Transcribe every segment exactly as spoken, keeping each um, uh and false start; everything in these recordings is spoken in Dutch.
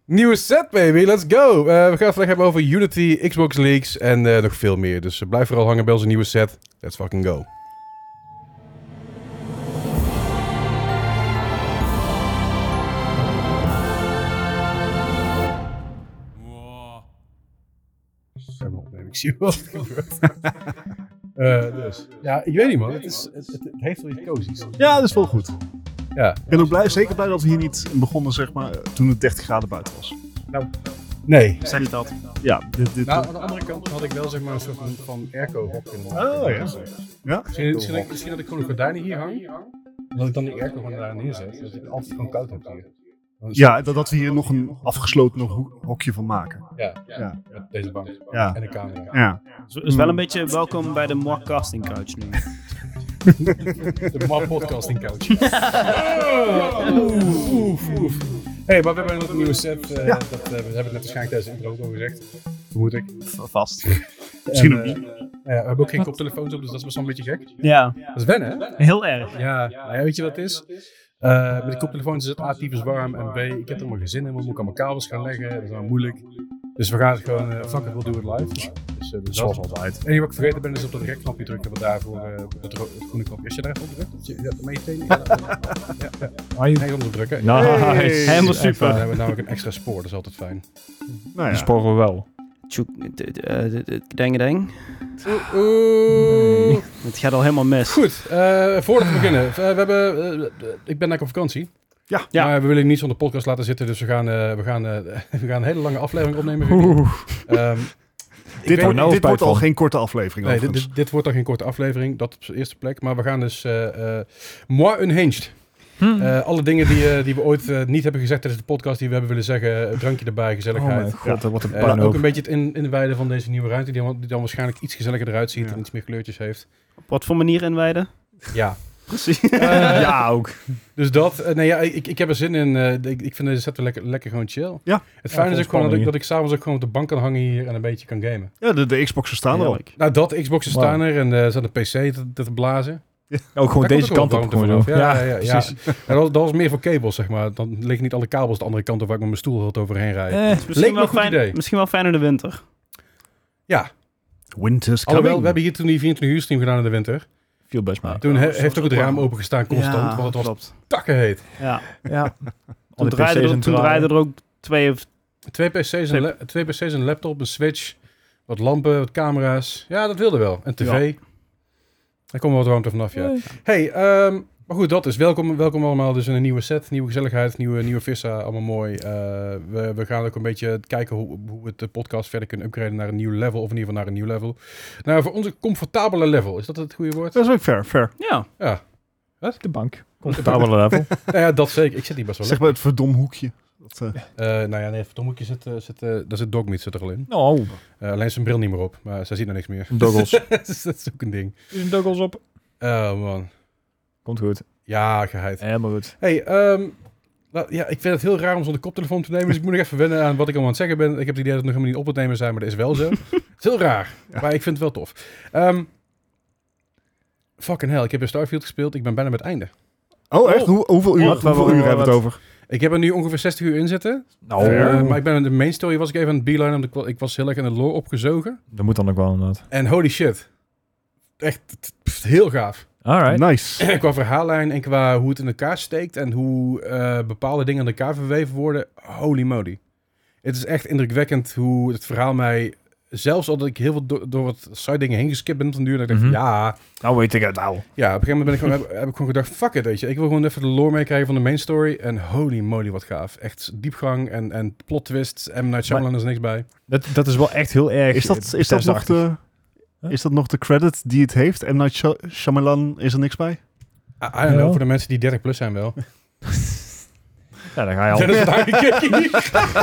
Nieuwe set, baby. Let's go. Uh, we gaan het vandaag hebben over Unity, Xbox Leaks en uh, nog veel meer. Dus uh, blijf vooral hangen bij onze nieuwe set. Let's fucking go. Ik zie wel wat er gebeurt. uh, dus. Ja, ik weet niet, man. Het, is, het, het, het heeft wel iets cozies. Ja, dat is wel goed. Ja. Ik ben ook blij, zeker blij dat we hier niet begonnen, zeg maar, toen het dertig graden buiten was. Nou, nee. Zeg je dat? Ja, dit, dit, nou, aan de andere kant had ik wel zeg maar een soort van, van airco-hok kunnen maken. Oh, ja. ja? Misschien, misschien, misschien dat ik gewoon de gordijnen hier hang. En dat ik dan die airco gewoon daar neerzet. Dat ik altijd gewoon koud heb hier. Ja, dat, dat we hier nog een afgesloten ho- hokje van maken. Ja, ja. Met deze bank. Ja. En de camera. Ja. Dus is wel een beetje welkom bij de Moi Casting Couch nu. De Moi Podcasting Couch. Oef, oef, oef. Hey, maar we hebben nog een nieuwe set. Uh, ja. Dat uh, we hebben het net waarschijnlijk tijdens de intro al gezegd. Vermoed ik. Vast. Misschien ook niet. Uh, ja, we hebben ook geen koptelefoons op, dus dat is best wel een beetje gek. Ja. Dat is wennen, hè? Heel erg. Ja, nou ja, weet je wat het is? Uh, met de koptelefoons is het A, typisch warm en B, ik heb er helemaal geen zin in, maar moet ik allemaal kabels gaan leggen, dat is wel moeilijk. Dus we gaan het gewoon, uh, fuck it, we'll do it live. Dus, uh, dus zoals altijd. Het enige wat ik vergeten ben is op dat rekknopje drukken, wat daarvoor, uh, het, ro- het groene knopje. Als je daar even op drukt, je dat met je tenen, ja, ja, ja. Nee, onder drukken. Nice. Hey. Helemaal super. Dan hebben we namelijk een extra spoor, dat is altijd fijn. Nou ja. Die sporen we wel. Deng, deng. Oeh. Het gaat al helemaal mis. Goed, uh, voordat we beginnen. Uh, we hebben, uh, ik ben net op vakantie. Ja. Ja. Maar we willen niet zonder podcast laten zitten, dus we gaan, uh, we gaan, uh, we gaan een hele lange aflevering opnemen. Um, dit wordt, nou dit wordt al van. geen korte aflevering. Nee, dit, dit, dit wordt dan geen korte aflevering, dat op de eerste plek. Maar we gaan dus uh, uh, Moi Unhinged. Hmm. Uh, alle dingen die, uh, die we ooit uh, niet hebben gezegd tijdens de podcast, die we hebben willen zeggen. Drankje erbij, gezelligheid. Oh mijn god, ja. dat wordt een uh, puinhoop. Ook een beetje het in, in de wijde van deze nieuwe ruimte, die dan, die dan waarschijnlijk iets gezelliger eruit ziet ja. en iets meer kleurtjes heeft. Op wat voor manier inwijden? Ja. Precies. Uh, ja, ook. Dus dat, uh, nee ja, ik, ik heb er zin in. Uh, ik, ik vind deze set wel lekker, lekker gewoon chill. Ja. Het fijne ja, is ook gewoon dat ik, hier. dat ik s'avonds ook gewoon op de bank kan hangen hier en een beetje kan gamen. Ja, de, de Xbox'en staan er al. Nou, dat, Xboxen Wow. staan er en er uh, staat een P C te, te blazen. Ja. Ook gewoon Daar deze komt kant ook op. wel Gewoon warmte zo. vanaf. Ja, ja, ja, precies. ja. ja, dat, dat was meer voor kabels, zeg maar. Dan liggen niet alle kabels de andere kant op waar ik met mijn stoel had overheen rijden. Eh, Leek Misschien me wel, een goed fijn, idee. misschien wel fijn in de winter. Ja, Winter's coming. alhoewel, we hebben hier toen die vierentwintig uur stream gedaan in de winter. viel best mee. Toen Oh, he, soms heeft ook het ook raam wel. open gestaan constant, Ja, want het was klopt. takken heet. Ja. Ja. Al Toen die draaiden P C's er, en toen draaien. draaiden er ook twee of... Twee P C's, een la- twee P C's, een laptop, een switch, wat lampen, wat camera's. Ja, dat wilde wel. Een tv. Ja. Daar komen we wat warmte vanaf, ja. Hey, um, maar goed, dat is welkom, welkom allemaal. Dus in een nieuwe set, nieuwe gezelligheid, nieuwe, nieuwe vissa, allemaal mooi. Uh, we, we gaan ook een beetje kijken hoe, hoe we de podcast verder kunnen upgraden naar een nieuw level, of in ieder geval naar een nieuw level. Nou, voor onze comfortabele level, is dat het goede woord? Dat is ook fair, fair. Ja. Ja. De bank. Comfortabele level. Nou ja, dat zeker. Ik zit hier best wel Zeg maar het verdomhoekje. Dat, uh... Uh, nou ja, nee, voor Tomoekje zit, uh, zit, uh, daar zit dogmeat zit er al in. Oh. Uh, alleen zijn bril niet meer op, maar zij ziet nog niks meer. Doggles. Dus dat is ook een ding. Is een doggles op. Oh man. Komt goed. Ja, geheid. Helemaal goed. Hey, um, nou, ja, ik vind het heel raar om zonder koptelefoon te nemen, dus ik moet nog even wennen aan wat ik allemaal aan het zeggen ben. Ik heb het idee dat het nog helemaal niet op het nemen zijn, maar dat is wel zo. Het is heel raar, ja. Maar ik vind het wel tof. Um, fucking hell, ik heb in Starfield gespeeld, ik ben bijna bij het einde. Oh, echt? Hoe, hoeveel uur, Wat, hoeveel wat, uur wat, hebben we het wat? over? Ik heb er nu ongeveer zestig uur in zitten. Nou, Uh, maar ik ben in de main story was ik even aan het beeline, omdat ik, wa- ik was heel erg in de lore opgezogen. dat moet dan ook wel inderdaad. En holy shit. Echt t- t- heel gaaf. Alright. Nice. Qua verhaallijn en qua hoe het in elkaar steekt en hoe uh, bepaalde dingen aan elkaar verweven worden. Holy moly. Het is echt indrukwekkend hoe het verhaal mij, zelfs al dat ik heel veel do- door wat side dingen heen geskipt ben op een duur, dat ik Mhm. dacht, ja, Nou weet ik het nou. ja, op een gegeven moment ben ik gewoon, heb, heb ik gewoon gedacht, fuck it, weet je. Ik wil gewoon even de lore meekrijgen van de main story. En holy moly, wat gaaf. Echt diepgang en, en plot twists. En Night Shyamalan is niks bij. Dat, dat is wel echt heel erg. Is dat, is, dat nog de, Huh? is dat nog de credit die het heeft? M. Night Shy- Shyamalan is er niks bij? I, I don't know, Ja. voor de mensen die dertig plus zijn wel. Ja, dan ga je al. Ja, dat is het eigenlijk.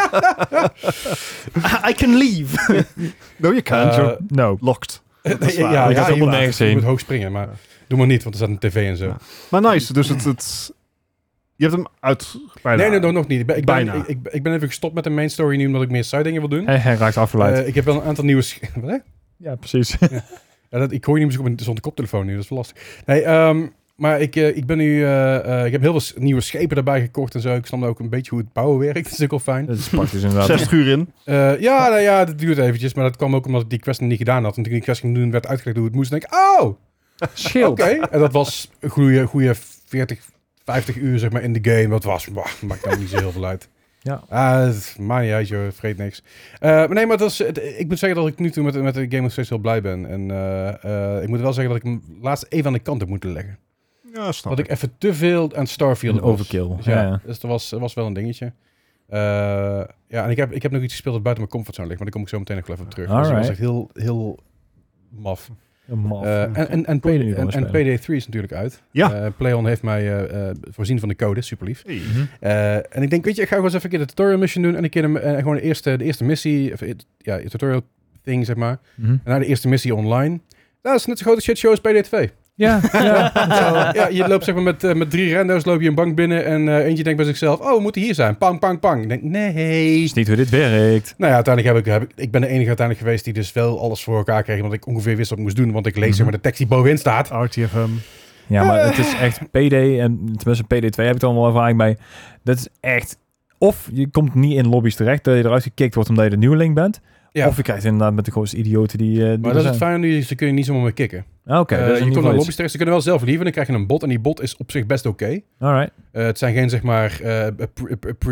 I can leave. No, you can't. Uh, You're No. locked. Ja, Dat is ja, waar. ja, Je gaat ja, helemaal je nergens moet heen. hoog springen, maar doe maar niet, want er staat een tv en zo. Ja. Maar nice, dus het... het je hebt hem uit... Bijna. Nee, nee, nog, nog niet. Ik ben, ik, ben, Bijna. ik, ik, ik ben even gestopt met de main story nu, omdat ik meer side dingen wil doen. Hij, hij raakt afgeleid. Uh, ik heb wel een aantal nieuwe... sch- Wat, hè? ja, precies. Ja, dat, ik hoor je niet meer zo goed met- zonder koptelefoon nu, dat is wel lastig. Nee, um, maar ik, uh, ik ben nu... Uh, uh, ik heb heel veel nieuwe schepen erbij gekocht en zo. Ik snap ook een beetje hoe het bouwen werkt. Dat is ook wel fijn. Dat is praktisch inderdaad. zestig uur in. Uh, ja, nou ja, dat duurt eventjes. Maar dat kwam ook omdat ik die quest nog niet gedaan had. En toen ik die quest ging doen, werd uitgelegd hoe het moest. En denk ik, oh! Schild. Oké. Okay. En dat was een goede, goede veertig, vijftig uur zeg maar in de game. Wat was, bah, maakt nou niet zo heel veel uit. Ja. Ah, het maakt niet uit, joh. Vreet niks. Uh, maar nee, maar dat is, ik moet zeggen dat ik nu toe met, met de game nog steeds heel blij ben. En uh, uh, ik moet wel zeggen dat ik hem laatst even aan de kant heb moeten leggen. Ja, snap Dat ik even te veel aan Starfield Een was. overkill. Dus ja, Ja, ja. dus dat was, dat was wel een dingetje. Uh, ja, en ik heb, ik heb nog iets gespeeld dat buiten mijn comfortzone ligt. Maar daar kom ik zo meteen nog wel even op terug. Dus dat was echt heel, heel maf. Maf. Uh, en en, en, Kon je P- nu en, gewoon en P D drie is natuurlijk uit. Ja. Uh, PlayOn heeft mij uh, uh, voorzien van de code. Super lief. Hey. Mhm. Uh, en ik denk, weet je, ik ga gewoon eens even een keer de tutorial mission doen. En een keer de, uh, gewoon de eerste, de eerste missie. Of, ja, de tutorial thing, zeg maar. Mhm. En na de eerste missie online. Dat is net zo grote shitshow als P D twee. Ja, ja. Zo, ja, je loopt zeg maar met, uh, met drie rando's, loop je een bank binnen en uh, eentje denkt bij zichzelf, oh, we moeten hier zijn. Pang, pang, pang. Ik denk, nee. is niet hoe dit werkt. Nou ja, uiteindelijk heb ik, heb ik, ik ben de enige uiteindelijk geweest die dus wel alles voor elkaar kreeg, want ik ongeveer wist wat ik moest doen, want ik lees zeg maar de tekst die bovenin staat. R T F M. Ja, maar het is echt P D en tenminste P D twee heb ik dan wel ervaring bij. Dat is echt, of je komt niet in lobby's terecht, dat je eruit gekikt wordt omdat je de nieuweling bent. Ja. Of je krijgt inderdaad met de grootste idioten die, uh, die Maar dat is het fijne nu, ze kunnen niet zomaar meer kicken. Ah, oké, Okay, okay, uh, je komt naar lobby's terecht, ze kunnen wel zelf lieven, dan krijg je een bot en die bot is op zich best oké. Okay. Alright. Uh, het zijn geen zeg maar uh, pre, pre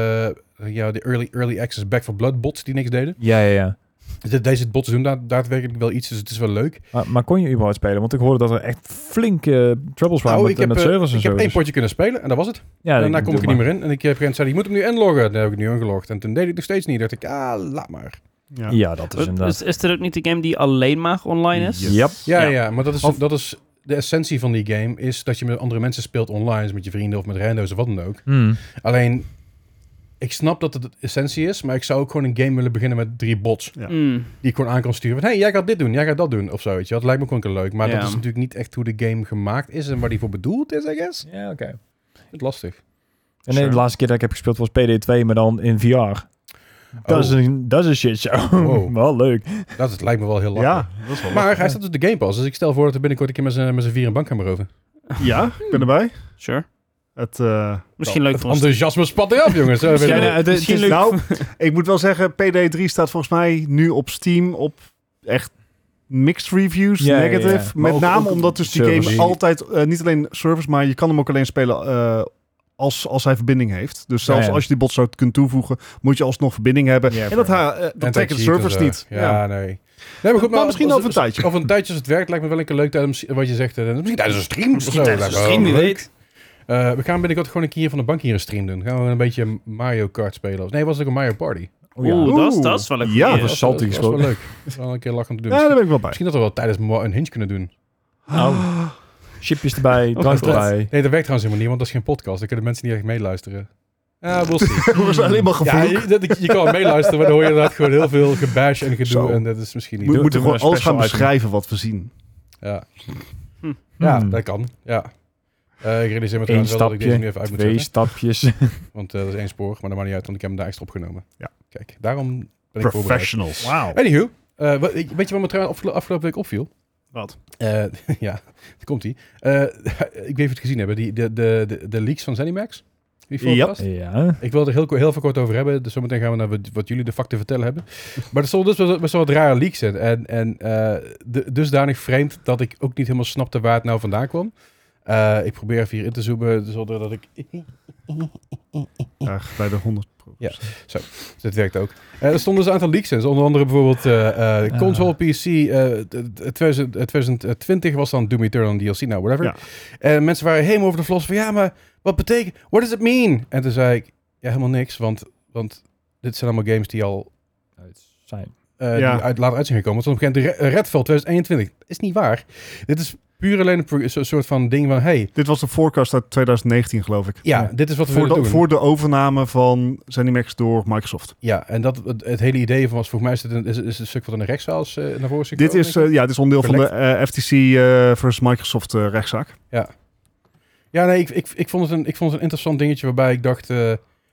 uh, ja, de early, early access Back for Blood bots die niks deden. Ja, ja, ja. De, deze bots doen da- daadwerkelijk wel iets, dus het is wel leuk. Maar, maar kon je überhaupt spelen? Want ik hoorde dat er echt flinke uh, troubles waren nou, met, ik heb, met uh, servers en ik zo. heb één dus. potje kunnen spelen en dat was het. Ja, en daarna kom ik er niet maar. meer in. En ik heb gezegd, zei, je moet hem nu inloggen. Dan heb ik nu ingelogd. En toen deed ik nog steeds niet. dacht ik, ah, laat maar. Ja. Ja, dat is inderdaad. Is, is dit ook niet de game die alleen maar online is? Yes. Yep. Ja, Ja. ja, maar dat is, Of- dat is de essentie van die game. Is dat je met andere mensen speelt online. Dus met je vrienden of met rando's of wat dan ook. Hmm. Alleen, ik snap dat het de essentie is. Maar ik zou ook gewoon een game willen beginnen met drie bots. Ja. Mm. Die ik gewoon aan kan sturen. Van, hey, jij gaat dit doen. Jij gaat dat doen. Of zo, weet je. Dat lijkt me gewoon een keer leuk. Maar Ja. dat is natuurlijk niet echt hoe de game gemaakt is. En waar die voor bedoeld is, I guess. Ja, oké. Het is lastig. En nee, de laatste keer dat ik heb gespeeld was P D twee, maar dan in V R. Dat, Oh. is, een, dat is een shit show. Wow. Wel leuk. Dat is, lijkt me wel heel lastig. Ja, dat is wel Maar leuk. hij staat op de Game Pass. Dus ik stel voor dat er binnenkort een keer met z'n met z'n vier een bankkamer over. Ja, ik ben erbij. Sure. Het, uh, Misschien leuk Het voor ons. enthousiasme spat eraf, jongens. Zo, Ja, weet je nee, wel. het is- Misschien het is- leuk. nou, ik moet wel zeggen, P D drie staat volgens mij nu op Steam op echt mixed reviews, Ja, ja, ja. negative. Maar Met ook- name ook omdat dus die servers. game altijd, uh, niet alleen servers, maar je kan hem ook alleen spelen uh, als, als hij verbinding heeft. Dus zelfs Ja, ja. als je die bot zou kunt toevoegen, moet je alsnog verbinding hebben. Ja, en dat, ha- uh, dat En trekken de cheat servers en zo. niet. Ja, Ja. nee. Nee, maar goed, Maar misschien als- over een tijdje. Over een tijdje als het werkt, lijkt me wel een keer leuk tijdens wat je zegt. eh, Misschien tijdens een stream. of zo. tijdens een Lijkt me stream, wel wie leuk. weet. Uh, we gaan binnenkort gewoon een keer van de bank hier een stream doen. Gaan we een beetje Mario Kart spelen. Of nee, was het ook een Mario Party? Oh, ja. Oeh, dat is, Oeh. dat is wel een Ja, goeie. dat was salty dat, dat is wel gesproken. leuk. Dat is wel een keer lachen om te doen. Ja, daar ben ik wel bij. Misschien dat we wel tijdens mo- een hinge kunnen doen. Oh. Chipjes erbij, drank God. erbij. Nee, dat werkt trouwens helemaal niet, want dat is geen podcast. Dan kunnen mensen niet echt meeluisteren. Ja, we'll see. We zijn alleen maar Ja, gevoelig. je, dat- je kan meeluisteren, maar dan hoor je inderdaad gewoon heel veel gebash en gedoe. Zo. En dat is misschien niet... We Doe- moeten doen we gewoon een alles gaan special item. beschrijven wat we zien. Ja, Hm. ja Hmm. dat kan. Ja. Uh, ik realiseer me Eén trouwens wel dat ik deze nu stapje, even uit moet twee zetten. stapjes. Want uh, dat is één spoor, maar dat maakt niet uit, want ik heb hem daar extra opgenomen. Ja. Kijk, daarom ben ik voorbereid. Professionals. Wauw. Anywho, uh, wat, ik- weet je wat me trouwens afgelo- afgelopen week opviel? Wat? Uh, ja, daar komt ie. Uh, ik weet niet of je het gezien hebben, die, de, de, de, de leaks van ZeniMax. Die Yep. podcast. Ja. Ik wil er heel, ko- heel veel kort over hebben. Dus zometeen gaan we naar wat, wat jullie de facten vertellen hebben. Maar er stonden dus best, best wel wat rare leaks in. En, en uh, de, dusdanig vreemd dat ik ook niet helemaal snapte waar het nou vandaan kwam. Uh, ik probeer even hier in te zoomen, zodat ik... Graag bij de honderd procent. Ja. Dus dit werkt ook. Uh, er stonden dus een aantal leaks in. Dus onder andere bijvoorbeeld uh, uh, console P C. Uh, twintig twintig was dan Doom Eternal D L C. Nou, whatever. Ja. En mensen waren helemaal over de vlos van... Ja, maar wat betekent... What does it mean? En toen zei ik... Ja, helemaal niks. Want, want dit zijn allemaal games die al... Zijn. Uh, Ja. die uit, later uit zijn gekomen. Want op een gegeven moment Redfall twintig eenentwintig. Is niet waar. Dit is puur alleen een, pro- een soort van ding van... Hey, Dit was de forecast uit twintig negentien, geloof ik. ja, Ja. dit is wat we Voor willen de, doen. voor de overname van ZeniMax door Microsoft. Ja, en dat, het, het hele idee van was... Volgens mij is het een, is, is een stuk wat in de rechtszaal is, uh, naar voren is Dit gekomen, is, denk ik. uh, ja, dit is onderdeel van de uh, F T C uh, versus Microsoft uh, rechtszaak. Ja, nee, ik, ik, ik, vond het een, ik vond het een interessant dingetje waarbij ik dacht... Uh,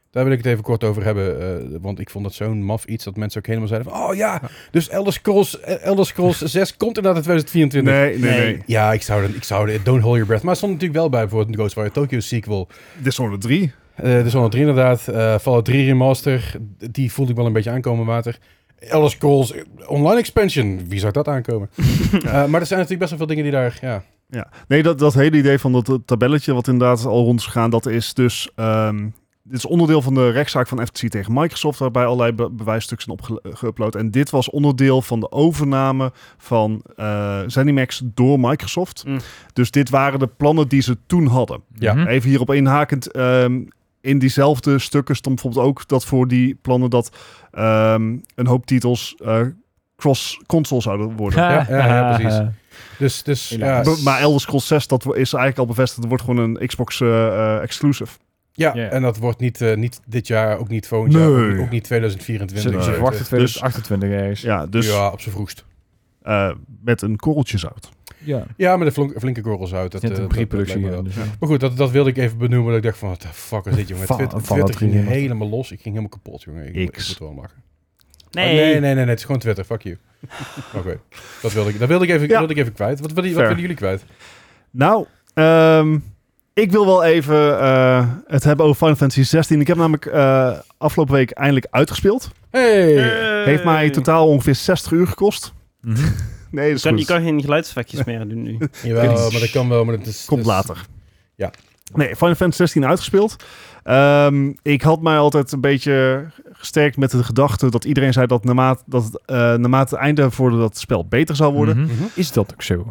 Daar wil ik het even kort over hebben. Uh, want ik vond het zo'n maf iets dat mensen ook helemaal zeiden van... Oh ja, dus Elder Scrolls, Elder Scrolls zes komt inderdaad in twintig vierentwintig. Nee, nee, nee. Ja, ik zou, ik zou de Don't Hold Your Breath. Maar het stond natuurlijk wel bij bijvoorbeeld de Ghostwire Tokyo sequel. Dishonored drie. Uh, Dishonored drie inderdaad. Uh, Fallout drie remaster. Die voelde ik wel een beetje aankomen water. Elder Scrolls Online Expansion. Wie zou dat aankomen? uh, maar er zijn natuurlijk best wel veel dingen die daar... Ja, ja. Nee, dat, dat hele idee van dat tabelletje wat inderdaad al rond is gegaan, dat is dus... Um, dit is onderdeel van de rechtszaak van F T C tegen Microsoft, waarbij allerlei be- bewijsstukken zijn opgeüpload. En dit was onderdeel van de overname van uh, ZeniMax door Microsoft. Mm. Dus dit waren de plannen die ze toen hadden. Ja. Mm-hmm. Even hierop inhakend... Um, in diezelfde stukken stond bijvoorbeeld ook dat voor die plannen dat um, een hoop titels uh, cross-console zouden worden. Ja, ja, ja, precies. Dus, dus, ja. Be- maar Elder Scrolls zes, dat is eigenlijk al bevestigd. Het wordt gewoon een Xbox uh, uh, exclusive. Ja, yeah. En dat wordt niet, uh, niet dit jaar, ook niet volgend jaar, nee. ook, ook niet twintig vierentwintig. Ze, ze verwachten twintig achtentwintig ergens. Ja, dus, ja, op z'n vroegst. Uh, met een korreltje zout. Ja, ja met een flink, flinke korrels uit. Dat, het een pre-productie. Ja, dus ja. Maar goed, dat, dat wilde ik even benoemen. Dat ik dacht van, wat de fuck is dit, jongen? Twitter, Twitter ging helemaal los. Ik ging helemaal kapot, jongen. Ik, ik moet wel lachen. Nee. Oh, nee, nee, nee, nee. Het is gewoon Twitter. Fuck you. Oké. Okay. Dat wilde ik, dat wilde ik, even, ja. wilde ik even kwijt. Wat, wat, wat willen jullie kwijt? Nou, um, ik wil wel even uh, het hebben over Final Fantasy zestien. Ik heb namelijk uh, afgelopen week eindelijk uitgespeeld. Hey! hey. Heeft mij totaal ongeveer zestig uur gekost. Mm-hmm. Nee, dat is kan, goed. Je kan geen geluidseffectjes meer doen nu. Jawel, maar dat kan wel. Maar dat is, Komt dus... later. Ja. Nee, Final Fantasy zestien uitgespeeld. Um, ik had mij altijd een beetje gesterkt met de gedachte dat iedereen zei dat naarmate, dat, uh, naarmate het einde voor dat het spel beter zou worden. Mm-hmm. Mm-hmm. Is dat ook zo?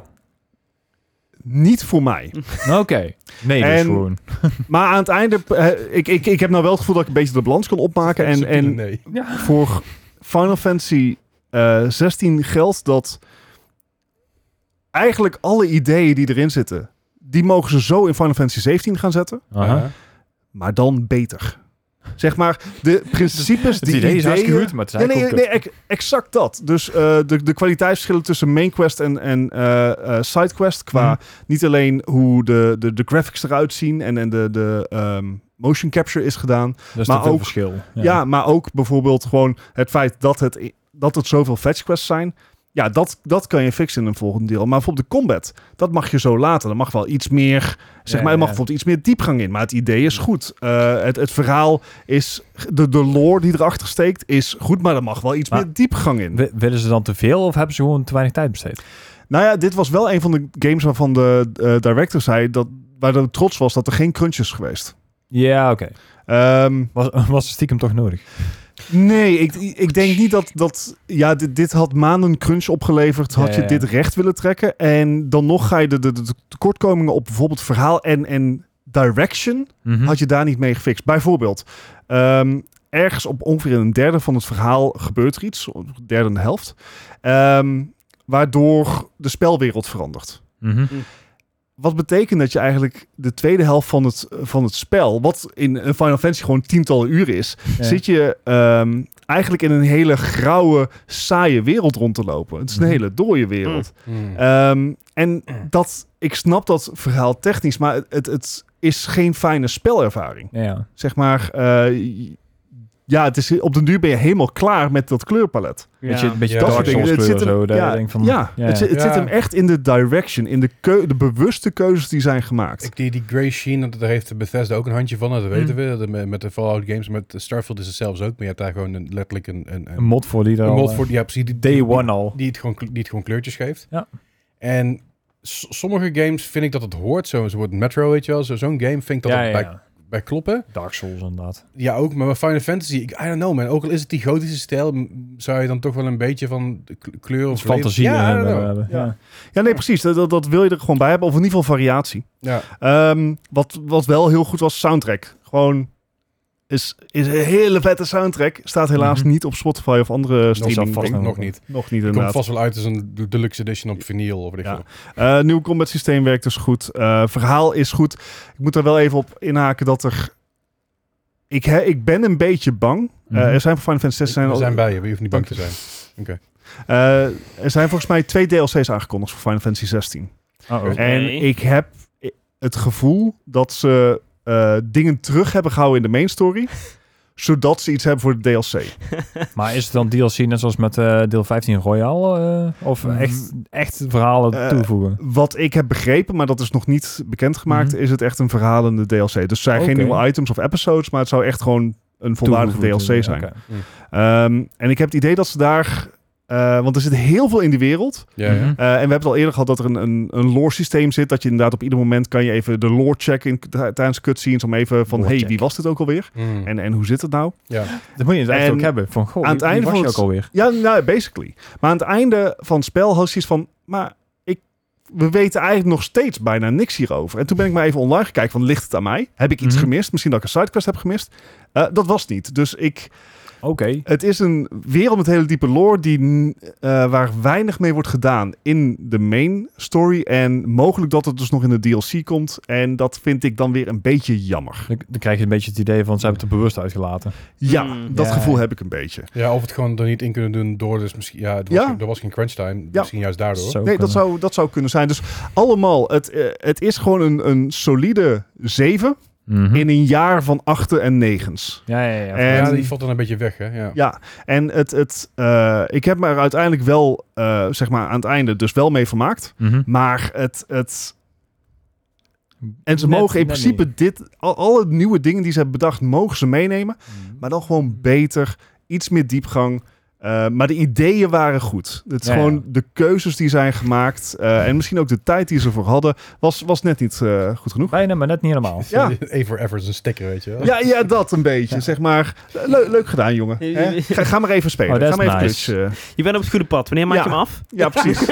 Niet voor mij. Oké. Okay. Nee, dus en, gewoon. Maar aan het einde... Uh, ik, ik, ik heb nou wel het gevoel dat ik een beetje de balans kan opmaken. En, en nee. ja. voor Final Fantasy uh, zestien geldt dat eigenlijk alle ideeën die erin zitten, die mogen ze zo in Final Fantasy zeventien gaan zetten. Uh-huh. Maar dan beter. Zeg maar, de principes, die het idee is ideeën... hartstikke goed, maar het is nee, nee, eigenlijk nee, nee, exact dat. Dus uh, de, de kwaliteitsverschillen tussen main quest en, en uh, uh, side quest, qua mm. niet alleen hoe de, de, de graphics eruit zien en, en de, de um, motion capture is gedaan. Dat is maar ook, verschil. Ja. ja, maar ook bijvoorbeeld gewoon het feit dat het, dat het zoveel fetch quests zijn. Ja, dat, dat kan je fixen in een volgende deel. Maar bijvoorbeeld de combat, dat mag je zo laten. Er mag wel iets meer, zeg ja, maar, er mag ja. bijvoorbeeld iets meer diepgang in. Maar het idee is goed. Uh, het, het verhaal is, de, de lore die erachter steekt, is goed. Maar er mag wel iets maar meer diepgang in. W- willen ze dan te veel of hebben ze gewoon te weinig tijd besteed? Nou ja, dit was wel een van de games waarvan de uh, director zei, dat, waar de trots was dat er geen crunch is geweest. Ja, oké. Okay. Um, was, was stiekem toch nodig? Nee, ik, ik denk niet dat... dat ja, dit, dit had maanden crunch opgeleverd. Had ja, ja. je dit recht willen trekken. En dan nog ga je de, de, de tekortkomingen op bijvoorbeeld verhaal en, en direction... Mm-hmm. had je daar niet mee gefixt. Bijvoorbeeld, um, ergens op ongeveer een derde van het verhaal gebeurt er iets. Een derde en de helft. Um, waardoor de spelwereld verandert. Mm-hmm. Wat betekent dat je eigenlijk de tweede helft van het, van het spel, wat in een Final Fantasy gewoon tientallen uren is, ja. zit je um, eigenlijk in een hele grauwe, saaie wereld rond te lopen. Het is een mm. hele dooie wereld. Mm. Um, en dat, ik snap dat verhaal technisch, maar het, het, het is geen fijne spelervaring. Ja. Zeg maar, uh, ja, het is, op den duur ben je helemaal klaar met dat kleurpalet. Ja. Beetje, een beetje ja. Dark Souls kleur of zo. Ja, denk van, ja, ja. het, het ja. zit hem echt in de direction, in de, keu- de bewuste keuzes die zijn gemaakt. Ik, die, die Grey Sheen, daar heeft Bethesda ook een handje van, dat mm. weten we. De, met de Fallout games, met Starfield is het zelfs ook. Maar je hebt daar gewoon een, letterlijk een... Een, een mod voor die er een al... mod voor, ja, precies. Die, day die, one al. Die het, gewoon, die het gewoon kleurtjes geeft. Ja. En s- sommige games vind ik dat het hoort. Zo, zo wordt Metro, weet je wel. Zo, zo'n game vind ik dat ja, het ja, bij... ja. bij kloppen. Dark Souls inderdaad. Ja, ook. Maar bij Final Fantasy, ik, I don't know man. Ook al is het die gotische stijl, m- zou je dan toch wel een beetje van de kleur of fantasie ja, hebben. hebben. Ja. Ja. ja, nee, precies. Dat, dat wil je er gewoon bij hebben. Of in ieder geval variatie. Ja. Um, wat, wat wel heel goed was, soundtrack. Gewoon is, is een hele vette soundtrack. Staat helaas mm-hmm. niet op Spotify of andere streaming. Nog, nog, nog niet. Nog niet, inderdaad. Komt vast wel uit als een deluxe edition op vinyl of wat ik ja. veel. Uh, nieuw combat systeem werkt dus goed. Uh, verhaal is goed. Ik moet er wel even op inhaken dat er... Ik, he, ik ben een beetje bang. Mm-hmm. Uh, er zijn voor Final Fantasy zes... We zijn zijn bij je, je hoeft niet bang te zijn. Oké. Okay. Uh, er zijn volgens mij twee D L C's aangekondigd voor Final Fantasy zestien. Uh-oh. En ik heb het gevoel dat ze uh, dingen terug hebben gehouden in de main story. zodat ze iets hebben voor de D L C. Maar is het dan D L C net zoals met uh, deel vijftien Royale? Uh, of echt, echt verhalen uh, toevoegen? Wat ik heb begrepen, maar dat is nog niet bekendgemaakt, mm-hmm. is het echt een verhalende D L C. Dus het zijn okay. geen nieuwe items of episodes, maar het zou echt gewoon een volwaardige D L C zijn. Okay. Mm. Um, en ik heb het idee dat ze daar... Uh, want er zit heel veel in die wereld. Ja, ja. Uh, en we hebben het al eerder gehad dat er een, een, een lore systeem zit. Dat je inderdaad op ieder moment kan je even de lore checken in, tijdens cutscenes. Om even van, hey, wie was dit ook alweer? Mm. En, en hoe zit het nou? Ja. Dat moet je dus echt ook hebben. Van, goh, aan het wie, einde wie was van je ook alweer? Ja, nou, basically. Maar aan het einde van het spel had je iets van... Maar ik, we weten eigenlijk nog steeds bijna niks hierover. En toen ben ik maar even online gekeken van, ligt het aan mij? Heb ik iets mm-hmm. gemist? Misschien dat ik een sidequest heb gemist? Uh, dat was niet. Dus ik... Oké. Okay. Het is een wereld met hele diepe lore die, uh, waar weinig mee wordt gedaan in de main story. En mogelijk dat het dus nog in de D L C komt. En dat vind ik dan weer een beetje jammer. Dan, dan krijg je een beetje het idee van, ze hebben het er bewust uitgelaten. Ja, mm. dat ja. gevoel heb ik een beetje. Ja, of het gewoon er niet in kunnen doen door dus misschien... Ja, er was, ja. Geen, er was geen crunch time. Ja. Misschien juist daardoor. Zo nee, dat zou, dat zou kunnen zijn. Dus allemaal, het, uh, het is gewoon een, een solide zeven... Mm-hmm. In een jaar van achten en negens. Ja, ja, ja. En, ja, die valt dan een beetje weg, hè? Ja, ja en het, het, uh, ik heb me er uiteindelijk wel, uh, zeg maar, aan het einde dus wel mee vermaakt. Mm-hmm. Maar het... het en ze net, mogen in principe niet. dit... Al, alle nieuwe dingen die ze hebben bedacht, mogen ze meenemen. Mm-hmm. Maar dan gewoon beter, iets meer diepgang... Uh, maar de ideeën waren goed. Het is ja, gewoon ja. de keuzes die zijn gemaakt. Uh, en misschien ook de tijd die ze voor hadden. Was, was net niet uh, goed genoeg. Bijna, maar net niet helemaal. Ja. A for effort is een sticker, weet je wel. Ja, ja, dat een beetje. Ja. Zeg maar. Le- leuk gedaan, jongen. Hè? Ga, ga maar even spelen. Oh, ga maar even nice. uh. Je bent op het goede pad. Wanneer maak ja. je hem af? Ja, precies.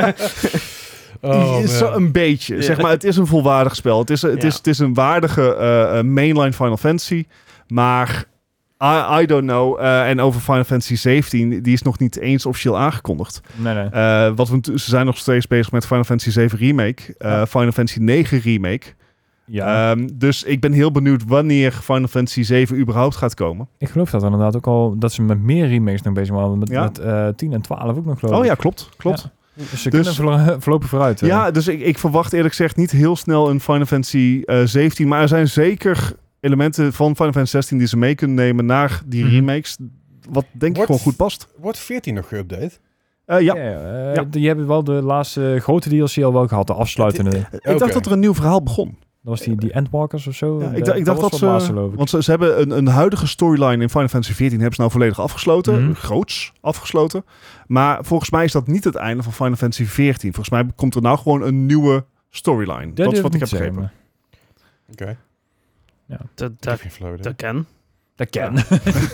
Oh, Zo een beetje. Ja. Zeg maar, het is een volwaardig spel. Het is, het ja. is, het is een waardige uh, mainline Final Fantasy. Maar... I, I don't know. Uh, en over Final Fantasy zeventien, die is nog niet eens officieel aangekondigd. Nee, nee. Uh, wat we, ze zijn nog steeds bezig met Final Fantasy zeven Remake. Uh, ja. Final Fantasy negen Remake. Ja. Um, dus ik ben heel benieuwd wanneer Final Fantasy zeven überhaupt gaat komen. Ik geloof dat inderdaad ook al, dat ze met meer remakes nog bezig waren. Met, ja? met uh, tien en twaalf ook nog, geloof ik. Oh ja, klopt. klopt. Ja. Dus ze dus, kunnen verlo- voorlopig vooruit. Uh. Ja, dus ik, ik verwacht eerlijk gezegd niet heel snel een Final Fantasy uh, zeventien. Maar er zijn zeker... elementen van Final Fantasy zestien die ze mee kunnen nemen naar die mm-hmm. remakes. Wat denk wordt, ik gewoon goed past. Wordt veertien nog geüpdate? Uh, ja. Ja, uh, ja. Die hebben wel de laatste grote D L C al wel gehad, de afsluitende. Het, het, ik okay. dacht dat er een nieuw verhaal begon. Dat was die, die Endwalkers of zo. Ja, ik, d- ik dacht dat, dat ze... Laatste, want ze, ze hebben een, een huidige storyline in Final Fantasy veertien hebben ze nou volledig afgesloten. Mm-hmm. Groots afgesloten. Maar volgens mij is dat niet het einde van Final Fantasy veertien. Volgens mij komt er nou gewoon een nieuwe storyline. Dat, dat is wat ik heb begrepen. Oké. Okay. Ja, dat, dat, dat kan. Dat kan. Ja.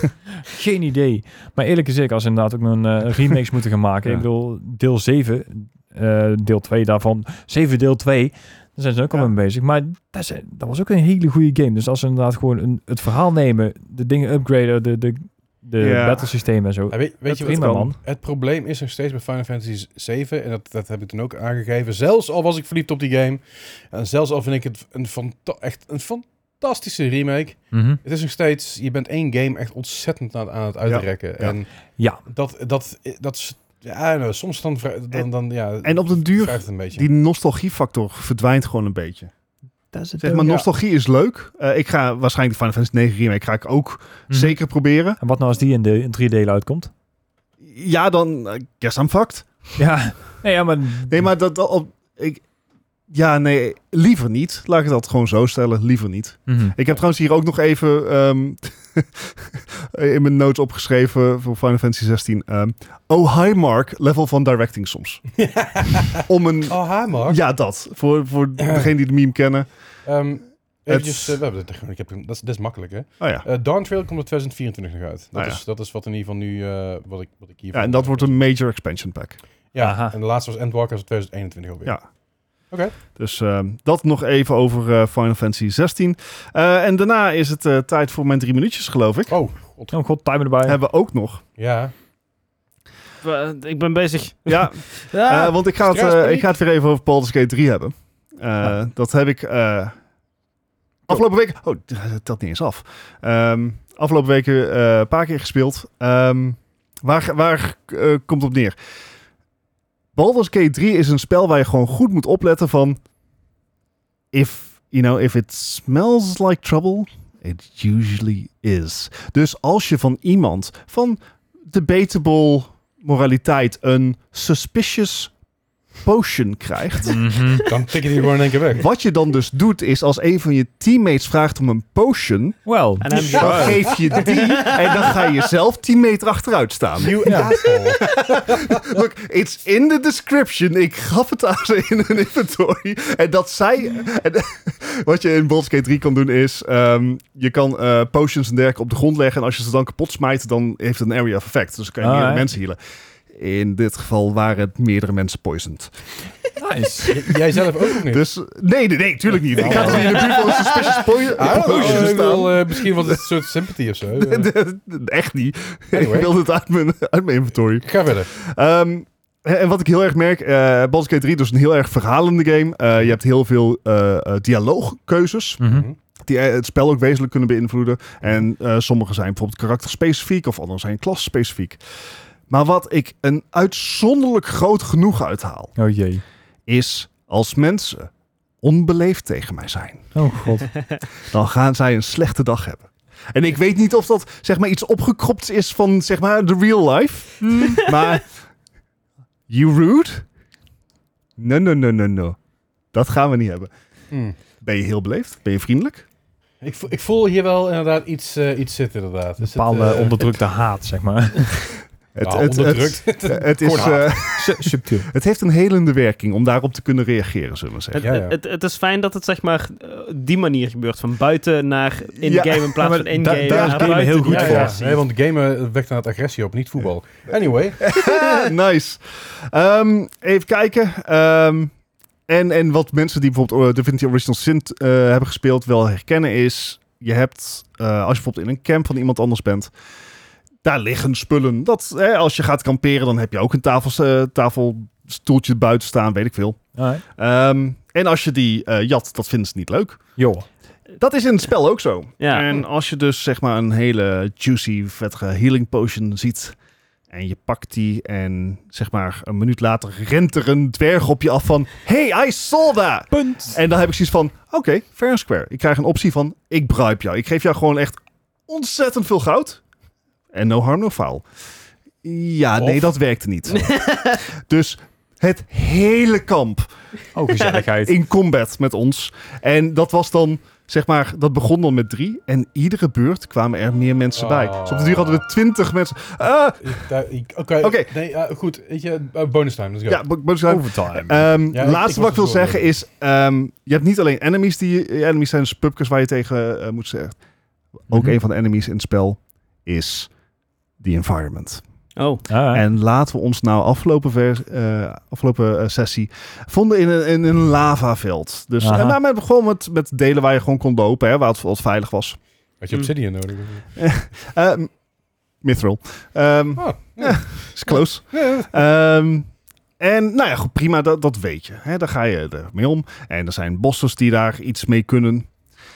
Geen idee. Maar eerlijk gezegd, als ze inderdaad ook nog een uh, remakes moeten gaan maken. Ja. Ik bedoel, deel zeven, uh, deel twee daarvan. zeven deel twee, daar zijn ze ook ja. al mee bezig. Maar dat, is, dat was ook een hele goede game. Dus als ze inderdaad gewoon een, het verhaal nemen, de dingen upgraden, de, de, de ja. battle systemen en zo. Ja, weet weet je prima, wat man. Het probleem is nog steeds bij Final Fantasy zeven, en dat, dat heb ik toen ook aangegeven. Zelfs al was ik verliefd op die game, en zelfs al vind ik het een fanta- echt een fantastische remake. Mm-hmm. Het is nog steeds, je bent één game echt ontzettend aan, aan het uitrekken. Ja. En ja. dat, dat, dat is, ja, nou, soms dan, dan, dan ja. En op den duur, die nostalgiefactor verdwijnt gewoon een beetje. Dat is het zeg maar, nostalgie ja. is leuk. Uh, ik ga waarschijnlijk de Final Fantasy negen remake ga ik ook mm. zeker proberen. En wat nou als die in de in drie delen uitkomt? Ja, dan uh, guess I'm fucked. Ja, nee, ja, maar nee, maar dat, dat op, ik, ja, nee, liever niet. Laat ik dat gewoon zo stellen. Liever niet. Mm-hmm. Ik heb trouwens hier ook nog even um, in mijn notes opgeschreven voor Final Fantasy zestien. Um, oh, hi Mark, level van directing soms. Om een, oh, hi Mark. Ja, dat. Voor, voor degenen die de meme kennen. Um, eventjes, uh, we hebben het, ik heb, dat, is, dat is makkelijk, hè? Oh, ja. uh, Dawn Trail komt in twintig vierentwintig nog uit. Dat, nou, ja. is, dat is wat in ieder geval nu, uh, wat ik, wat ik hier... Ja, en dat wordt een major expansion pack. Ja, Aha. En de laatste was Endwalkers in twintig eenentwintig alweer. Ja. Oké. Okay. Dus uh, dat nog even over uh, Final Fantasy zestien. Uh, en daarna is het uh, tijd voor mijn drie minuutjes, geloof ik. Oh, god. Oh god, timer erbij. Hebben we ook nog. Ja. Ik ben bezig. Ja, ja. Uh, want ik ga, het, uh, ik ga het weer even over Baldur's Gate drie hebben. Uh, ja. Dat heb ik uh, afgelopen week... Oh, dat telt niet eens af. Um, afgelopen weken uh, een paar keer gespeeld. Um, waar waar uh, komt het op neer? Baldur's Gate drie is een spel waar je gewoon goed moet opletten van... If, you know, if it smells like trouble... It usually is. Dus als je van iemand van debatable moraliteit een suspicious potion krijgt, Mhm. Dan tik je die gewoon in één keer weg. wat je dan dus doet is als een van je teammates vraagt om een potion, Well, En hem- dan geef je die en dan ga je zelf tien meter achteruit staan. You asshole. Look, it's in the description. Ik gaf het aan ze in een inventory. En dat zij... En, wat je in Baldur's Gate drie kan doen is... Um, je kan uh, potions en dergelijke op de grond leggen. En als je ze dan kapot smijt, dan heeft het een area of effect. Dus dan kan je Ah, meerdere ja. mensen healen. In dit geval waren het meerdere mensen poisoned. nice. J- Jij zelf ook of niet? Dus nee, nee, nee, tuurlijk niet. Ik ga toch niet in de buurt van een suspicious po- Ah, potion oh, ik staan. bedoel, eh, misschien was het een soort sympathy of zo. Eh, Echt niet. Anyway. Ik wilde het uit mijn, uit mijn inventory. Ga verder. Um, en wat ik heel erg merk, uh, Baldur's Gate drie is een heel erg verhalende game. Uh, je hebt heel veel uh, uh, dialoogkeuzes Mhm. die uh, het spel ook wezenlijk kunnen beïnvloeden. En uh, sommige zijn bijvoorbeeld karakterspecifiek of andere zijn klasspecifiek. Maar wat ik een uitzonderlijk groot genoeg uithaal, Oh jee. is als mensen onbeleefd tegen mij zijn, Oh god. dan gaan zij een slechte dag hebben. En ik weet niet of dat zeg maar iets opgekropt is van zeg maar de real life. Maar you rude? No, no, no, no, no. Dat gaan we niet hebben. Hmm. Ben je heel beleefd? Ben je vriendelijk? Ik, vo- ik voel hier wel inderdaad iets, uh, iets zitten inderdaad. Dus Bepaalde het, uh, onderdrukte haat, zeg maar. Het, Ja, het, onderdrukt. Het, het, is, Kort uh, Su- subtiel. het heeft een helende werking om daarop te kunnen reageren, zullen we Het, zeggen. Ja, ja. Het, het is fijn dat het zeg maar uh, die manier gebeurt. Van buiten naar Ja, in-game in plaats maar van in-game. da- daar is naar gamen buiten heel die goed ja, voor. ja. agressie. Nee, want gamen wekt inderdaad agressie op, niet voetbal. Anyway. Nice. Um, even kijken. Um, en, en wat mensen die bijvoorbeeld uh, Divinity Original Sin uh, hebben gespeeld wel herkennen is... Je hebt, uh, als je bijvoorbeeld in een camp van iemand anders bent... Daar liggen spullen. Dat, hè, als je gaat kamperen, dan heb je ook een tafel, uh, tafelstoeltje buiten staan, weet ik veel. Alright. Um, en als je die uh, jat, dat vinden ze niet leuk. Joh. Dat is in het spel ook zo. Ja. En als je dus zeg maar een hele juicy, vettige healing potion ziet... en je pakt die en zeg maar een minuut later rent er een dwerg op je af van... Hey, I saw that! Punt. En dan heb ik zoiets van, oké, okay, fair and square. Ik krijg een optie van, ik bribe jou. Ik geef jou gewoon echt ontzettend veel goud. En no harm, no foul. Ja, nee, Of- dat werkte niet. Dus het hele kamp Oh, gezelligheid. in combat met ons. En dat was dan, zeg maar, dat begon dan met drie. En iedere beurt kwamen er meer mensen bij. Oh. Dus op de duur hadden we twintig mensen. Ah, Ik- daar- ik- Oké, Oké. nee, uh, goed. Weet je, uh, bonus time, let's go. ja, bo- bonus time. Overtime. Ehm Ja, ik- laatste ik wat ik wil was er zo zeggen is... ehm, je hebt niet alleen enemies. Die, enemies zijn dus pupkes waar je tegen uh, moet zeggen. Ook Mhm. een van de enemies in het spel is the environment. Oh, Ah, En laten we ons nou afgelopen, vers, uh, afgelopen uh, sessie vonden in een, in een lavaveld. Dus Aha. en maar met, gewoon met, met delen waar je gewoon kon lopen, hè, waar het wat veilig was. Had je obsidian nodig? Uh, Mithril. Um, Oh, ja, is close. ja. Um, en nou ja, goed, prima, dat, dat weet je. Hè, daar ga je er mee om. En er zijn bosses die daar iets mee kunnen.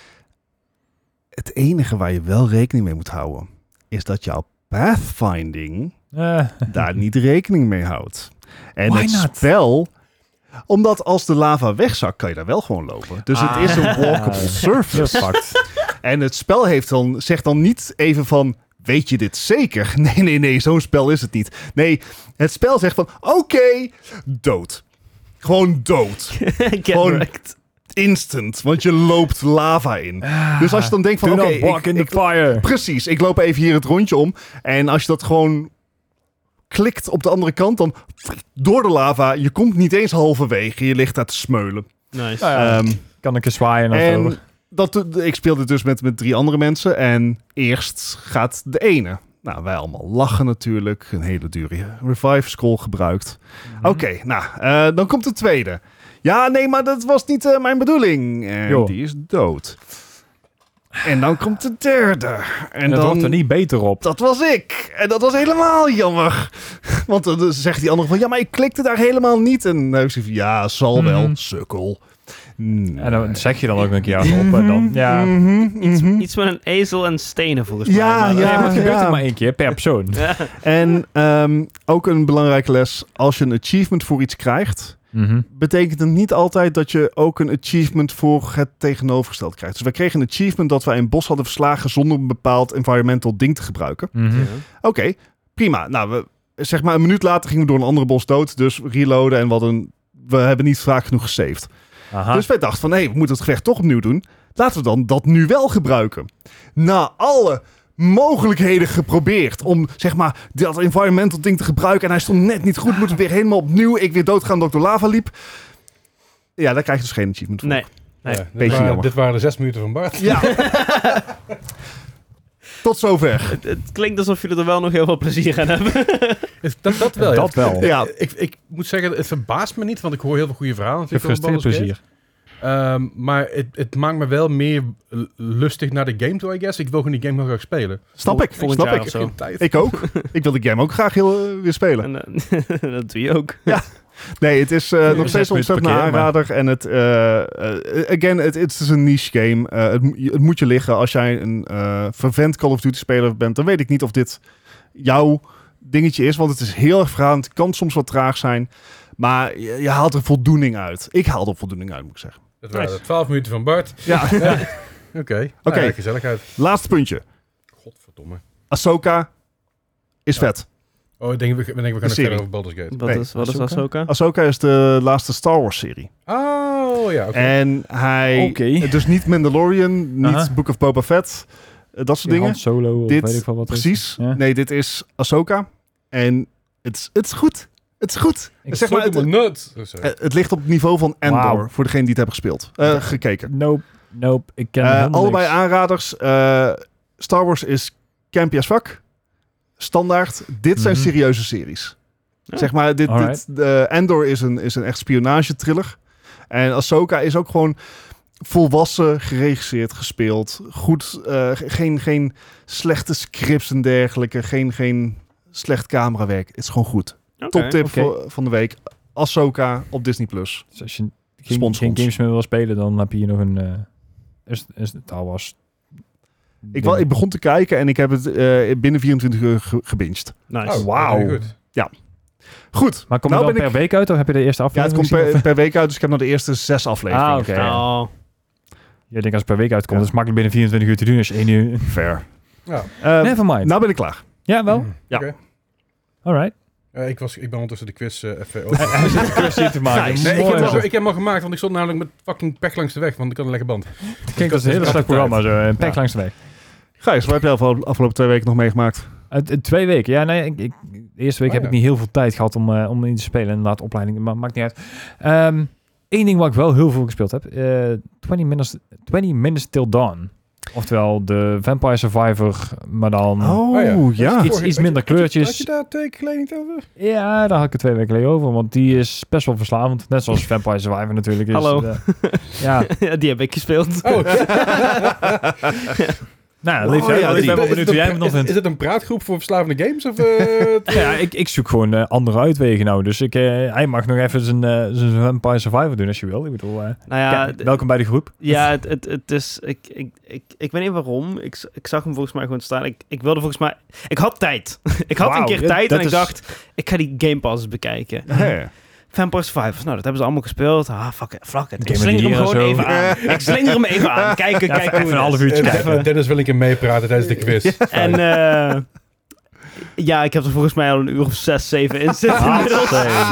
Het enige waar je wel rekening mee moet houden, is dat jouw pathfinding eh, daar niet rekening mee houdt. En Why het not? spel, omdat als de lava wegzakt, kan je daar wel gewoon lopen. Dus Ah. het is een walkable surface. fucked. En het spel heeft dan, zegt dan niet even van, weet je dit zeker? Nee, nee, nee, zo'n spel is het niet. Nee, het spel zegt van, oké, okay, dood. Gewoon dood. get Gewoon- wrecked. Instant, want je loopt lava in. Dus als je dan denkt van, Do oké, not walk ik- in the ik- fire. precies, ik loop even hier het rondje om. En als je dat gewoon klikt op de andere kant, dan door de lava, je komt niet eens halverwege, je ligt daar te smeulen. Nice. Nou ja, Ehm, kan ik eens zwaaien of en zo. dat, ik speelde dus met, met drie andere mensen en eerst gaat de ene. Nou, wij allemaal lachen natuurlijk, een hele dure revive scroll gebruikt. Mhm. Oké, nou, eh, dan komt de tweede. Ja, nee, maar dat was niet eh, mijn bedoeling. En Joh. die is dood. En dan komt de derde. En, En dat dan, wordt er niet beter op. dat was ik. En dat was helemaal jammer. Want dan zegt die andere van, ja, maar ik klikte daar helemaal niet. En dan heb ik zoiets van, ja, zal wel, Mhm. sukkel. Nee. En dan zeg je dan ook een keer hardop. En dan, ja, Mhm, Iets, mhm. iets met een ezel en stenen volgens Ja, mij. maar- ja, maar het gebeurt ja. er maar één keer per persoon. Ja. En ehm, ook een belangrijke les. Als je een achievement voor iets krijgt, Mhm. betekent het niet altijd dat je ook een achievement voor het tegenovergesteld krijgt. Dus wij kregen een achievement dat wij een bos hadden verslagen zonder een bepaald environmental ding te gebruiken. Mhm. Ja. Oké, okay, prima. Nou, we, zeg maar een minuut later gingen we door een andere bos dood, dus reloaden en wat een, we hebben niet vaak genoeg gesaved. Aha. Dus wij dachten van, hé, hey, we moeten het gevecht toch opnieuw doen. Laten we dan dat nu wel gebruiken. Na alle mogelijkheden geprobeerd om, zeg maar, dat environmental ding te gebruiken. En hij stond net niet goed. Moeten we weer helemaal opnieuw. Ik weer doodgaan dat ik door lava liep. Ja, daar krijg je dus geen achievement voor. Nee. nee. Ja, dit, Beetje waren, jammer. dit waren de zes minuten van Bart. Ja. Tot zover. Het, het klinkt alsof jullie er wel nog heel veel plezier aan hebben. Dat, dat wel, ja. Dat wel. Ja. Ik, ik moet zeggen, het verbaast me niet, want ik hoor heel veel goede verhalen. natuurlijk over Gefrustreerd Baldur's plezier. Gate. Um, maar het, het maakt me wel meer l- lustig naar de game toe, I guess. Ik wil gewoon die game heel graag spelen. Snap ik. Volgend Snap jaar ik. of zo. Geen tijd. Ik ook. Ik wil de game ook graag heel uh, weer spelen. En, uh, dat doe je ook. Nee, het is uh, nog zes steeds een minuten ontzettend parkeren, maar- aanrader. En het, uh, uh, again, het, het is een niche game. Uh, het, mo- het moet je liggen. Als jij een uh, vervent Call of Duty speler bent, dan weet ik niet of dit jouw dingetje is. Want het is heel erg verhalend. Het kan soms wat traag zijn. Maar je, je haalt er voldoening uit. Ik haal er voldoening uit, moet ik zeggen. Dat waren Nice. de twaalf minuten van Bart. Ja, Oké. Okay. Oké. Ja, gezelligheid. laatste puntje. Godverdomme. Ahsoka is Ja. vet. Oh, ik denk, we, we, denken, we gaan nog serie. verder over Baldur's Gate. Wat, Nee, is, wat is Ahsoka? Ahsoka? Ahsoka is de laatste Star Wars serie. Oh, ja, oké. En hij... Oké. Dus niet Mandalorian, niet Aha. Book of Boba Fett. uh, dat soort dingen. Han Solo of Dit- weet ik veel wat. Precies. Ja. Nee, dit is Ahsoka. En het is, het is goed. Het is goed. Ik zeg maar, het, Zo nut. Oh, sorry. eh, het ligt op het niveau van Endor. Wauw. Voor degene die het hebben gespeeld. eh, gekeken. Nope, nope. Ik ken Eh, helemaal allebei niks. aanraders. Eh, Star Wars is campy as fuck. Standaard. Dit zijn Mhm. serieuze series. Ja. Zeg maar, dit, Alright. dit, de Endor is een, is een echt spionagetriller. En Ahsoka is ook gewoon volwassen geregisseerd, gespeeld. Goed, eh, ge- geen, geen slechte scripts en dergelijke. Geen, geen slecht camerawerk. Het is gewoon goed. Oké. Toptip oké. voor- van de week. Ahsoka op Disney+. Plus. Dus als je geen, Spons geen ons. games meer wil spelen, dan heb je hier nog een... eh is, is het al was... Ik, wel, ik begon te kijken en ik heb het eh, binnen vierentwintig uur ge- gebinged. Nice. Oh, wauw. heel goed. Goed. Maar kom nou je dan ben per ik- week uit, of heb je de eerste Ja, het aflevering komt per, gezien, of- per week uit, dus ik heb nog de eerste zes afleveringen. Ah, oké. Oh. Je denkt als het per week uitkomt, Ja. dat is makkelijk binnen vierentwintig uur te doen als je één uur... Fair. Ja. Uh, Never mind. nou ben ik klaar. ja, wel. Ja. Oké. Alright. Eh, ik, was, ik ben ondertussen de quiz eh, even... Hij zit een kwestie te maken. Nice. Nee, ik Mooi. heb, hem al, ik heb hem al gemaakt, want ik stond namelijk met fucking pech langs de weg, want ik had een lekker band. Kijk, dat is een hele slecht programma, zo. Een pack Ja. langs de weg. Gijs, wat heb jij de afgelopen twee weken nog meegemaakt? Het, het twee weken. Ja, nee, ik, ik, de eerste week Oh, heb ja. ik niet heel veel tijd gehad om, uh, om in te spelen. Inderdaad, opleiding, maar maakt niet uit. Eén um, ding wat ik wel heel veel gespeeld heb. Uh, twintig minutes, twintig minutes Till Dawn. Oftewel de Vampire Survivor, maar dan... Oh, Oh, ja. ja. Iets- iets minder kleurtjes. Had je daar twee weken geleden niet over? Ja, daar had ik het twee weken geleden over. Want die is best wel verslavend. Net zoals Vampire Survivor natuurlijk is. Hallo. Uh, ja, Ja, die heb ik gespeeld. Oh, nou, lief, Oh, hè? ja, ik die- ben wel Is benieuwd het hoe jij een- me nog is, vindt. is het een praatgroep voor verslavende games? Of, eh, Ja, ik, ik zoek gewoon uh, andere uitwegen nou. Dus ik, uh, hij mag nog even zijn, uh, zijn Vampire Survivor doen als je wil. Ik bedoel, uh, Nou ja, ja, d- welkom bij de groep. ja het, het, het is... Ik, ik, ik, ik weet niet waarom. Ik, ik zag hem volgens mij gewoon staan. Ik, ik wilde volgens mij... Ik had tijd. ik had Wauw, een keer ja, tijd dat en ik is- dacht... Ik ga die Game Pass eens bekijken. Hè. Vampire Survivors, nou, dat hebben ze allemaal gespeeld. Ah, fuck it, fuck it. Ik Game of slinger the hem Year gewoon en zo. even aan. Ik slinger hem even aan. Kijken, Ja, kijken even hoe een half het uurtje eh, kijken. Dennis wil een keer meepraten tijdens de quiz. is. En eh, ja, ik heb er volgens mij al een uur of zes, zeven in zitten. inmiddels.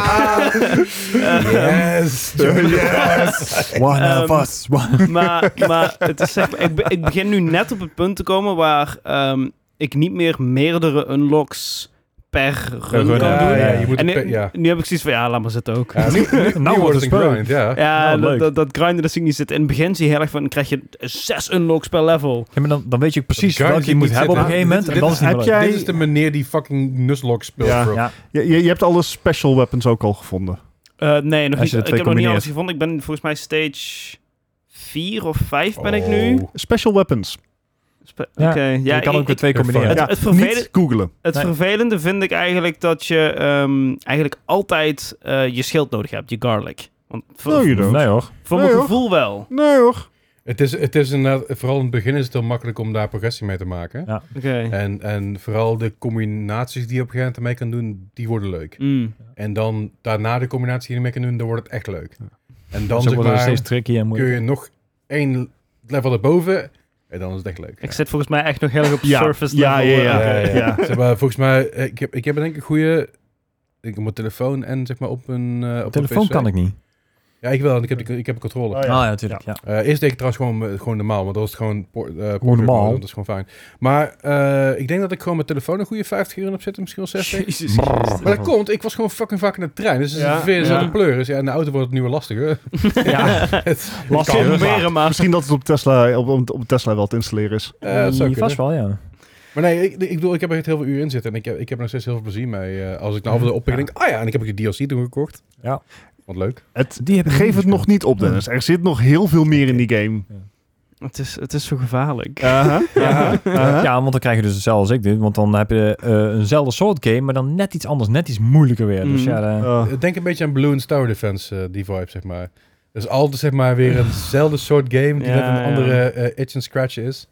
Eh, Yes! Yes! One Ehm, of us. One. maar, maar het is zeg maar, ik, be- ik begin nu net op het punt te komen waar ehm, ik niet meer meerdere unlocks per run run, kan ja, doen. ja, je moet En het, nu, ja. nu heb ik zoiets van, ja, laat maar zitten ook. Ja, nu, nu, nu Nou wordt wordt het het spannend. grind, ja. Ja, Nou, dat, leuk. dat, dat grinden, dat zie ik niet zitten. In het begin zie je heel erg van, dan krijg je zes unlocks per level. Ja, maar dan, dan weet je ook precies Dat welke je grind moet niet hebben op een zitten. gegeven moment. Dit- En dan dit is het niet heb meer jij- Dit is de meneer die fucking Nuzlocke speelt, Ja. bro. leuk. Ja. Je, je, je hebt alle special weapons ook al gevonden. Uh, nee, nog Als je niet. de Ik twee heb nog niet combineert. alles gevonden. Ik ben volgens mij stage vier of vijf ben ik Oh. nu. Special weapons. Spe- Ja, Oké, ja, je kan ik- ook weer twee ik- combineren. Het- Ja, het vervelen- niet googlen. Het Nee. vervelende vind ik eigenlijk dat je ehm, eigenlijk altijd eh, je schild nodig hebt, je garlic. Want voor, No, you don't. Nee hoor. voor Nee, mijn hoor. gevoel wel. Nee hoor. Het is, het is een, vooral in het begin is het heel makkelijk om daar progressie mee te maken. Ja. Oké. Okay. En, en vooral de combinaties die je op een gegeven moment mee kan doen, die worden leuk. Mm. En dan daarna de combinatie die je mee kan doen, dan wordt het echt leuk. Ja. En dan Zo zeg wordt het maar, steeds tricky en kun moeilijk. je nog één level erboven en dan is het echt leuk. Ik zit volgens mij echt nog heel erg op Ja. surface Ja, level. ja, ja. eh, Ja, ja. Zeg maar, volgens mij, ik heb, ik heb denk ik een goede... Ik heb mijn telefoon en zeg maar op een uh, op Telefoon een P C. kan ik niet. Ja, ik wel. Ik heb, ik heb een controle. Oh, Ah ja. ja, natuurlijk. Ja. Uh, eerst deed ik trouwens gewoon, uh, gewoon normaal, maar dat was gewoon por- uh, Gewoon normaal. mode, dat is gewoon fijn. Maar uh, ik denk dat ik gewoon mijn telefoon een goede vijftig uur in heb zitten, misschien wel zestig. Jezus. Maar dat komt, ik was gewoon fucking vaak in de trein. Dus het is Ja. een veer, Ja. zat een pleur. Dus ja, in de auto wordt het nu wel lastiger. Ja. het, Lastig kan, proberen, maar... Misschien dat het op Tesla, op, op, op Tesla wel te installeren is. Uh, dat zou Die vast kunnen. wel, ja. Maar nee, ik, ik bedoel, ik heb er echt heel veel uur in zitten. En ik heb, ik heb er nog steeds heel veel plezier mee. Uh, als ik nou af en toe oppik en denk, ah ja, en ik heb ook die D L C toen gekocht. Ja. Wat leuk. Het, Die heb ik geef niet het nog niet op, Dennis. Er zit nog heel veel meer in die game. Het is, het is zo gevaarlijk. Uh-huh. Ja. Uh-huh. Ja, want dan krijg je dus hetzelfde als ik dit. Want dan heb je uh, eenzelfde soort game, maar dan net iets anders, net iets moeilijker weer. Dus Mm. ja, de, Uh, Denk een beetje aan Blue and Tower Defense, uh, die vibe, zeg maar. Dus altijd zeg maar weer eenzelfde soort game die Ja, net een ja. andere uh, itch and scratch is.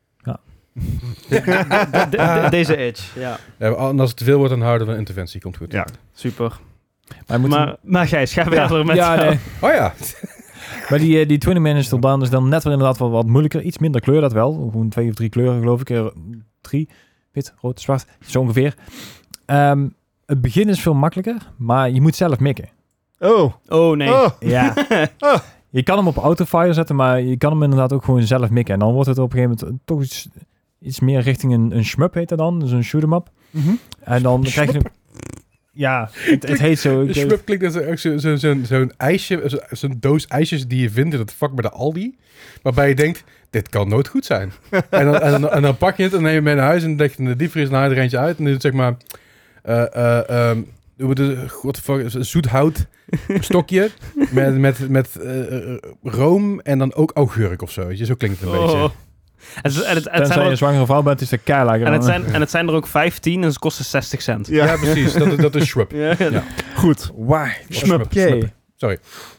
De- de- de- deze edge, ja. Ja, en als het te veel wordt, dan houden we een interventie. Komt goed. Ja. Super. maar, moet Maar, maar Gijs, ga verder met... ja, nee. Oh ja. Maar die, uh, die twintig minutes tot dan is dan net weer inderdaad wel wat moeilijker. Iets minder kleur dat wel. Gewoon twee of drie kleuren geloof ik. Uh, drie. Wit, rood, zwart. Zo ongeveer. Um, het begin is veel makkelijker, maar je moet zelf mikken. oh. Oh, nee. Oh. Ja. Oh. Je kan hem op autofire zetten, maar je kan hem inderdaad ook gewoon zelf mikken. En dan wordt het op een gegeven moment toch iets, iets meer richting een, een shmup heet dat dan. Dus een shoot-em-up. Mm-hmm. En dan krijg je... Ja, het, het heet zo. Een Ik- shmup klinkt als zo'n zo, zo, zo'n ijsje, zo, zo'n doos ijsjes die je vindt in het vak bij de Aldi. Waarbij je denkt, dit kan nooit goed zijn. en, dan, en, dan, en dan pak je het en neem je het mee naar huis en dan denk je in de diepvries en haal je er eentje uit. En dan is het zeg maar... Uh, uh, um, what the fuck, een zoet hout stokje met, met, met uh, room en dan ook augurk of zo. Weet je? Zo klinkt het een beetje. Oh. En, het, en, het, het Tenzij zijn je er een ook, zwangere vrouw bent, is de keilager. en, het zijn, en het zijn er ook vijftien en ze kosten zestig cent. Ja. Ja, precies. Dat, dat is shmup. Ja. Ja. Goed. Waar? Shmup. Yay. Sorry.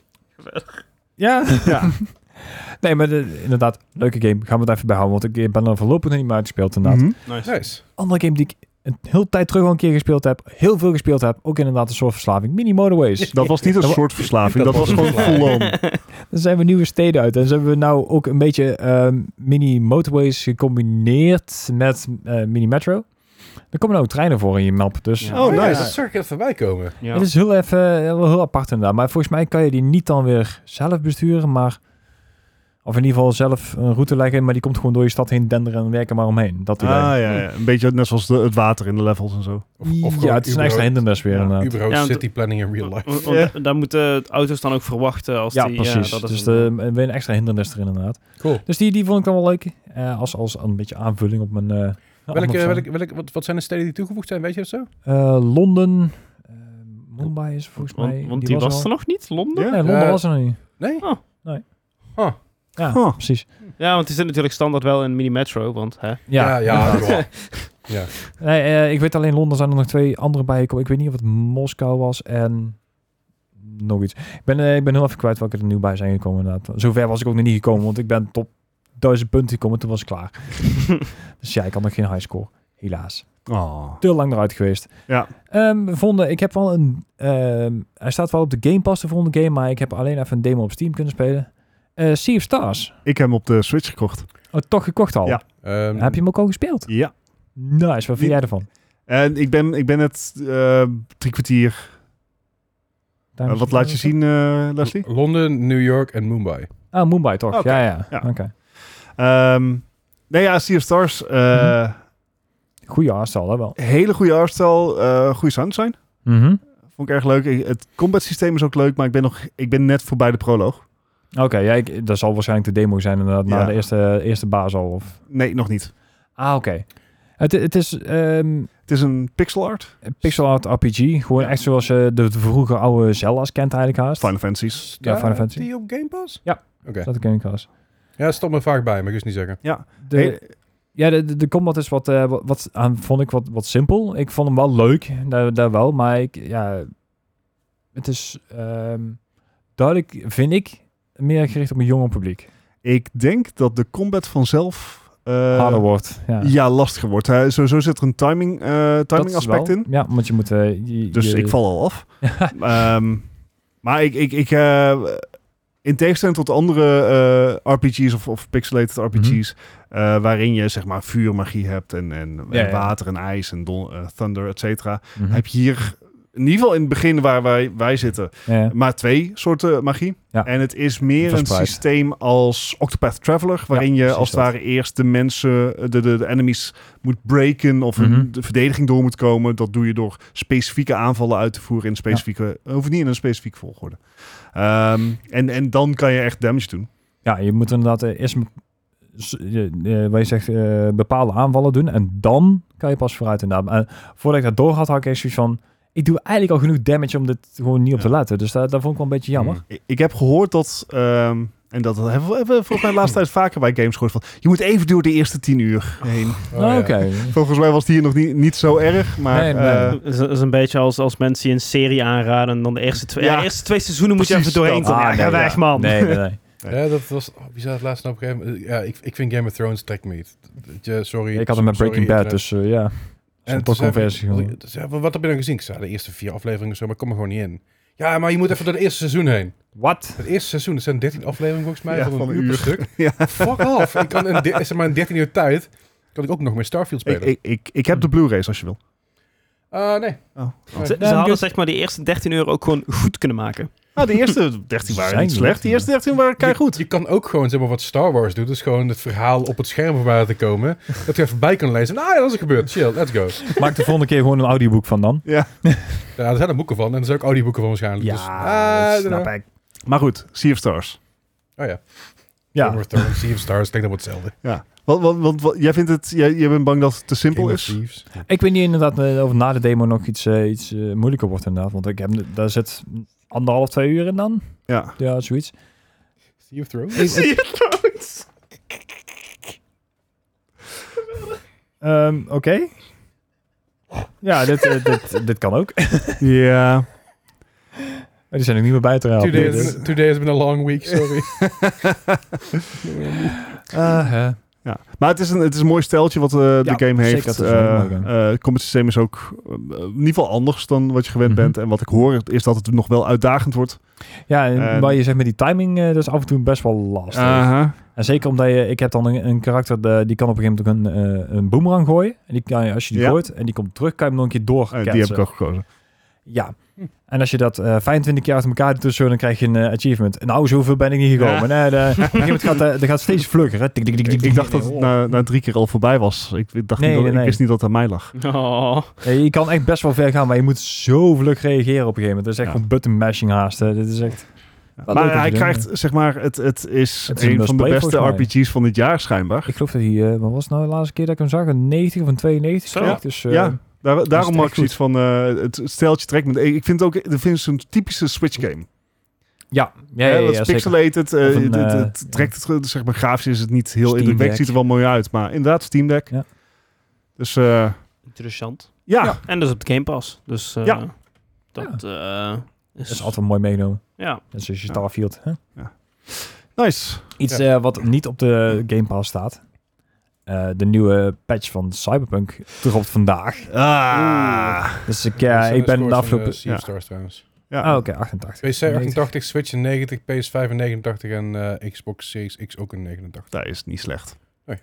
Ja. Ja. Nee, maar de, inderdaad, leuke game. Gaan we het even bijhouden, want ik ben er voorlopig nog niet meer uitgespeeld inderdaad. Mhm. Nice. Nice. Andere game die ik een hele tijd terug al een keer gespeeld heb, heel veel gespeeld heb, ook inderdaad een soort verslaving. Mini Motorways. Dat was niet een Dat wa- soort verslaving. Dat, Dat was was gewoon een full-on. Dan zijn we nieuwe steden uit. En ze hebben we nou ook een beetje um, mini motorways gecombineerd met uh, mini metro. Er komen nou treinen voor in je map. Dus Ja. Oh, ja, nice. dat zag ik even voorbij komen. Ja. het is heel even heel, heel apart inderdaad. Maar volgens mij kan je die niet dan weer zelf besturen, maar of in ieder geval zelf een route leggen, maar die komt gewoon door je stad heen denderen en werken maar omheen. Dat idee. Ah, ja, ja. Een beetje net zoals de, het water in de levels en zo. Of, of ja, gewoon het is een extra überhaupt- hindernis weer Ja, inderdaad. Überhaupt Ja, want- city planning in real life. Want, want Ja. daar moeten auto's dan ook verwachten als Ja, die... precies. dat is dus een- de, weer een extra hindernis erin inderdaad. Cool. Dus die, die vond ik dan wel leuk. Uh, als, als een beetje aanvulling op mijn... Uh, Welke, welke, welke, wat, wat zijn de steden die toegevoegd zijn? Weet je dat zo? Uh, Londen. Uh, Mumbai is volgens want, mij... want die, was al. er nog niet, Londen? Ja? Ja, Nee, Londen Uh, was er nog niet. Nee? Oh. Nee. Huh. Ja, Huh. precies. want die zit natuurlijk standaard wel in Mini Metro, want hè? Ja, ja. ja, inderdaad. ja. Nee, uh, ik weet alleen Londen zijn er nog twee andere bij gekomen. Ik weet niet of het Moskou was en nog iets. Ik ben, uh, ik ben heel even kwijt welke er nieuw bij zijn gekomen inderdaad. Zover was ik ook nog niet gekomen, want ik ben tot duizend punten gekomen, toen was ik klaar. Dus ja, ik had nog geen highscore. Helaas. Oh. Te lang eruit geweest. Ja. Um, we vonden, ik heb wel een... Um, hij staat wel op de Game Pass, de volgende game, maar ik heb alleen even een demo op Steam kunnen spelen. Uh, Sea of Stars. Ik heb hem op de Switch gekocht. Oh, toch gekocht al? Ja. Um, Heb je hem ook al gespeeld? Ja. Nice, wat vind Niet- jij ervan? En ik ben, ik ben het uh, drie kwartier... Uh, wat laat je zien, uh, Leslie? Londen, New York en Mumbai. Ah, Mumbai toch? Oké. Ja, ja. Ja. Oké. Um, nee, ja, Sea of Stars. Uh, Mhm. Goeie artstal, hè wel. Hele goede artstyle, uh, goede sounddesign. Mhm. Vond ik erg leuk. Ik- Het combat systeem is ook leuk, maar ik ben, nog, ik ben net voorbij de proloog. Oké, ja, ik- dat zal waarschijnlijk de demo zijn inderdaad, na Ja. de eerste, eerste baas al. Of... Nee, nog niet. Ah, oké. Het, het is ehm, Het is een pixel art. een pixel art R P G. Gewoon Ja. echt zoals je de, de vroege oude Zelda's kent eigenlijk haast. Final Fantasies. Ja, Final Fantasy. Die op Game Pass? Ja. Oké. Dat ken ik wel eens. Ja, dat stond me vaak bij, maar ik wist niet zeggen. De, Hey, Ja, de, de, de combat is wat, uh, wat, wat aan, vond ik wat, wat simpel. Ik vond hem wel leuk, daar, daar wel. Maar ik, ja, het is um, duidelijk, vind ik, meer gericht op een jonger publiek. Ik denk dat de combat vanzelf... Uh, harder wordt. Ja, ja lastiger wordt. Uh, sowieso zit er een timing, uh, timing aspect wel, in. Ja, want je moet... Uh, je, dus je, ik val al af. um, maar ik... ik, ik uh, in tegenstelling tot andere uh, R P G's of, of pixelated R P G's... Mm-hmm. Uh, waarin je zeg maar vuurmagie hebt en, en, ja, en water ja. en ijs en don, uh, thunder, et cetera. Mm-hmm. Heb je hier... In ieder geval in het begin waar wij, wij zitten, ja. maar twee soorten magie. Ja. En het is meer Verspreid. een systeem als Octopath Traveler, waarin ja, je als het ware eerst de mensen, de, de, de enemies moet breken of mm-hmm. een, de verdediging door moet komen. Dat doe je door specifieke aanvallen uit te voeren in specifieke, ja. hoeft niet in een specifieke volgorde. Um, en, en dan kan je echt damage doen. Ja, je moet inderdaad eerst, uh, wat je zegt, uh, bepaalde aanvallen doen en dan kan je pas vooruit inderdaad. Uh, voordat ik dat door had, had ik echt zoiets van... Ik doe eigenlijk al genoeg damage om dit gewoon niet op te letten. Dus dat, dat vond ik wel een beetje jammer. Ik, ik heb gehoord dat... Um, en dat hebben we, hebben we volgens mij de laatste tijd vaker bij games gehoord van... Je moet even door de eerste tien uur heen. Oh, oh, ja. okay. Volgens mij was het hier nog niet, niet zo erg. Maar, nee, nee. Uh, het is een beetje als, als mensen die een serie aanraden... en dan de eerste twee, ja. Ja, eerste twee seizoenen moet je even doorheen komen. Ah, ja, ga weg, man. Nee, nee, nee. Ja, dat was... Oh, wie zei het laatst nou op een gegeven moment? Ja, ik, ik vind Game of Thrones trekt me niet. Ja, sorry. Ja, ik had hem met Breaking Bad, dus uh, ja... En toch conversie. Wat, wat heb je dan gezien? Ik zei, de eerste vier afleveringen of zo, maar ik kom er gewoon niet in. Ja, maar je moet even door het eerste seizoen heen. Wat? Het eerste seizoen, er zijn dertien afleveringen volgens mij, ja, van een, een uur, uur per stuk. Ja. Fuck off. Ik kan in, de, zeg maar in dertien uur tijd, kan ik ook nog meer Starfield spelen. Ik, ik, ik, ik heb de Blu-rays als je wil. Uh, nee. Oh. Nee. Ze, ze hadden zeg maar die eerste dertien euro ook gewoon goed kunnen maken. Nou, de eerste dertien waren niet slecht. Die eerste dertien waren keigoed. Je, je kan ook gewoon, zeg maar, wat Star Wars doet. Dus gewoon het verhaal op het scherm voorbij te komen. Dat je even bij kan lezen. Nou ja, dat is er gebeurd. Chill, let's go. Maak de volgende keer gewoon een audioboek van dan. Ja. Ja, er zijn er boeken van. En er zijn ook audioboeken van waarschijnlijk. Ja, dus, uh, snap ik. Maar goed, Sea of Stars. Oh ja. Ja. Game of Thrones, Sea of Stars, ik denk dat wordt hetzelfde. Ja. Want, want, want, want jij vindt het, jij, jij bent bang dat het te simpel is? Ik weet niet inderdaad uh, of na de demo nog iets, uh, iets uh, moeilijker wordt inderdaad. Want ik heb, daar zit anderhalf, twee uur in dan. Ja. Ja, zoiets. Sea of Thrones? Sea of Thrones. um, Oké. Okay. Ja, dit, uh, dit, dit kan ook. Ja. Maar die zijn er niet meer bij te halen. Two days, two days has been a long week, sorry. uh, uh. Ja, maar het is een, het is een mooi steltje wat uh, de ja, game heeft. Uh, uh, het combat systeem is ook uh, in ieder geval anders dan wat je gewend mm-hmm. bent. En wat ik hoor is dat het nog wel uitdagend wordt. Ja, en uh, waar je zegt met die timing, uh, dat is af en toe best wel lastig. Uh-huh. En zeker omdat je, ik heb dan een, een karakter, de, die kan op een gegeven moment een, uh, een boomerang gooien. En die kan je, als je die ja. gooit en die komt terug, kan je hem nog een keer doorketsen. Uh, die heb ik ook gekozen. Ja. En als je dat uh, vijfentwintig keer achter elkaar doet, dus zo, dan krijg je een uh, achievement. Nou, zoveel ben ik niet gekomen. Ja. Nee, de, op een gegeven moment gaat dat uh, gaat steeds vlugger. Hè? Tik, tik, tik, tik, ik dacht dat het na, na drie keer al voorbij was. Ik, ik, dacht nee, niet dat, nee, ik wist nee. niet dat het aan mij lag. Oh. Ja, je kan echt best wel ver gaan, maar je moet zo vlug reageren op een gegeven moment. Dat is echt ja. gewoon button mashing haast. Hè? Dit is echt... Ja, maar hij krijgt, doen. zeg maar, het, het is het een, een van de beste R P G's van dit jaar schijnbaar. Ik geloof dat hij, uh, wat was het nou de laatste keer dat ik hem zag? Een negentig of een tweeënnegentig Zo. kreeg. Dus, uh, ja. Daar, daarom maak ik zoiets van uh, het steltje trekt me. Ik vind het ook, ik vind het zo'n typische Switch game. Ja, ja, ja, ja, ja, ja is pixelated. Uh, een, het, het, uh, het trekt het, zeg maar, grafisch is het niet heel indrukwekkend. Ziet er wel mooi uit, maar inderdaad Steam Deck. Ja. Dus uh, interessant. Ja. ja, en dus op de Game Pass. Dus uh, ja. dat uh, is... is altijd mooi meegenomen. Ja. Dat is je Starfield. Hè? Ja. Nice. Iets ja. uh, wat niet op de Game Pass staat. Uh, de nieuwe patch van Cyberpunk dropt vandaag. Ah. Dus ik, uh, ik ben de afgelopen... Sea of Stars trouwens. Ja. Oh, oké, okay, achtentachtig. P C achtentachtig, Switch een negentig, P S vijf een negenentachtig en uh, Xbox Series X ook een negenentachtig. Dat is niet slecht. Nee.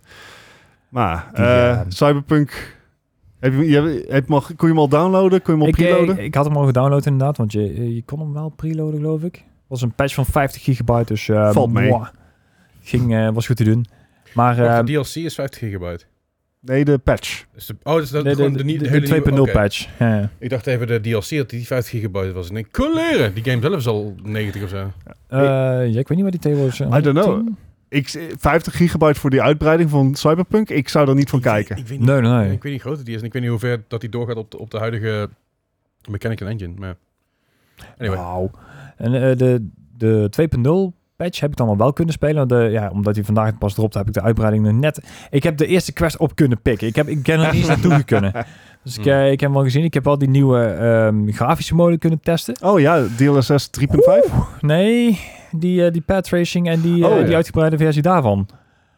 Maar, uh, ja. Cyberpunk... Heb je, je, heb, mag, kon je hem al downloaden? Kon je hem al ik, preloaden? Ik, ik had hem al gedownload inderdaad, want je, je kon hem wel preloaden, geloof ik. Het was een patch van vijftig gigabyte, dus... Uh, Valt mee. Mwah, ging, uh, was goed te doen. Maar... Uh, de D L C is vijftig gigabyte. Nee, de patch. Dus de, oh, dus dat de, gewoon de, de, de, de, de, de twee punt nul okay. patch. Ja, ja. Ik dacht even de D L C dat die vijftig gigabyte was. En ik kon leren. Die game zelf is al negentig of zo. Uh, ja, ik weet niet wat die tegenwoordig is. I don't know. Ik, vijftig gigabyte voor die uitbreiding van Cyberpunk, ik zou er niet van ik kijken. Weet, ik weet niet, nee, nee, nee. Ik weet niet hoe groot die is en ik weet niet hoe ver dat die doorgaat op de, op de huidige Mechanical Engine. Maar anyway. Wow. En uh, de, de twee punt nul patch heb ik dan al wel kunnen spelen. De, ja, omdat hij vandaag pas dropt, heb ik de uitbreiding nog net... Ik heb de eerste quest op kunnen pikken. Ik, heb, ik ben er niet eens naartoe kunnen. Dus ik, uh, ik heb hem al gezien. Ik heb wel die nieuwe um, grafische mode kunnen testen. Oh ja, D L S S drie punt vijf? Nee, Die, uh, die pad tracing en die, uh, Oh, ja. die uitgebreide versie daarvan.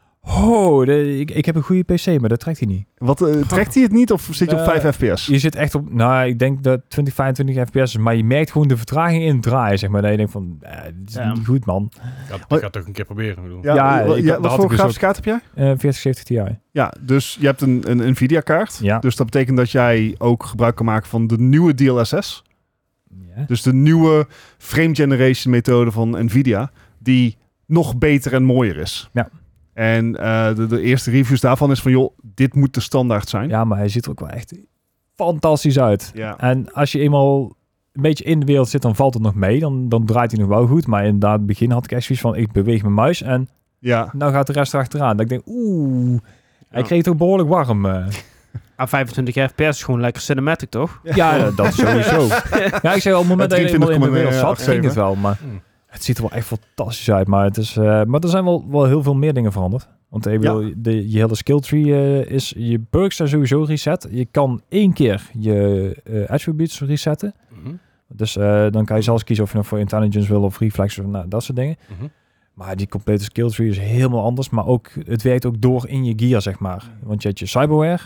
Oh, de, ik, ik heb een goede P C, maar dat trekt hij niet. Wat, uh, trekt hij het niet of zit je op Uh, vijf F P S? Je zit echt op, nou, ik denk dat twintig, vijfentwintig F P S is, maar je merkt gewoon de vertraging in het draaien, zeg maar. Dat je denkt van, eh, dit is Ja. niet goed, man. Ja, ik ga het toch een keer proberen. Ik bedoel. Ja, Ja, wa- ik- ja, dat wat had voor ik dus grafische kaart heb jij? Uh, veertig zeventig Ti. Ja, dus je hebt een, een Nvidia-kaart. Ja. Dus dat betekent dat jij ook gebruik kan maken van de nieuwe D L S S. Ja. Dus de nieuwe frame generation methode van Nvidia, die nog beter en mooier is. Ja. En uh, de, de eerste reviews daarvan is van, joh, dit moet de standaard zijn. ja, maar hij ziet er ook wel echt fantastisch uit. Ja. En als je eenmaal een beetje in de wereld zit, dan valt het nog mee. Dan, dan draait hij nog wel goed. Maar inderdaad, in het begin had ik echt zoiets van, ik beweeg mijn muis en Ja. nou gaat de rest erachteraan. Dat ik denk, oeh, hij Ja. kreeg het ook behoorlijk warm. uh. A vijfentwintig F P S is gewoon lekker cinematic, toch? Ja, dat sowieso. Ja, ik zei op het moment dat je eenmaal in de wereld zat, ging het wel. Maar Hmm. het ziet er wel echt fantastisch uit. Maar, het is, uh, maar er zijn wel, wel heel veel meer dingen veranderd. Want ik bedoel, de, je hele skill tree uh, is, je perks zijn sowieso reset. Je kan één keer je uh, attributes resetten. Mhm. Dus uh, dan kan je zelfs kiezen of je nog voor intelligence wil of reflex of nou, dat soort dingen. Mhm. Maar die complete skill tree is helemaal anders. Maar ook, het werkt ook door in je gear, zeg maar. Want je hebt je cyberware.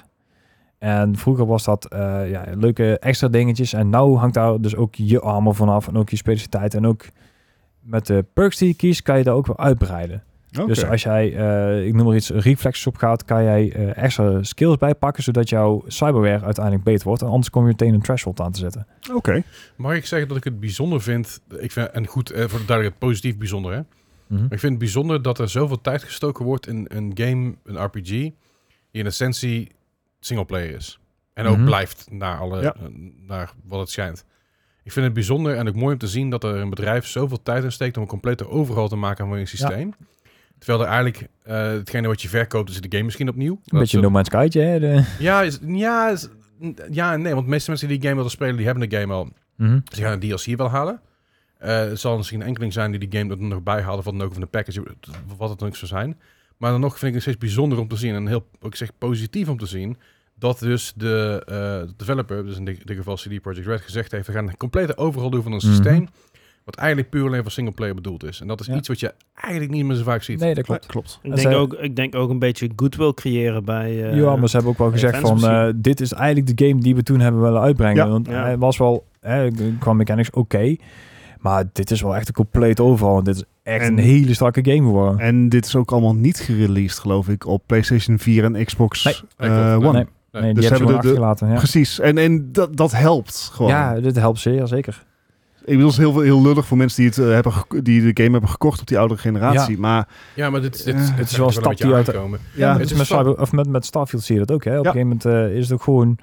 En vroeger was dat uh, ja, leuke extra dingetjes. En nou hangt daar dus ook je armor vanaf. En ook je specialiteit. En ook met de perks die je kiest, kan je daar ook wel uitbreiden. Okay. Dus als jij, uh, ik noem maar iets, reflexes op gaat, kan jij uh, extra skills bijpakken, zodat jouw cyberware uiteindelijk beter wordt. En anders kom je meteen een threshold aan te zetten. Oké. Okay. Mag ik zeggen dat ik het bijzonder vind, ik vind en goed, eh, voor de duidelijkheid, positief bijzonder, hè? Mm-hmm. Ik vind het bijzonder dat er zoveel tijd gestoken wordt in een game, een R P G, die in essentie singleplayer is. En ook Mm-hmm. blijft naar, alle, Ja. naar wat het schijnt. Ik vind het bijzonder en ook mooi om te zien dat er een bedrijf zoveel tijd in steekt om een complete overhaul te maken van je systeem. Ja. Terwijl er eigenlijk, uh, hetgene wat je verkoopt, is de game misschien opnieuw. Een beetje No Man's Sky, hè? De... Ja, is, ja, is, ja en nee, want de meeste mensen die die game willen spelen, die hebben de game al. Mm-hmm. Ze gaan een D L C wel halen. Uh, het zal misschien een enkeling zijn die die game er nog bij halen van dan ook van de package, wat het dan ook zou zijn. Maar dan nog vind ik het steeds bijzonder om te zien en heel, ik zeg positief om te zien, dat dus de uh, developer, dus in dit, dit geval C D Projekt Red, gezegd heeft, we gaan een complete overhaul doen van een Mm-hmm. systeem, wat eigenlijk puur alleen voor singleplayer bedoeld is. En dat is ja. iets wat je eigenlijk niet meer zo vaak ziet. Nee, dat klopt. Ja, klopt. Ik denk, ook, ik denk ook een beetje goodwill creëren bij... Uh, ja, maar ze hebben ook wel gezegd van, uh, dit is eigenlijk de game die we toen hebben willen uitbrengen. Ja. Want ja. hij was wel, hè, qua mechanics oké, okay, maar dit is wel echt een compleet overhaul. En dit is echt en, een hele strakke game geworden. En dit is ook allemaal niet gereleased, geloof ik, op PlayStation vier en Xbox nee. uh, One. Nee. Nee, nee, dus die hebben ze achtergelaten. Ja. Precies, en, en dat, dat helpt gewoon. Ja, dit helpt zeer, zeker. Ik bedoel, het is heel, heel lullig voor mensen die, het, uh, hebben die de game hebben gekocht op die oudere generatie. Ja. Maar, ja, maar dit, dit, uh, dit het is wel een stap die uit... Ja, ja, het is met, Cyber, of met, met Starfield zie je dat ook. Hè. Op ja. een gegeven moment uh, is het ook gewoon...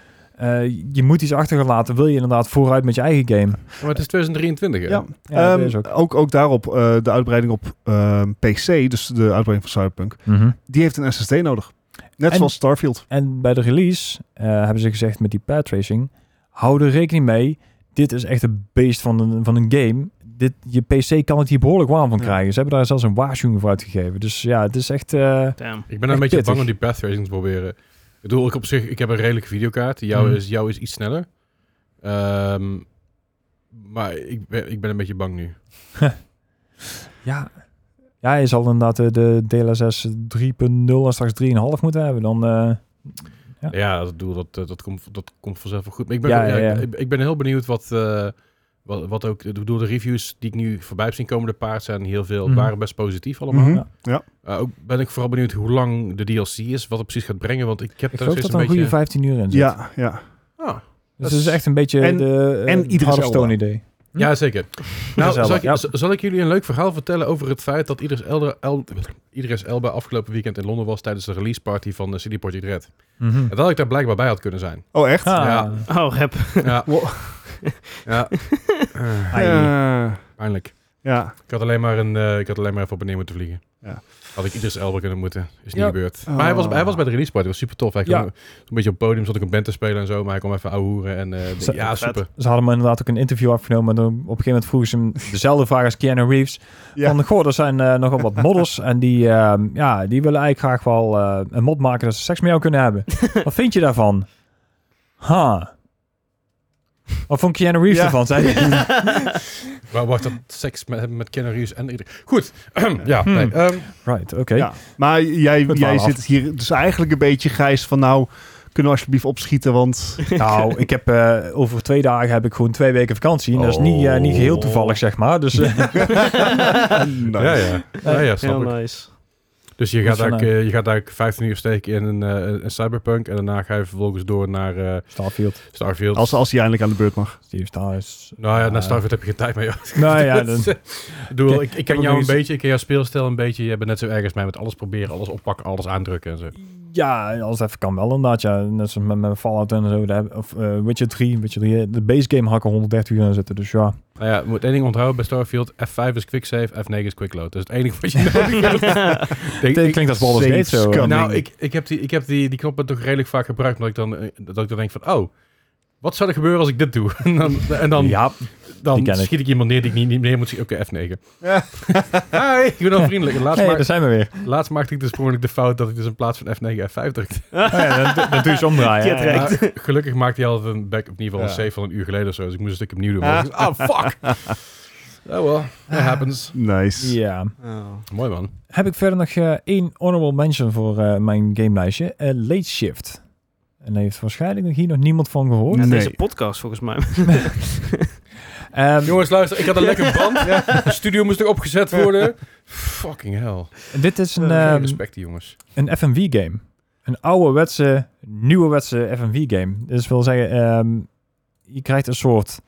Uh, je moet iets achtergelaten, wil je inderdaad vooruit met je eigen game. Ja, maar het is twintig drieëntwintig, hè? Ja, ja um, is ook. ook. Ook daarop, uh, de uitbreiding op uh, P C, dus de uitbreiding van Cyberpunk, mm-hmm. die heeft een S S D nodig. Net en, zoals Starfield. En bij de release uh, hebben ze gezegd met die pad tracing, hou er rekening mee, dit is echt een beest van een, van een game. Dit, je P C kan het hier behoorlijk warm van ja. krijgen. Ze hebben daar zelfs een waarschuwing voor uitgegeven. Dus ja, het is echt... Uh, ik ben een beetje pittig. bang om die path tracing te proberen. Ik bedoel, ik op zich, ik heb een redelijke videokaart. Jouw, mm. is, jouw is iets sneller. Um, maar ik ben, ik ben een beetje bang nu. ja... Ja, je zal inderdaad de, de D L S S drie punt nul en straks drie komma vijf moeten hebben. Dan, uh, ja. ja, dat, doe, dat, dat, komt, dat komt vanzelf wel goed. Maar ik ben, ja, ja, ja, ja. Ik, ik ben heel benieuwd wat, uh, wat, wat ook... Ik bedoel, de reviews die ik nu voorbij heb zien komen, de paard zijn heel veel, mm-hmm. waren best positief allemaal. Mm-hmm. Ja. Uh, ook ben ik vooral benieuwd hoe lang de D L C is, wat het precies gaat brengen, want ik heb ik daar geloof dat er een beetje... goede vijftien uur in zit. Ja, ja. Ah, dus het is echt een beetje en, de uh, en iedere Stone idee. Hm? Ja, zeker. Nou, zal ik, ja. zal ik jullie een leuk verhaal vertellen over het feit dat Idris Elba, El, Idris Elba afgelopen weekend in Londen was tijdens de release party van de C D Projekt Red. Mm-hmm. En dat ik daar blijkbaar bij had kunnen zijn. Oh, echt? Ah. Ja. Oh, rap. Ja. ja. Uh, Pijnlijk. Ja. Ik had alleen maar, een, uh, ik had alleen maar even op en neer moeten vliegen. Ja. Had ik Idris Elba kunnen moeten. Is niet ja. gebeurd. Oh. Maar hij was, hij was bij de release party. Dat was super tof. Hij ja. kwam een beetje op het podium, zat ik een band te spelen en zo. Maar hij kwam even ouwehoeren. En, uh, Ze, ja, super. Ze hadden me inderdaad ook een interview afgenomen. En op een gegeven moment vroegen ze hem dezelfde vraag als Keanu Reeves. Ja. Van, goh, er zijn uh, nogal wat modders. En die, uh, ja, die willen eigenlijk graag wel uh, een mod maken dat ze seks met jou kunnen hebben. Wat vind je daarvan? Ha. Wat vond Keanu Reeves Ja. ervan? Zei hij? Maar wacht, dat seks met, met Keanu Reeves en iedereen. Goed. ja, Hmm. nee. Um, Right, oké. Ja. Maar jij, Het jij waren zit hier dus eigenlijk een beetje, Gijs, van nou, kunnen we alsjeblieft opschieten, want... Nou, ik heb uh, over twee dagen heb ik gewoon twee weken vakantie. En dat is niet, uh, niet geheel toevallig, zeg maar. Dus, uh, Nice. ja, ja. ja, ja, snap Heel ik. nice. Dus je Dat gaat, is wel eigenlijk, uh, je gaat eigenlijk vijftien uur steken in een, uh, een Cyberpunk en daarna ga je vervolgens door naar uh, Starfield. Starfield. Als, als hij eindelijk aan de beurt mag. Steve Stars. Nou ja, Uh, naar Starfield heb je geen tijd meer. Nou ja, dan, Ik bedoel, ik, ik ken ook jou nog een eens- beetje, ik ken jouw speelstijl een beetje. Je bent net zo ergens mee met alles proberen, alles oppakken, alles aandrukken en zo. ja, als het even kan wel inderdaad. Ja. Net zoals met, met Fallout en zo. Daar, of uh, Witcher drie. Witcher drie. De base game had ik er honderddertig uur aan zitten. Dus ja. Nou ja, je moet één ding onthouden bij Starfield. F vijf is quick save, F negen is quick load. Dat is het enige wat je nodig hebt. Denk- Het ik- klinkt als Baldur's Gate Saves zo. coming. Nou, ik, ik heb, die, ik heb die, die knoppen toch redelijk vaak gebruikt, omdat ik dan, eh, dat ik dan denk van, oh, wat zou er gebeuren als ik dit doe? en dan, en dan, ja, dan die ken ik. schiet ik iemand neer die ik niet, niet neer moet zien. Oké, F negen. Hi, ik ben al vriendelijk. En laatst, hey, maak- daar zijn we weer. laatst maakte ik dus gewoonlijk de fout dat ik dus in plaats van F negen F vijf drukte. Oh ja, dan, dan doe je ze omdraaien. Kid Ja, ja. rekt. Maar gelukkig maakte hij altijd een back, of in ieder geval een Ja. save van een uur geleden of zo. Dus ik moest een stukje opnieuw doen. Maar ik dacht, oh, fuck. Oh well, that happens. Nice. Ja. Oh. Mooi man. Heb ik verder nog uh, één honorable mention voor uh, mijn gamelijstje. Uh, Late Shift. En daar heeft waarschijnlijk nog hier nog niemand van gehoord. Ja, Nee. Deze podcast volgens mij. Um, Jongens, luister, ik had een lekker band. De studio moest er opgezet worden. Fucking hell. dit is een, Geen um, respect, die jongens. een F M V-game. Een ouderwetse, nieuwerwetse F M V-game. Dus wil zeggen, um, je krijgt een soort...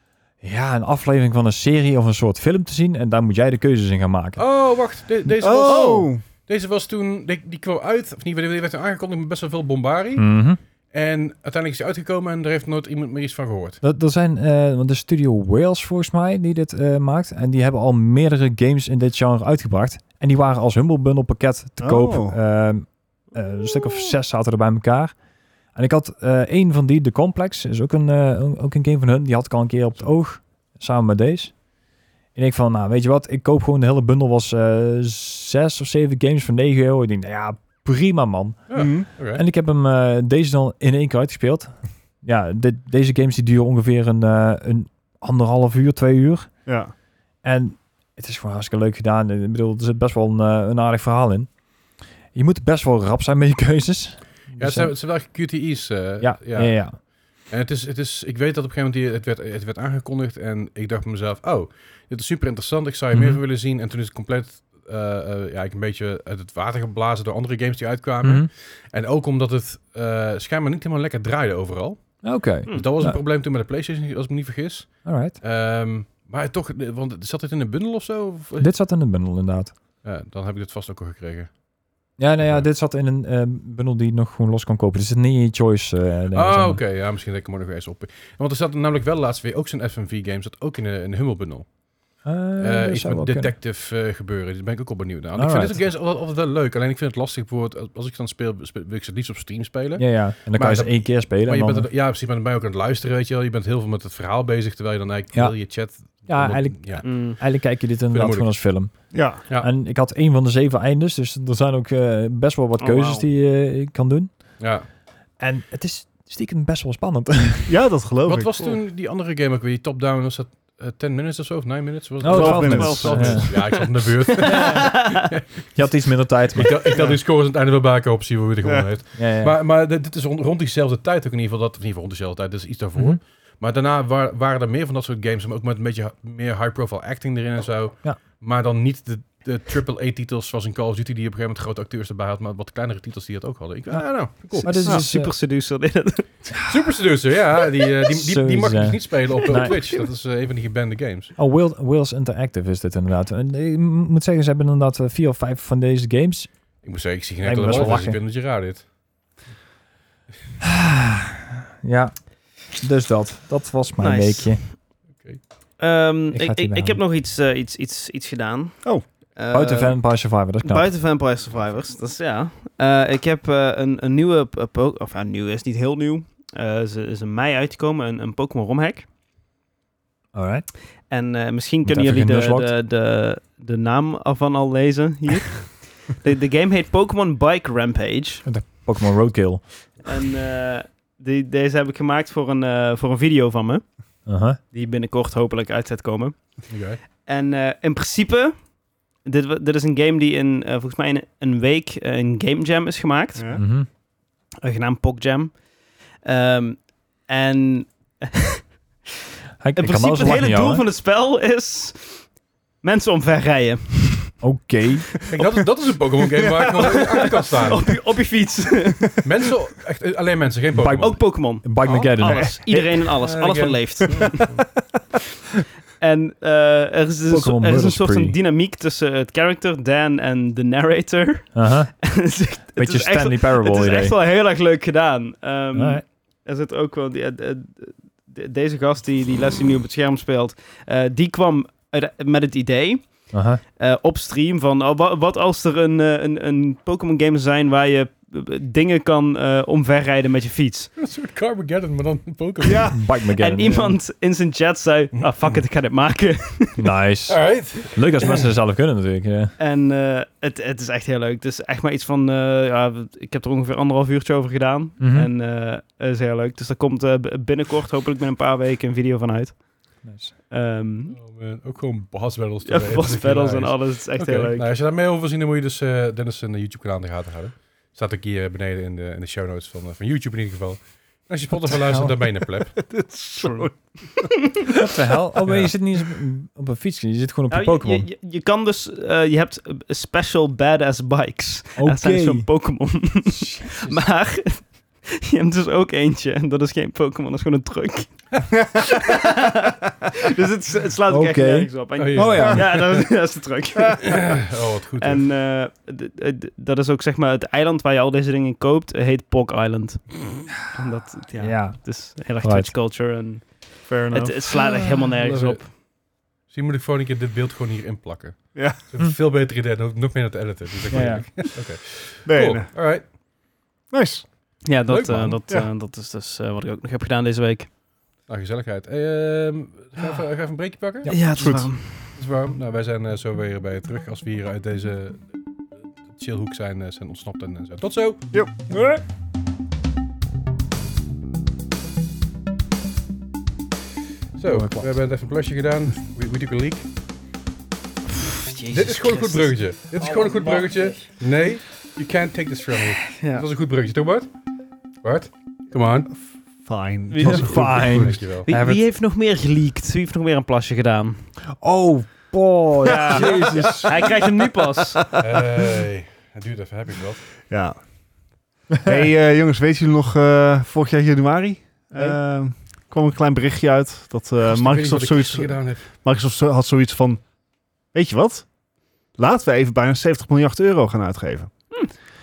Ja, een aflevering van een serie of een soort film te zien. En daar moet jij de keuzes in gaan maken. Oh, wacht. De- deze, was, Oh! deze was toen... Die, die kwam uit, of niet, die werd aangekondigd met best wel veel bombarie. Mhm. En uiteindelijk is hij uitgekomen en er heeft nooit iemand meer iets van gehoord. Dat, er zijn uh, want de studio Wales volgens mij die dit uh, maakt. En die hebben al meerdere games in dit genre uitgebracht. En die waren als Humble Bundle pakket te Oh. koop. Uh, uh, een stuk of zes zaten er bij elkaar. En ik had uh, een van die, The Complex, is ook een, uh, ook een game van hun. Die had ik al een keer op het oog, samen met deze. En ik van, nou weet je wat, ik koop gewoon de hele bundel. Was uh, zes of zeven games voor negen euro. Ik denk, nou ja, prima man. Ja, Mhm. oké. En ik heb hem uh, deze dan in één keer uitgespeeld. Ja, dit, deze games die duren ongeveer een, uh, een anderhalf uur, twee uur. Ja. En het is gewoon hartstikke leuk gedaan. Ik bedoel, er zit best wel een, uh, een aardig verhaal in. Je moet best wel rap zijn met je keuzes. Ja, het zijn, het zijn wel Q T E's. Uh, ja, ja, ja, ja. En het is, het is, ik weet dat op een gegeven moment die, het, werd, het werd aangekondigd en ik dacht bij mezelf, oh, dit is super interessant, ik zou je Mhm. meer van willen zien. En toen is het compleet, uh, uh, ja, ik een beetje uit het water geblazen door andere games die uitkwamen. Mhm. En ook omdat het uh, schijnbaar niet helemaal lekker draaide overal. Oké, okay. Dus dat was Ja. een probleem toen met de PlayStation, als ik me niet vergis. Alright. Um, maar toch, want zat het in een bundel of zo? Of? Dit zat in een bundel inderdaad. Ja, dan heb ik dit vast ook al gekregen. Ja, nou ja, Ja. dit zat in een uh, bundel die je nog gewoon los kan kopen. Dus het is niet in je choice. Uh, denk ik, Ah, zeg oké. maar. Ja, misschien denk ik hem er nog eens op. Want er zat namelijk wel laatst weer ook zo'n F M V-game, zat ook in een, in een Humble bundle. Uh, Uh, dat iets zou wel met kunnen. detective uh, gebeuren. Daar ben ik ook al benieuwd naar. En ik Alright. vind dit soort games altijd, altijd wel leuk. Alleen ik vind het lastig. Bijvoorbeeld, als ik dan speel, speel wil ik ze het liefst op stream spelen. Ja, ja. En dan Maar kan je ze dat- één keer spelen. Maar je en bent dan, er, ja, precies. Maar dan ben je ook aan het luisteren, weet je wel. Je bent heel veel met het verhaal bezig, terwijl je dan eigenlijk Ja. heel je chat... ja, omdat- eigenlijk, Ja, Mm. eigenlijk kijk je dit inderdaad gewoon als film. Ja. ja. En ik had één van de zeven eindes. Dus er zijn ook uh, best wel wat Oh, keuzes wauw. die uh, ik kan doen. ja. En het is stiekem best wel spannend. Ja, dat geloof Wat ik. was toen die andere game ook weer? Die top-down, was dat uh, tien minutes of zo? Of nine minutes? Was Oh, het? twaalf minutes. minutes. twaalf minutes. Ja, ik zat in de buurt. Je had iets minder tijd. Maar, ik tel- ik tel die scores aan het einde wel bij elkaar op, zie hoe het gewonnen Ja. heeft. ja, ja. Maar, maar dit dit is rond, rond diezelfde tijd ook in ieder geval. Dat, of in ieder geval rond diezelfde tijd, dus iets daarvoor. Mhm. Maar daarna wa- waren er meer van dat soort games, maar ook met een beetje ha- meer high-profile acting erin en zo. Ja. Maar dan niet de, de triple A-titels zoals in Call of Duty, die op een gegeven moment grote acteurs erbij had, maar wat kleinere titels die dat ook hadden. Ik, ah, nou, cool. Maar dit is Ah, dus, super uh, seducer dit. Super Seducer, ja, die, uh, die, die, die mag je Zo, dus niet spelen op, op Nee. Twitch. Dat is uh, een van die gebande games. Oh, Will, Will's Interactive is dit inderdaad. En ik moet zeggen, ze hebben inderdaad uh, vier of vijf van deze games. Ik moet zeggen, ik zie geen Lijkt me enkele best wel rol, dus ik lachen. vind dat je raar dit. Ja, dus dat. Dat was mijn Nice. weekje. Um, Ik ga ik, het ik, hier ik heb nog iets, uh, iets, iets, iets gedaan. Oh. Uh, Buiten Vampire Survivor, dat is knap. Buiten Vampire Survivors, dat is ja. Uh, ik heb uh, een, een nieuwe, uh, po- of ja, nieuw is niet heel nieuw. Uh, ze is in mei uitgekomen, een, een Pokémon romhack. Alright. En uh, misschien Moet kunnen even jullie de, Nuzlocke. de, de, de naam ervan al lezen hier. de, de game heet Pokémon Bike Rampage. Pokémon Roadkill. En uh, Die, deze heb ik gemaakt voor een, uh, voor een video van me. Uh-huh. Die binnenkort hopelijk uit gaat komen. Okay. En uh, in principe... Dit, dit is een game die in, uh, volgens mij in een week uh, in Game Jam is gemaakt. Ja. Mm-hmm. Uh, genaamd Pog Jam. Um, en... Hij, in principe het hele doel jou, van het spel is... mensen omverrijden. Oké. Okay. Kijk, dat is, dat is een Pokémon game waar ik nog achter kan staan. Op je, op je fiets. Mensen, echt alleen mensen, geen Pokémon. Ook Pokémon. Bike Mageddon. Oh, alles. Iedereen en alles. Uh, alles wat leeft. En uh, er is, dus, er is een soort van dynamiek tussen het character, Dan, en de narrator. Uh-huh. het is, Beetje Stanley Parable Het is idee. echt wel heel erg leuk gedaan. Um, right. Er zit ook wel... Die, uh, de, deze gast die, die Leslie nu op het scherm speelt, uh, die kwam uit, met het idee... Uh-huh. Uh, op stream van oh, wat, wat als er een, uh, een, een Pokémon game zijn waar je uh, dingen kan uh, omverrijden met je fiets. Een soort Carmageddon, maar dan een Pokémon. Ja. Bike Mageddon. En iemand in zijn chat zei, ah oh, fuck it, ik ga dit maken. Nice. Alright. Leuk als mensen het zelf kunnen natuurlijk. Ja. En uh, het, het is echt heel leuk. Het is echt maar iets van, uh, ja, ik heb er ongeveer anderhalf uurtje over gedaan. Mm-hmm. En uh, het is heel leuk. Dus daar komt uh, binnenkort, hopelijk met een paar weken, een video van uit. Nice. Um, oh man, ook gewoon boss battles. Ja, boss battles en alles. Het is echt okay. heel leuk. Nou, als je daar meer over wil zien, dan moet je dus uh, Dennis' een YouTube-kanaal in de gaten houden. Staat ook hier beneden in de, in de show notes van, uh, van YouTube in ieder geval. En als je Spotify luistert, dan ben je een pleb. Dit is zo... Wat de hel? Oh, maar je zit niet op een fietsje. Je zit gewoon op je nou, Pokémon. Je, je, je kan dus... Uh, je hebt special badass bikes. Oké. Dat zijn zo'n Pokémon. Maar... Je hebt dus ook eentje. En dat is geen Pokémon, dat is gewoon een truck. Dus het, het slaat ook okay. echt nergens op. En, oh, ja. oh ja. Ja, dat, dat is de truck. Oh, wat goed. En uh, d- d- dat is ook zeg maar het eiland waar je al deze dingen koopt. Heet Pog Island. En dat, ja, ja. Het is heel erg right. Twitch culture. En Fair het, het slaat echt helemaal nergens op. Misschien moet ik gewoon een keer dit beeld gewoon hier inplakken. Ja. Dat is een veel beter idee. Dan nog meer naar te editen. Dus dat ja, ja. Oké. Okay. Nee, Cool. nee. Alright. Nice. Ja, dat, Leuk, uh, dat, ja. uh, dat is dus uh, wat ik ook nog heb gedaan deze week. Nou, gezelligheid. Hey, um, ga, even, ga even een breakje pakken? Ja, ja het is goed. warm. Dat is warm. Nou, wij zijn uh, zo weer bij je terug. Als we hier uit deze uh, chillhoek zijn, uh, zijn ontsnapt en, en zo. Tot zo! Yep. Zo, we hebben even een plusje gedaan. We, we took a leak. Jezus Dit is gewoon een goed Christus. bruggetje. Dit is gewoon een goed bruggetje. Nee, you can't take this from me. Ja. Dat was een goed bruggetje, toch Bart? Bart? Come on. Fine. Wie- Dat is een goed Fine. bruggetje. Dankjewel. Wie, Hij wie heeft- heeft nog meer geleakt? Wie heeft nog meer een plasje gedaan? Oh, boy. Ja. Jezus. Hij krijgt hem nu pas. Hey, het duurt even, heb ik wat. Ja. Hey uh, jongens, weten jullie nog, uh, vorig jaar januari uh, kwam een klein berichtje uit dat uh, Microsoft zoiets, gedaan heeft. Microsoft zo- had zoiets van, weet je wat? Laten we even bijna zeventig miljard euro gaan uitgeven. Hm.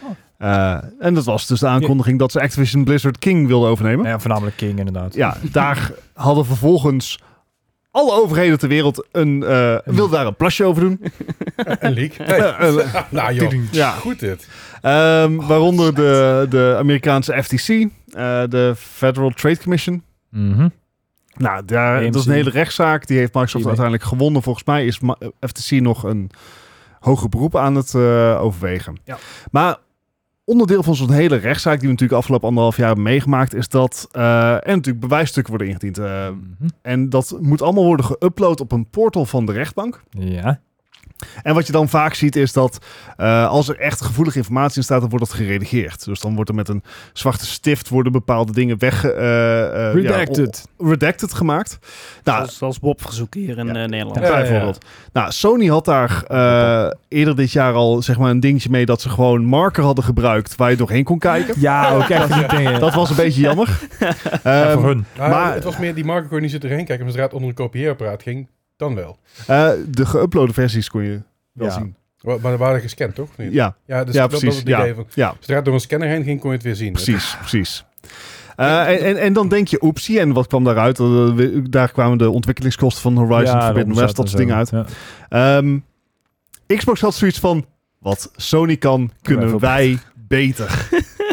Uh, en dat was dus de aankondiging dat ze Activision Blizzard King wilden overnemen. Ja, voornamelijk King inderdaad. Ja, daar hadden vervolgens alle overheden ter wereld een, uh, wilden daar een plasje over doen. Een leak. Hey. Uh, uh, nou joh, ja. goed dit. Um, waaronder de, de Amerikaanse F T C, uh, de Federal Trade Commission. Mhm. Nou, daar, A M C. dat is een hele rechtszaak. Die heeft Microsoft EBay. uiteindelijk gewonnen. Volgens mij is Ma- F T C nog een hoger beroep aan het uh, overwegen. Ja. Maar onderdeel van zo'n hele rechtszaak, die we natuurlijk afgelopen anderhalf jaar hebben meegemaakt, is dat uh, er natuurlijk bewijsstukken worden ingediend. Uh, Mhm. en dat moet allemaal worden geüpload op een portal van de rechtbank. Ja. En wat je dan vaak ziet is dat uh, als er echt gevoelige informatie in staat, dan wordt dat geredigeerd. Dus dan wordt er met een zwarte stift worden bepaalde dingen weg... Uh, uh, Redacted. Ja, o- redacted gemaakt. Nou, Zoals, zoals Bob verzoeken hier in Ja. uh, Nederland. Ja, bijvoorbeeld. Nou, Sony had daar uh, eerder dit jaar al zeg maar een dingetje mee dat ze gewoon marker hadden gebruikt waar je doorheen kon kijken. Ja, ook echt van die dingen. Dat was een beetje jammer. Ja, Um, voor hun. Nou, Maar- het was meer die marker kon je niet zitten erheen kijken, maar zodra het onder een kopieerapparaat ging, dan wel. uh, de geüploade versies kon je wel Ja. zien. Wa- Maar er waren gescand, toch? Of niet? Ja, ja, dus ja dat, dat precies. was het idee Ja, van, ja, zodra het door een scanner heen ging, kon je het weer zien. precies, precies. Uh, en, en, en dan denk je, oepsie, en wat kwam daaruit? Uh, we- daar kwamen de ontwikkelingskosten van Horizon Ja, Forbidden de West, dat omzet soort dingen uit. en zo. Ja. Um, Xbox had zoiets van, wat Sony kan, kunnen veel wij beter.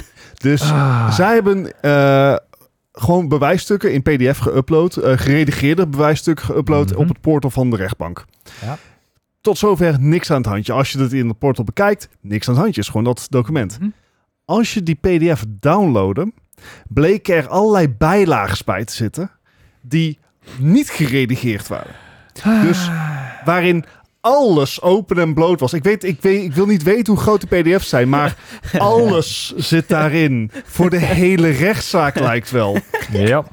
Dus Ah. zij hebben uh, gewoon bewijsstukken in P D F geüpload, uh, geredigeerde bewijsstukken geüpload Mhm. op het portal van de rechtbank. Ja. Tot zover niks aan het handje. Als je het in het portal bekijkt, niks aan het handje. Is gewoon dat document. Mhm. Als je die P D F downloaden, bleken er allerlei bijlagen bij te zitten die niet geredigeerd waren. Dus waarin alles open en bloot was. Ik, weet, ik, weet, ik wil niet weten hoe groot de P D F's zijn, maar alles zit daarin. Voor de hele rechtszaak lijkt wel. Ja.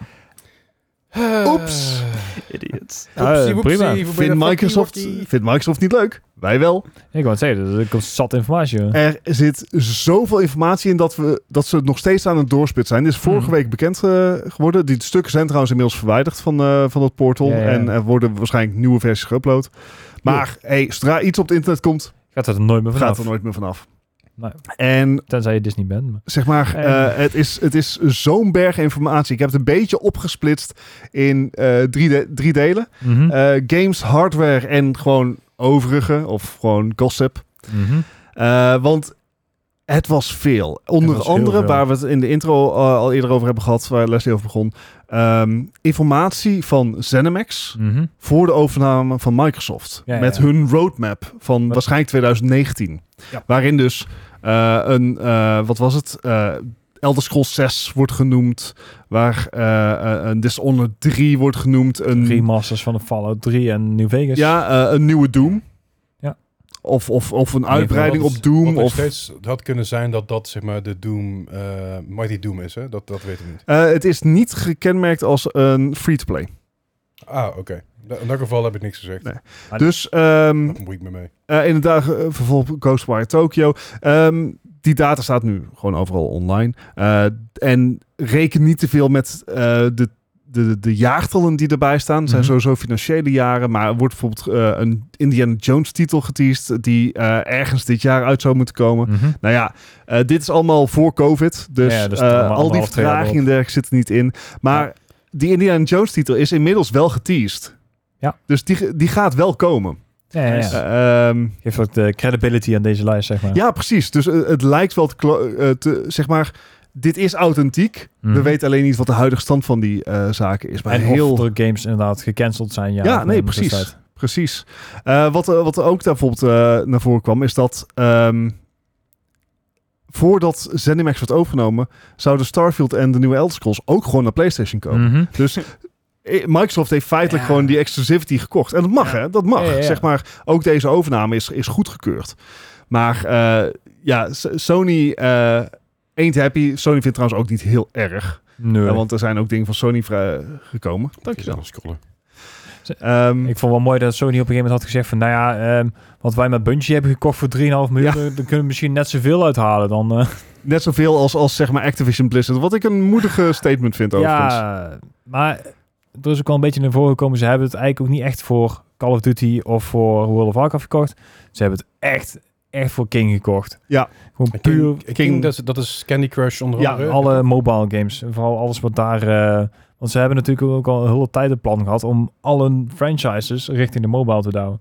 Oeps. Idiots. Uh, prima. Vindt Microsoft, vindt Microsoft niet leuk? Wij wel. Ik wou het zeggen, er komt zat informatie. Hoor. Er zit zoveel informatie in dat, we, dat ze nog steeds aan het doorspitten zijn. Dit is vorige Hmm. week bekend uh, geworden. Die stukken zijn trouwens inmiddels verwijderd van, uh, van dat portal. Ja, ja. En er worden waarschijnlijk nieuwe versies geüpload. Maar hey, zodra iets op het internet komt, Gaat het er nooit meer vanaf. gaat er nooit meer vanaf. Nee. En Tenzij je Disney bent. Maar. zeg maar, En- uh, het, is, het is zo'n berg informatie. Ik heb het een beetje opgesplitst in uh, drie, de, drie delen. Mhm. Uh, games, hardware en gewoon overige of gewoon gossip. Mhm. Uh, want het was veel. Onder was heel andere, veel. waar we het in de intro uh, al eerder over hebben gehad, waar Leslie over begon. Um, informatie van ZeniMax Mhm. voor de overname van Microsoft. Ja, ja, met ja. hun roadmap van Wat? waarschijnlijk twintig negentien. Ja. Waarin dus uh, een, uh, wat was het? Uh, Elder Scrolls zes wordt genoemd. Waar uh, uh, een Dishonored drie wordt genoemd. Een, Remasters van de Fallout drie en New Vegas. ja, uh, een nieuwe Doom. Ja. Of, of, of een Nee, uitbreiding Wat op is- Doom. wat nog Of, steeds het had kunnen zijn dat dat zeg maar de Doom, uh, Mighty Doom is, hè? Dat, dat weten we niet. uh, het is niet gekenmerkt als een free-to-play. Ah, oké. Okay. In dat geval heb ik niks gezegd. Nee. Maar- Dus um, Daar bemoei ik me mee. uh, inderdaad, uh, vervolgens Ghostwire Tokyo. Um, die data staat nu gewoon overal online. Uh, en reken niet te veel met uh, de, de, de jaartallen die erbij staan. Het zijn Mhm. sowieso financiële jaren. Maar er wordt bijvoorbeeld uh, een Indiana Jones titel geteased die uh, ergens dit jaar uit zou moeten komen. Mhm. Nou ja, uh, dit is allemaal voor COVID. Dus, Ja, dus uh, allemaal al die anderhalf, twee jaar vertragingen en dergelijke zitten niet in. Maar Ja. die Indiana Jones titel is inmiddels wel geteased. Ja. Dus die, die gaat wel komen. Ja, ja, ja. Uh, um, Geeft ook de credibility aan deze lijst, zeg maar. ja, precies. Dus uh, het lijkt wel te, klo- uh, te... Zeg maar, dit is authentiek. Mhm. We weten alleen niet wat de huidige stand van die uh, zaken is. Maar En heel... of er games inderdaad gecanceld zijn. Ja, Ja, of nee, in de precies. tussentijd. Precies. Uh, wat, uh, wat er ook daar bijvoorbeeld uh, naar voren kwam, is dat... Um, voordat ZeniMax werd overgenomen, zouden Starfield en de nieuwe Elder Scrolls ook gewoon naar PlayStation komen. Mhm. Dus eh, Microsoft heeft feitelijk Ja. gewoon die exclusivity gekocht. En dat mag, Ja. hè? Dat mag. Ja, ja, ja. Zeg maar, ook deze overname is, is goedgekeurd. Maar uh, ja, S- Sony uh, ain't happy. Sony vindt trouwens ook niet heel erg. Nee. Uh, want er zijn ook dingen van Sony vrij gekomen. Dankjewel. Scrollen. Um, Ik vond wel mooi dat Sony op een gegeven moment had gezegd van... Nou ja, ehm, wat wij met Bungie hebben gekocht voor drieënhalf miljoen... Ja. dan kunnen we misschien net zoveel uithalen dan... eh, net zoveel als, als zeg maar Activision Blizzard. Wat ik een moedige statement vind overigens. ja, maar er is ook wel een beetje naar voren gekomen... ze hebben het eigenlijk ook niet echt voor Call of Duty of voor World of Warcraft gekocht. Ze hebben het echt, echt voor King gekocht. Ja. Gewoon En puur... King, King dat, is, dat is Candy Crush onder Ja, andere. alle mobile games. En vooral alles wat daar... eh, want ze hebben natuurlijk ook al een hele tijd een plan gehad... om alle franchises richting de mobile te douwen.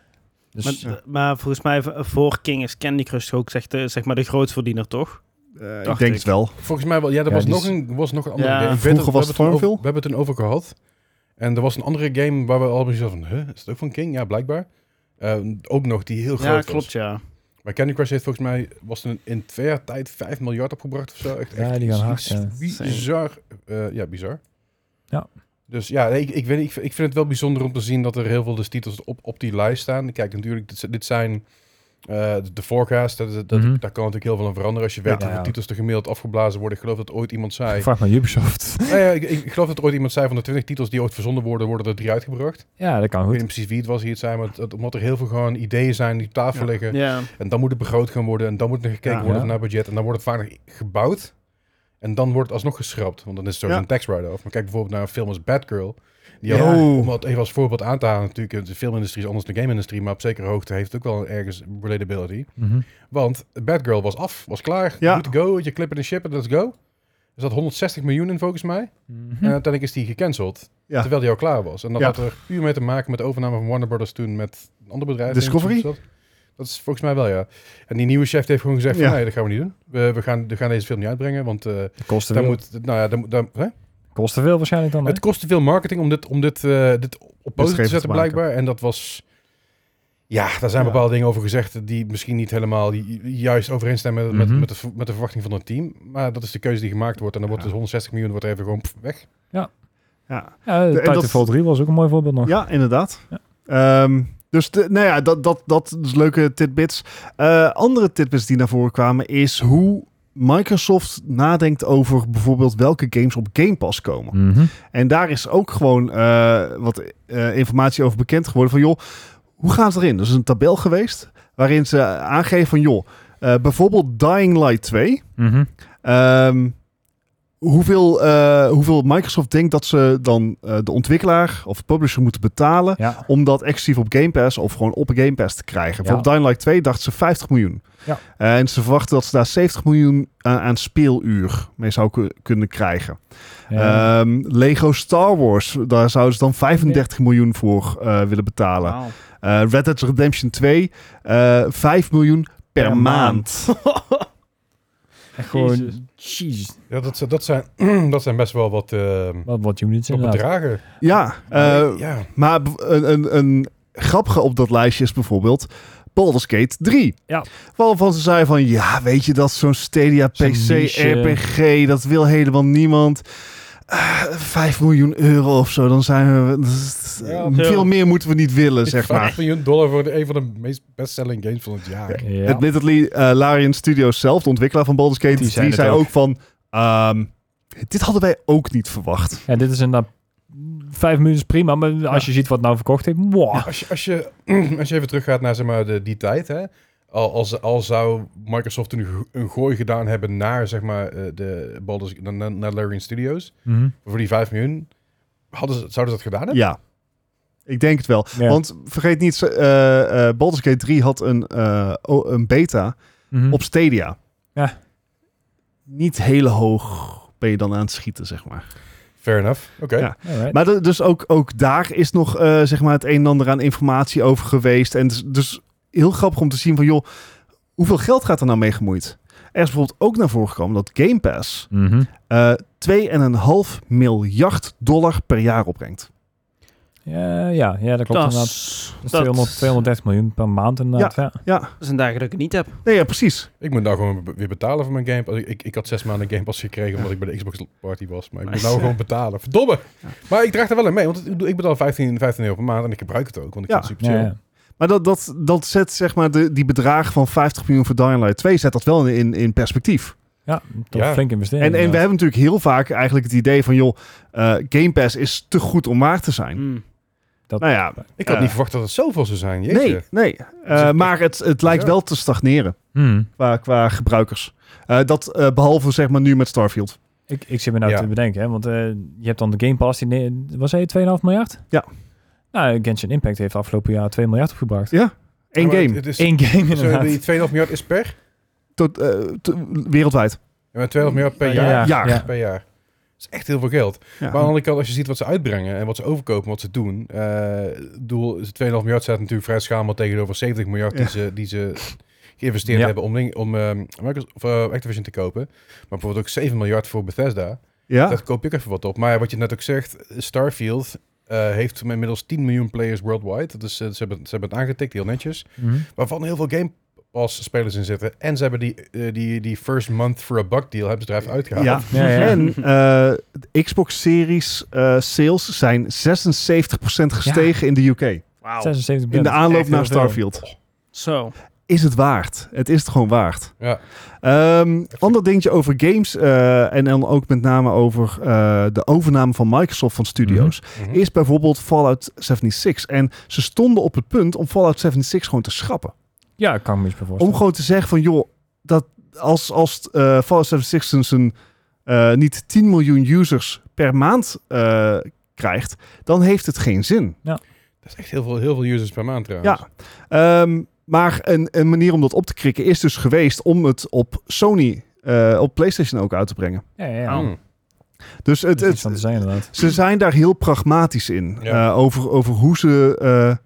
Dus Maar, maar volgens mij v- voor King is Candy Crush ook zeg, de, zeg maar de grootverdiener, toch? Uh, ik Dacht denk ik. het wel. Volgens mij wel. Ja, er Ja, was, die nog is- een, was nog een andere Ja, game. Ik vroeger weet was we het hebben Farmville. over- We hebben het toen over gehad. En er was een andere game waar we al precies van... Huh, is het ook van King? Ja, blijkbaar. Uh, ook nog, die heel groot Ja, was. klopt, ja. Maar Candy Crush heeft volgens mij... was er in twee jaar tijd vijf miljard opgebracht of zo. Echt, Ja, echt die gaan iets- hard, iets ja. Bizar. Uh, ja, bizar. Ja. Dus ja, ik, ik, weet, ik, ik vind het wel bijzonder om te zien dat er heel veel dus titels op, op die lijst staan. Kijk, natuurlijk, dit, dit zijn uh, de forecast. Dat, dat, Mhm. Daar kan natuurlijk heel veel aan veranderen. Als je weet Ja. hoeveel Ja. titels er gemiddeld afgeblazen worden. Ik geloof dat ooit iemand zei... vraag maar Ubisoft. Nou ja, ik, ik geloof dat er ooit iemand zei van de twintig titels die ooit verzonden worden, worden er drie uitgebracht. Ja, dat kan Ik weet goed. niet precies wie het was die het zei, maar het, omdat er heel veel gewoon ideeën zijn die op tafel Ja. liggen. Ja, En dan moet het begroot gaan worden en dan moet er gekeken Ja. worden Ja. naar budget. En dan wordt het vaak nog gebouwd en dan wordt het alsnog geschrapt. Want dan is het zo Ja. een tax write-off. Maar kijk bijvoorbeeld naar een film als Batgirl. Die Ja. ook, Oh. om dat even als voorbeeld aan te halen, natuurlijk, de filmindustrie is anders dan de game-industrie, maar op zekere hoogte heeft het ook wel ergens relatability. Mhm. Want Batgirl was af, was klaar, Ja. good to go, je clip en ship en let's go. Er zat honderdzestig miljoen in volgens mij. Mhm. En uiteindelijk is die gecanceld, Ja. terwijl die al klaar was. En dat Ja. had er puur mee te maken met de overname van Warner Brothers toen met een ander bedrijf. Discovery? Denk ik, Dat, dat is volgens mij wel, ja. En die nieuwe chef heeft gewoon gezegd van, Ja. nee, dat gaan we niet doen. We, we, gaan, we gaan deze film niet uitbrengen, want uh, Dat kost te daar veel. moet, nou ja, daar, moet- daar, hè? Kost te veel waarschijnlijk dan. hè? Het kost te veel marketing om dit, om dit, uh, dit op poten te Wetgevend zetten te maken. blijkbaar. En dat was... Ja, daar zijn Ja. bepaalde dingen over gezegd die misschien niet helemaal ju- juist overeenstemmen met, Mhm. met, de, met de verwachting van het team. Maar dat is de keuze die gemaakt wordt. En dan wordt Ja. dus honderdzestig miljoen wordt even gewoon pff, weg. Ja, Ja, en dat- Titanfall drie was ook een mooi voorbeeld nog. ja inderdaad. Ja. Ehm, dus de, nou ja, dat, dat, dat is leuke tidbits. Uh, andere tidbits die naar voren kwamen is hoe Microsoft nadenkt over bijvoorbeeld welke games op Game Pass komen. Mhm. En daar is ook gewoon uh, wat uh, informatie over bekend geworden van joh, hoe gaat het erin? Er is een tabel geweest waarin ze aangeven van joh, uh, bijvoorbeeld Dying Light twee. Mhm. Um, hoeveel, uh, hoeveel Microsoft denkt dat ze dan uh, de ontwikkelaar of publisher moeten betalen Ja. om dat exclusief op Game Pass of gewoon op een Game Pass te krijgen. Ja. Bijvoorbeeld Dying Light twee dachten ze vijftig miljoen. Ja. Uh, en ze verwachten dat ze daar zeventig miljoen aan, aan speeluur mee zou ku- kunnen krijgen. Ja. Um, Lego Star Wars, daar zouden ze dan vijfendertig miljoen voor uh, willen betalen. Wauw. Uh, Red Dead Redemption twee, uh, vijf miljoen per, Per maand. Echt gewoon, Jezus. jeez, Ja, dat, dat, zijn, dat zijn best wel wat, uh, wat, wat units wat inderdaad. bedragen. Ja, uh, ja. maar b- een, een, een grappige op dat lijstje is bijvoorbeeld Baldur's Gate drie. Ja. Waarvan ze zeiden van, ja, weet je dat zo'n Stadia P Zo'n C niche. R P G, dat wil helemaal niemand. Uh, vijf miljoen euro of zo, dan zijn we... Ja, veel ja. meer moeten we niet willen, zeg maar. vijf miljoen dollar voor de, een van de meest bestselling games van het jaar. Ja. Admittedly, uh, Larian Studios zelf, de ontwikkelaar van Baldur's Gate Die drie, zei het zei ook. ook van... Um, dit hadden wij ook niet verwacht. Ja, dit is inderdaad vijf minuten is prima, maar als je ziet wat nou verkocht heeft, wow. Ja, als, je, als, je, als je even teruggaat naar zeg maar, de, die tijd, hè, al, als, al zou Microsoft toen een gooi gedaan hebben naar, zeg maar, uh, de Baldur's, naar, naar Larian Studios, Mhm. voor die vijf miljoen, hadden ze, zouden ze dat gedaan hebben? Ja, ik denk het wel. Ja. Want vergeet niet, uh, uh, Baldur's Gate drie had een, uh, o- een beta Mhm. op Stadia. Ja. Niet hele hoog ben je dan aan het schieten, zeg maar. Fair enough, oké. Ja. Alright. Maar d- dus ook, ook daar is nog uh, zeg maar het een en ander aan informatie over geweest. En dus, dus heel grappig om te zien van, joh, hoeveel geld gaat er nou mee gemoeid? Er is bijvoorbeeld ook naar voren gekomen dat Game Pass Mhm. uh, twee komma vijf miljard dollar per jaar opbrengt. Ja, ja, ja, dat klopt Dat inderdaad. is, Dat is dat, tweehonderd, tweehonderddertig miljoen per maand inderdaad. Ja. Ja, dat is een dag dat ik het niet heb. nee, ja, precies. Ik moet nou gewoon be- weer betalen voor mijn Game Pass. Ik, ik, ik had zes maanden Game Pass gekregen omdat ik bij de Xbox Party was. Maar ik moet Nice. nou gewoon betalen. Verdomme! Ja. Maar ik draag er wel in mee, want ik bedoel, ik betaal vijftien, vijftien euro per maand en ik gebruik het ook. Want ik Ja. vind het super Ja, chill. ja. Maar dat, dat, dat zet zeg maar de, die bedragen van vijftig miljoen voor Dying Light twee, zet dat wel in, in perspectief. Ja, toch Ja. flink investeren. En, en we inderdaad. hebben natuurlijk heel vaak eigenlijk het idee van, joh, uh, Game Pass is te goed om waar te zijn. Mm. Dat- Nou ja, Ik had uh, niet verwacht dat het zoveel zou zijn. Jeetje. nee, nee. Uh, echt maar het, het lijkt Ja. wel te stagneren Mhm. qua, qua gebruikers. Uh, dat uh, behalve zeg maar nu met Starfield. Ik, ik zit me nou Ja. te bedenken, hè, want uh, je hebt dan de Game Pass, die ne- was hij twee komma vijf miljard? Ja. Nou, Genshin Impact heeft afgelopen jaar twee miljard opgebracht. Ja, één Maar game. Het, het is, Eén game zo, inderdaad. die twee komma vijf miljard is per? Tot, uh, te- wereldwijd. Ja, maar tweehonderd miljard per Ja, jaar. jaar. ja. Per jaar. Dat is echt heel veel geld. Ja. Maar aan de andere kant, als je ziet wat ze uitbrengen en wat ze overkopen, wat ze doen. Uh, doel, twee komma vijf miljard staat natuurlijk vrij schaal tegenover zeventig miljard die, Ja. ze, die ze geïnvesteerd Ja. hebben om, ding- om um, Microsoft, of, uh, Activision te kopen. Maar bijvoorbeeld ook zeven miljard voor Bethesda. Ja, Dat koop ik even wat op. Maar wat je net ook zegt, Starfield uh, heeft inmiddels tien miljoen players worldwide. Dus uh, ze, hebben, ze hebben het aangetikt, heel netjes. Mhm. Waarvan heel veel Game Pass spelers in zitten. En ze hebben die, uh, die, die first month for a buck deal hebben ze er even uitgehaald. ja. Ja, ja. En uh, de Xbox Series uh, sales zijn zesenzeventig procent gestegen in de U K. Wauw. zesenzeventig In de aanloop Echt naar heel veel. Starfield. Zo. Is het waard? Het is het gewoon waard. Ja. Um, ander dingetje over games uh, en dan ook met name over uh, de overname van Microsoft van studios, Mhm. is bijvoorbeeld Fallout zevenenzestig. En ze stonden op het punt om Fallout zevenenzestig gewoon te schrappen. Ja, kan ik me eens bij Om voorstellen. gewoon te zeggen van, joh, dat als, als uh, Fallout zevenenzestig zijn uh, niet tien miljoen users per maand uh, krijgt, dan heeft het geen zin. Dat is echt heel veel, heel veel users per maand trouwens. Ja, um, maar een, een manier om dat op te krikken is dus geweest om het op Sony, uh, op PlayStation ook uit te brengen. Ja, ja, ja. Mm. Dus het, Het, het, is van te zijn inderdaad. ze zijn daar heel pragmatisch in. Ja. uh, over, over hoe ze uh,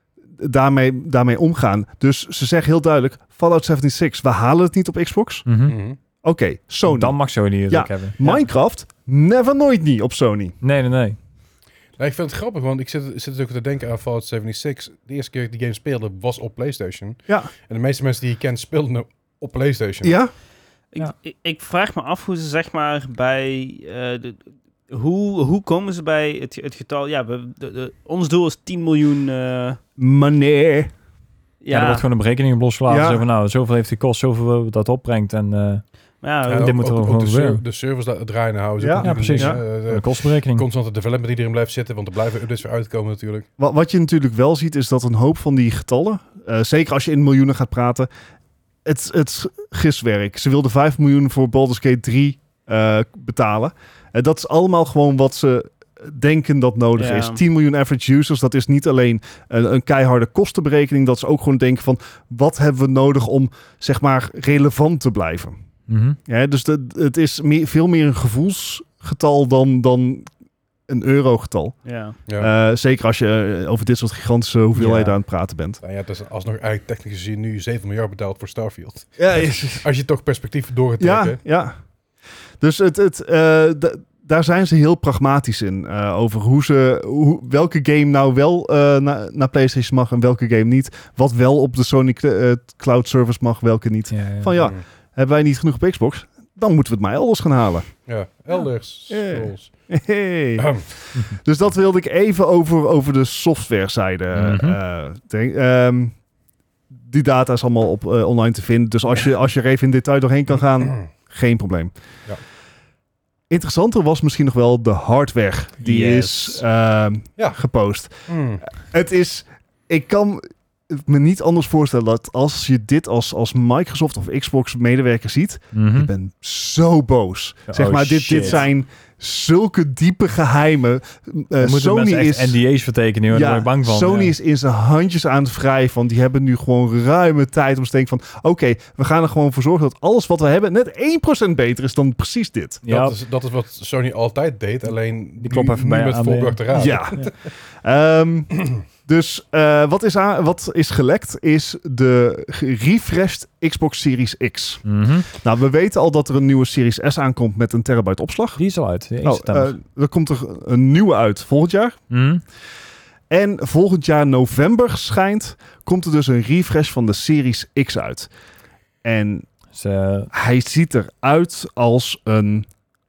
daarmee, daarmee omgaan. Dus ze zeggen heel duidelijk, Fallout zevenenzestig, we halen het niet op Xbox. Mhm. Mhm. Oké, okay, Sony. Dan mag Sony het Ja, ook hebben. Ja. Minecraft, never nooit niet op Sony. Nee, nee, nee. Nou, ik vind het grappig, want ik zit, zit dus ook te denken aan Fallout zevenenzestig. De eerste keer dat ik die game speelde was op PlayStation. Ja. En de meeste mensen die je kent speelden op PlayStation. Ja? Ik, Ja. ik, ik vraag me af hoe ze zeg maar bij... Uh, de, hoe, hoe komen ze bij het, het getal... Ja, we, de, de, ons doel is tien miljoen... Uh, Meneer. ja, Ja, er wordt gewoon een berekening op losgelaten. Ja. Zo van, nou, zoveel heeft die kost, zoveel dat opbrengt. En uh, ja, Ja, hoe- dit ook, moet er ook, gewoon ook de, ser- gebeuren. de servers la- draaien houden. Ja. Ook Ja, die precies. dingen, Ja. eh, de de kostenberekening. constante development die erin blijft zitten, want er blijven updates weer uitkomen natuurlijk. Wat, wat je natuurlijk wel ziet, is dat een hoop van die getallen, uh, zeker als je in miljoenen gaat praten, het, het giswerk. Ze wilden vijf miljoen voor Baldur's Gate drie uh, betalen. Uh, dat is allemaal gewoon wat ze denken dat nodig Ja. is. tien miljoen average users, dat is niet alleen een, een keiharde kostenberekening, dat ze ook gewoon denken van, wat hebben we nodig om, zeg maar, relevant te blijven. Mhm. Ja, dus de, het is meer, veel meer een gevoelsgetal dan, dan een eurogetal. ja. Ja. Uh, zeker als je uh, over dit soort gigantische hoeveelheden Ja. aan het praten bent. Nou ja, het is alsnog eigenlijk technisch gezien nu zeven miljard betaald voor Starfield. Ja, Als je toch perspectief door gaat ja, trekken. ja. Dus het, het, uh, d- daar zijn ze heel pragmatisch in. Uh, over hoe ze, hoe, welke game nou wel uh, na, naar PlayStation mag en welke game niet. Wat wel op de Sony uh, Cloud Service mag, welke niet. Ja, ja. Van ja, Mm. hebben wij niet genoeg op Xbox? Dan moeten we het mij elders gaan halen. Ja, elders. Ja. Scrolls. Hey. Ahem. Dus dat wilde ik even over, over de softwarezijde. Mhm. uh, denk, um, die data is allemaal op, uh, online te vinden. Dus als je, als je er even in detail doorheen kan gaan, geen probleem. Ja. Interessanter was misschien nog wel de hardware. Die Yes. is uh, Ja. gepost. Mm. Het is... Ik kan me niet anders voorstellen dat als je dit als, als Microsoft of Xbox medewerker ziet, Mhm. ik ben zo boos. Oh, zeg maar, dit, shit. dit zijn zulke diepe geheimen. Uh, Dan moeten Sony mensen echt is... N D A's vertekenen, joh. Daar ben ik bang van. Sony ja. is in zijn handjes aan het wrijven. Van die hebben nu gewoon ruime tijd om te denken van, oké, okay, we gaan er gewoon voor zorgen dat alles wat we hebben net één procent beter is dan precies dit. Ja, Dat, is, dat is wat Sony altijd deed, alleen Die klop nu, even nu bij met aan volbracht de- eraan. Ja. Ehm, dus uh, wat, is aan, wat is gelekt is de refreshed Xbox Series X. Mhm. Nou, we weten al dat er een nieuwe Series S aankomt met een terabyte opslag. Die is al uit. één Nou, september. uh, er komt er een nieuwe uit volgend jaar. Mhm. En volgend jaar november schijnt, komt er dus een refresh van de Series X uit. En Dus, uh, hij ziet eruit als een,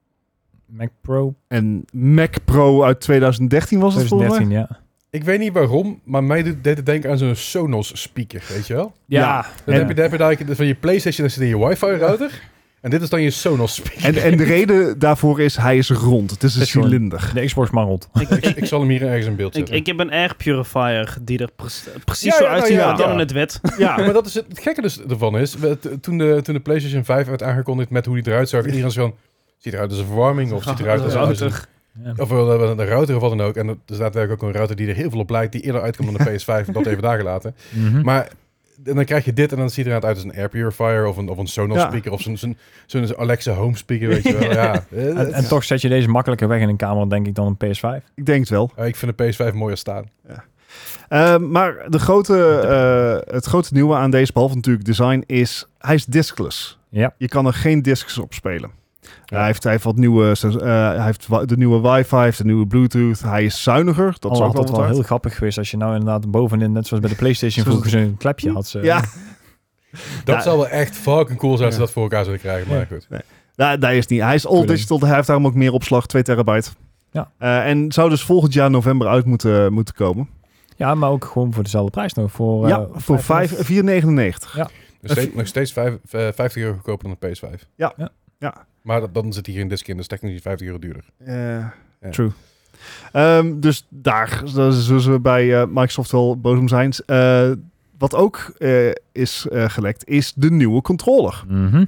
Mac Pro een Mac Pro uit twintig dertien was het volgens twintig mij. dertien, ja. Ik weet niet waarom, maar mij doet- deed het denken aan zo'n Sonos speaker, weet je wel? Ja. Dan En- heb je, dan heb je daar van je PlayStation, dan zit in je wifi router. En dit is dan je Sonos speaker. En, en de reden daarvoor is, hij is rond. Het is een Het is gewoon- cilinder. De Xbox mangelt. Ik, ik, ik, ik zal hem hier ergens in beeld ik, zetten. ik heb een air purifier die er pre- precies Ja, zo ja, nou uitziet, ja, maar dan ja. in het wit. Ja, maar dat is het, het gekke dus ervan is, we- t- toen de, toen de PlayStation vijf werd aangekondigd met hoe die eruit zag, iedereen was van, ziet eruit als een verwarming of ziet eruit als, als een, router. Ja. of wel een, een router of wat dan ook. En er is daadwerkelijk ook een router die er heel veel op lijkt, die eerder uitkomt dan de P S vijf, dat even daar gelaten. Mhm. Maar en dan krijg je dit en dan ziet het eruit als een air purifier of een, of een Sonos Ja. speaker of zo'n zo'n zo'n Alexa home speaker, weet je wel. Ja. Eh, En, en toch zet je deze makkelijker weg in een kamer, denk ik, dan een P S vijf. Ik denk het wel. eh, ik vind de P S vijf mooier staan. Uh, maar de grote, uh, het grote nieuwe aan deze, behalve natuurlijk design, is hij is diskless. Ja. Je kan er geen discs op spelen. Ja. Hij, heeft, hij heeft wat nieuwe, uh, hij heeft wa- de nieuwe wifi, hij heeft de nieuwe Bluetooth. Hij is zuiniger. Dat Dat is is ook wel altijd wat wel waard. heel grappig geweest als je nou inderdaad bovenin, net zoals bij de PlayStation Zoals- vroeger, zo'n klepje had. Ze. Ja, Dat Ja. zou wel echt fucking cool zijn als ze Ja. dat voor elkaar zouden krijgen. Maar goed. nou, dat is niet. Hij is all Goeie. digital. Hij heeft daarom ook meer opslag, twee terabyte. Ja. Uh, en zou dus volgend jaar november uit moeten, moeten komen. Ja, maar ook gewoon voor dezelfde prijs nog. Voor, ja, eh, voor vijf- vier negenennegentig. Ja. Nog steeds, nog steeds vijf, eh, vijftig euro goedkoper dan de P S vijf. Ja. Ja. Ja. Maar dat- dan zit hier een disc in, dus technisch vijftig euro duurder. Uh, Ja. True. Um, dus daar zullen ze bij uh, Microsoft wel boos om zijn. Uh, wat ook uh, is uh, gelekt, is de nieuwe controller. Mhm.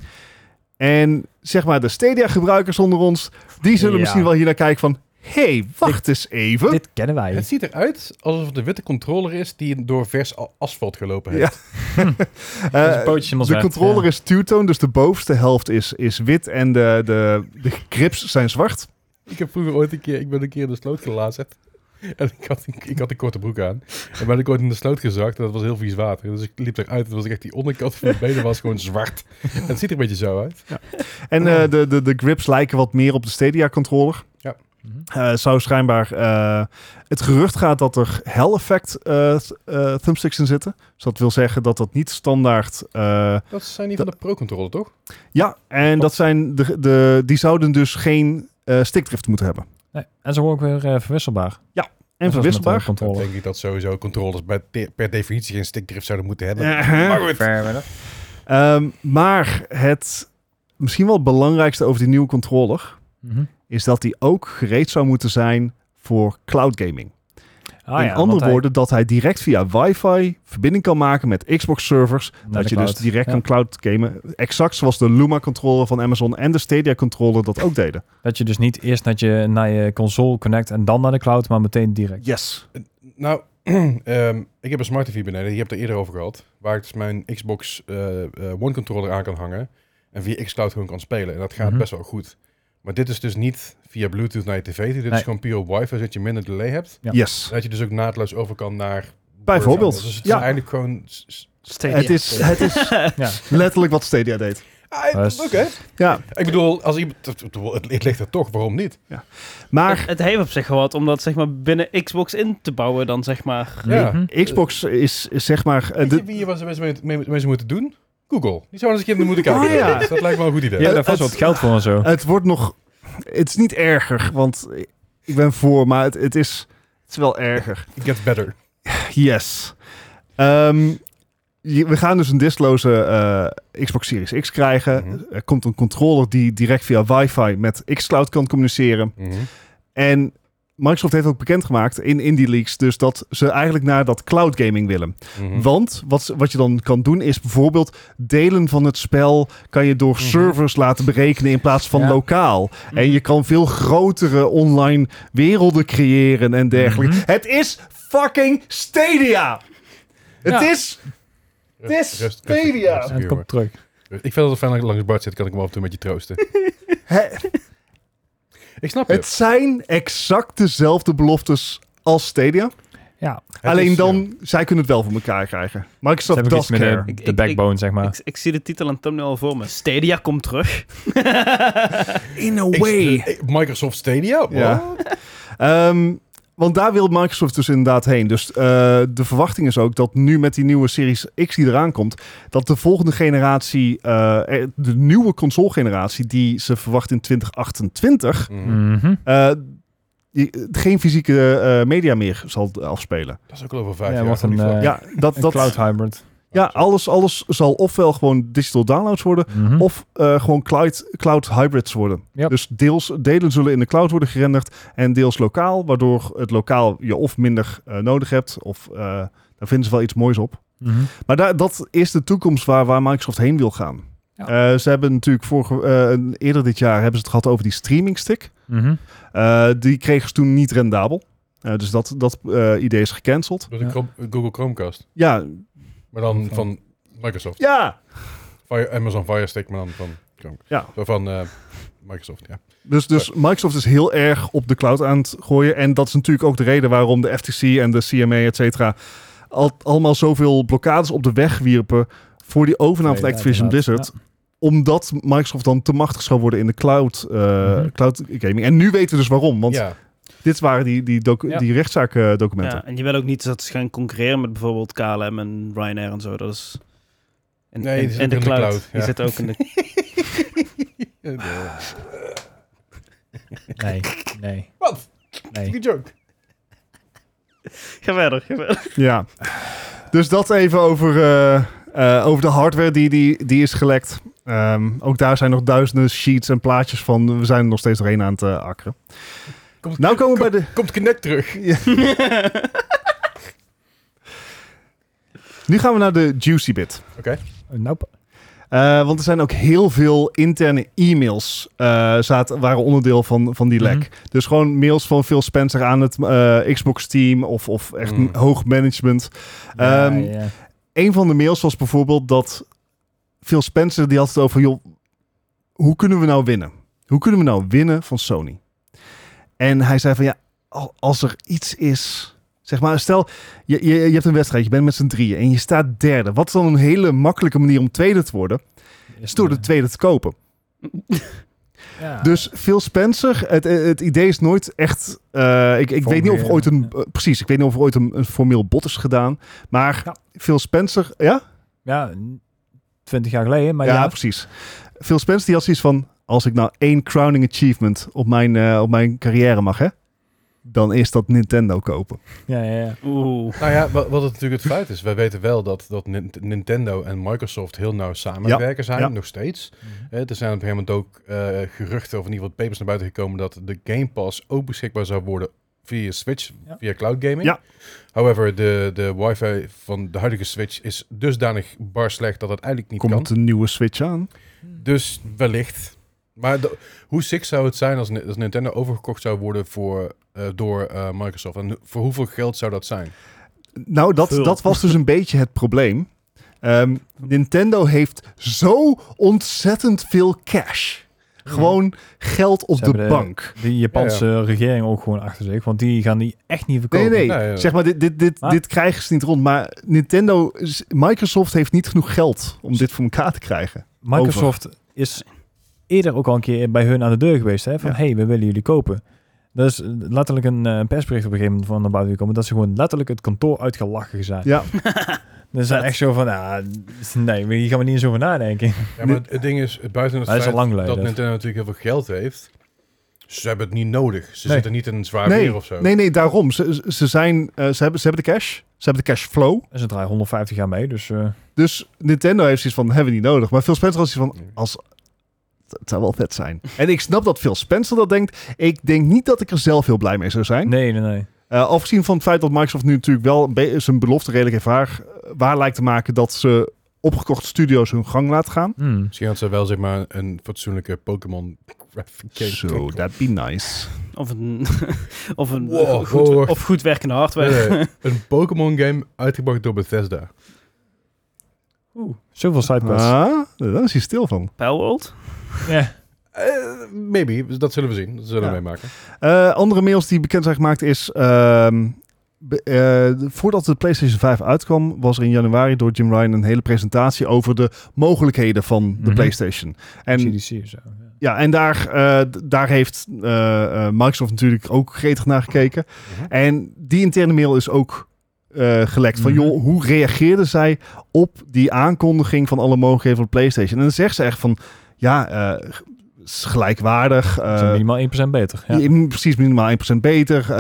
En zeg maar, de Stadia-gebruikers onder ons, die zullen Ja. misschien wel hier naar kijken van, hey, wacht eens even. Dit kennen wij. Het ziet eruit alsof het de witte controller is die door vers a- asfalt gelopen heeft. Ja. Uh, Uh, de controller ja. is two-tone, dus de bovenste helft is, is wit en de, de, de grips zijn zwart. Ik heb vroeger ooit een keer, ik ben een keer in de sloot gelazerd. En ik had, ik, ik had een korte broek aan. En ben ik ooit in de sloot gezakt en dat was heel vies water. Dus ik liep eruit en was ik echt die onderkant van mijn benen was gewoon zwart. En het ziet er een beetje zo uit. En uh, de, de, de grips lijken wat meer op de Stadia-controller. Ja. Mhm. Uh, zou schijnbaar... Uh, het gerucht gaat dat er Hell Effect uh, th- uh, thumbsticks in zitten. Dus dat wil zeggen dat dat niet standaard... Uh, dat zijn die van de Pro-controller, toch? Ja, en dat zijn de, de, die zouden dus geen uh, stickdrift moeten hebben. Nee. En ze worden ook weer uh, verwisselbaar. Ja, en verwisselbaar. Dan denk ik dat sowieso controllers bij te- per definitie geen stickdrift zouden moeten hebben. Uh-huh. Maar goed. Fair, um, maar het misschien wel het belangrijkste over die nieuwe controller... Mm-hmm. is dat die ook gereed zou moeten zijn voor cloud gaming. Ah, in ja, andere woorden, hij... dat hij direct via wifi verbinding kan maken met Xbox servers. Naar dat je cloud. Dus direct ja. kan cloud gamen. Exact zoals de Luma controller van Amazon en de Stadia controller dat ook deden. Dat je dus niet eerst naar je, naar je console connect en dan naar de cloud, maar meteen direct. Yes. Uh, nou, um, ik heb een smart T V beneden. Je hebt het er eerder over gehad. Waar ik dus mijn Xbox uh, uh, One controller aan kan hangen. En via xCloud gewoon kan spelen. En dat gaat mm-hmm. best wel goed. Maar dit is dus niet via Bluetooth naar je tv. Dit nee. is gewoon puur wifi, zodat je minder delay hebt. Ja. Yes. En dat je dus ook naadloos over kan naar... Bijvoorbeeld. Dus het ja. is eigenlijk gewoon... Stadia. Het is, het is ja. letterlijk wat Stadia deed. Ah, Oké. Okay. Ja. Ik bedoel, als iemand, het, het ligt er toch, waarom niet? Ja. Maar... Het, het heeft op zich wel wat om dat zeg maar, binnen Xbox in te bouwen dan, zeg maar. Ja. Mm-hmm. Xbox is, is zeg maar... Weet je wie je mensen mee, mee moeten doen? Google. Die zouden eens een keer moeten kijken. Oh, ja. Dat lijkt me wel een goed idee. Ja, daar vast wat geld voor en zo. Het wordt nog... Het is niet erger, want ik ben voor, maar het, het, is, het is wel erger. It gets better. Yes. Um, je, we gaan dus een diskloze uh, Xbox Series X krijgen. Mm-hmm. Er komt een controller die direct via wifi met xCloud kan communiceren. Mm-hmm. En Microsoft heeft ook bekendgemaakt in Indie Leaks dus dat ze eigenlijk naar dat cloud gaming willen. Mm-hmm. Want wat, wat je dan kan doen is bijvoorbeeld delen van het spel kan je door mm-hmm. servers laten berekenen in plaats van ja. lokaal. Mm-hmm. En je kan veel grotere online werelden creëren en dergelijke. Mm-hmm. Het is fucking Stadia! Het ja. is... Het is rust, Stadia! Rust, rust, komt terug. Ik vind dat het fijn dat ik langs Bart zit, kan ik hem af en toe met je troosten. Ik snap het. Het zijn exact dezelfde beloftes als Stadia. Ja. Alleen is, dan, ja. zij kunnen het wel voor elkaar krijgen. Microsoft does care. De, de backbone, ik, zeg maar. Ik, ik zie de titel en thumbnail al voor me. Stadia komt terug. In a way. Ik, Microsoft Stadia? Ja. um, want daar wil Microsoft dus inderdaad heen. Dus uh, de verwachting is ook dat nu met die nieuwe Series X die eraan komt, dat de volgende generatie, uh, de nieuwe console generatie die ze verwachten in twintig achtentwintig, mm-hmm. uh, die, geen fysieke uh, media meer zal afspelen. Dat is ook al over vijf ja, jaar. Wat een, uh, ja, dat, een dat, cloud hybrid. Ja, alles, alles zal ofwel gewoon digital downloads worden, mm-hmm. of uh, gewoon cloud, cloud hybrids worden. Yep. Dus deels, delen zullen in de cloud worden gerenderd en deels lokaal, waardoor het lokaal je of minder uh, nodig hebt, of uh, daar vinden ze wel iets moois op. Mm-hmm. Maar daar, dat is de toekomst waar, waar Microsoft heen wil gaan. Ja. Uh, ze hebben natuurlijk vorige, uh, eerder dit jaar hebben ze het gehad over die streaming stick. Mm-hmm. Uh, die kregen ze toen niet rendabel. Uh, dus dat, dat uh, idee is gecanceld. Dat is een ja. Google Chromecast. Ja. Maar dan van Microsoft. Ja. Fire, Amazon Fire Stick, maar dan van Chromecast. Ja. Van uh, Microsoft, ja. Dus, dus Microsoft is heel erg op de cloud aan het gooien. En dat is natuurlijk ook de reden waarom de F T C en de C M A, et cetera, al, allemaal zoveel blokkades op de weg wierpen voor die overname nee, van Activision Blizzard. Ja. Omdat Microsoft dan te machtig zou worden in de cloud, uh, mm-hmm. cloud gaming. En nu weten we dus waarom. Want ja. dit waren die, die, docu- ja. die rechtszaakdocumenten. Ja, en je wil ook niet dat ze gaan concurreren met bijvoorbeeld K L M en Ryanair en zo. Dat is in, nee, in, in, in de in cloud. De cloud ja. Die zit ook in de... nee, nee. Wat? Nee. Good joke. Ga verder, ga verder. Ja. Dus dat even over, uh, uh, over de hardware die, die, die is gelekt. Um, ook daar zijn nog duizenden sheets en plaatjes van. We zijn er nog steeds doorheen aan het uh, akkeren. Komt, nou komen we kom, bij de... Komt Kinect terug. Ja. Nu gaan we naar de juicy bit. Oké. Okay. Uh, nope. Uh, want er zijn ook heel veel interne e-mails uh, zaten, waren onderdeel van, van die lek. Mm-hmm. Dus gewoon mails van Phil Spencer aan het uh, Xbox team of, of echt mm. hoog management. Ja, um, ja. Een van de mails was bijvoorbeeld dat Phil Spencer die had het over, joh, hoe kunnen we nou winnen? Hoe kunnen we nou winnen van Sony? En hij zei van ja, als er iets is... Zeg maar, stel, je, je, je hebt een wedstrijd, je bent met z'n drieën en je staat derde. Wat is dan een hele makkelijke manier om tweede te worden? Is door de tweede te kopen. Ja. Dus Phil Spencer, het, het idee is nooit echt... Uh, ik ik weet niet of er ooit een... Uh, precies, ik weet niet of er ooit een, een formeel bod is gedaan. Maar ja. Phil Spencer... Ja? Ja, twintig jaar geleden. Maar ja, ja, precies. Phil Spencer die had zoiets van... Als ik nou één crowning achievement op mijn, uh, op mijn carrière mag, hè? Dan is dat Nintendo kopen. Ja, ja, ja. Oeh. Nou ja, wat, wat het natuurlijk het feit is. Wij weten wel dat, dat Nintendo en Microsoft heel nauw samenwerken ja. zijn, ja. nog steeds. Mm-hmm. Uh, er zijn op een gegeven moment ook uh, geruchten, of in ieder geval papers naar buiten gekomen, dat de Game Pass ook beschikbaar zou worden via Switch, ja. via cloud gaming. Ja. However, de, de wifi van de huidige Switch is dusdanig bar slecht dat het eigenlijk niet Komt kan. Komt een nieuwe Switch aan? Dus wellicht... Maar de, hoe sick zou het zijn als, als Nintendo overgekocht zou worden voor, uh, door uh, Microsoft? En voor hoeveel geld zou dat zijn? Nou, dat, dat was dus een beetje het probleem. Um, Nintendo heeft zo ontzettend veel cash. Gewoon geld op de, de bank. De Japanse ja, ja. regering ook gewoon achter zich. Want die gaan die echt niet verkopen. Nee, nee. nee ja. Zeg maar, dit, dit, dit, ah. dit krijgen ze niet rond. Maar Nintendo, Microsoft heeft niet genoeg geld om dit voor elkaar te krijgen. Microsoft Over. is... eerder ook al een keer bij hun aan de deur geweest. Hè? Van, ja. hey, we willen jullie kopen. Dat is letterlijk een uh, persbericht op een gegeven moment van naar buiten gekomen. Dat ze gewoon letterlijk het kantoor uitgelachen zijn. Ja. Dus zijn echt zo van, ah, nee, hier gaan we niet eens over nadenken. Ja, maar het ding is, buiten het feit lang geleden, dat dus. Nintendo natuurlijk heel veel geld heeft, ze hebben het niet nodig. Ze nee. zitten niet in een zwaar nee. weer of zo. Nee, nee, daarom. Ze, ze, zijn, uh, ze, hebben, ze hebben de cash. Ze hebben de cash flow. En ze draaien honderdvijftig jaar mee, dus... Uh... Dus Nintendo heeft zoiets van, hebben we niet nodig. Maar Phil Spencer was zoiets van, als... Het zou wel vet zijn. En ik snap dat Phil Spencer dat denkt. Ik denk niet dat ik er zelf heel blij mee zou zijn. Nee, nee, nee. Uh, afgezien van het feit dat Microsoft nu natuurlijk wel be- zijn belofte redelijk heeft waar, waar lijkt te maken dat ze opgekochte studio's hun gang laten gaan. Hmm. Misschien had ze wel zeg maar een fatsoenlijke Pokémon graphic game. So, that'd be nice. Of een, of een wow, goed, wow. of goed werkende hardware. Nee, een Pokémon game uitgebracht door Bethesda. Oeh, zoveel sidequests. Ah, daar is hij stil van. Palworld? Ja. Yeah. Uh, maybe, dat zullen we zien. Dat zullen ja. we meemaken. Uh, andere mails die bekend zijn gemaakt is... Uh, be, uh, voordat de PlayStation vijf uitkwam... was er in januari door Jim Ryan een hele presentatie... over de mogelijkheden van de mm-hmm. PlayStation. En, C D C of zo. Ja, ja en daar, uh, daar heeft uh, uh, Microsoft natuurlijk ook gretig naar gekeken. Mm-hmm. En die interne mail is ook... Uh, gelekt van, joh, hoe reageerden zij op die aankondiging van alle mogelijkheden van de PlayStation? En dan zegt ze echt van, ja, uh, gelijkwaardig. Uh, minimaal één procent beter. Ja. Precies, minimaal één procent beter. Uh,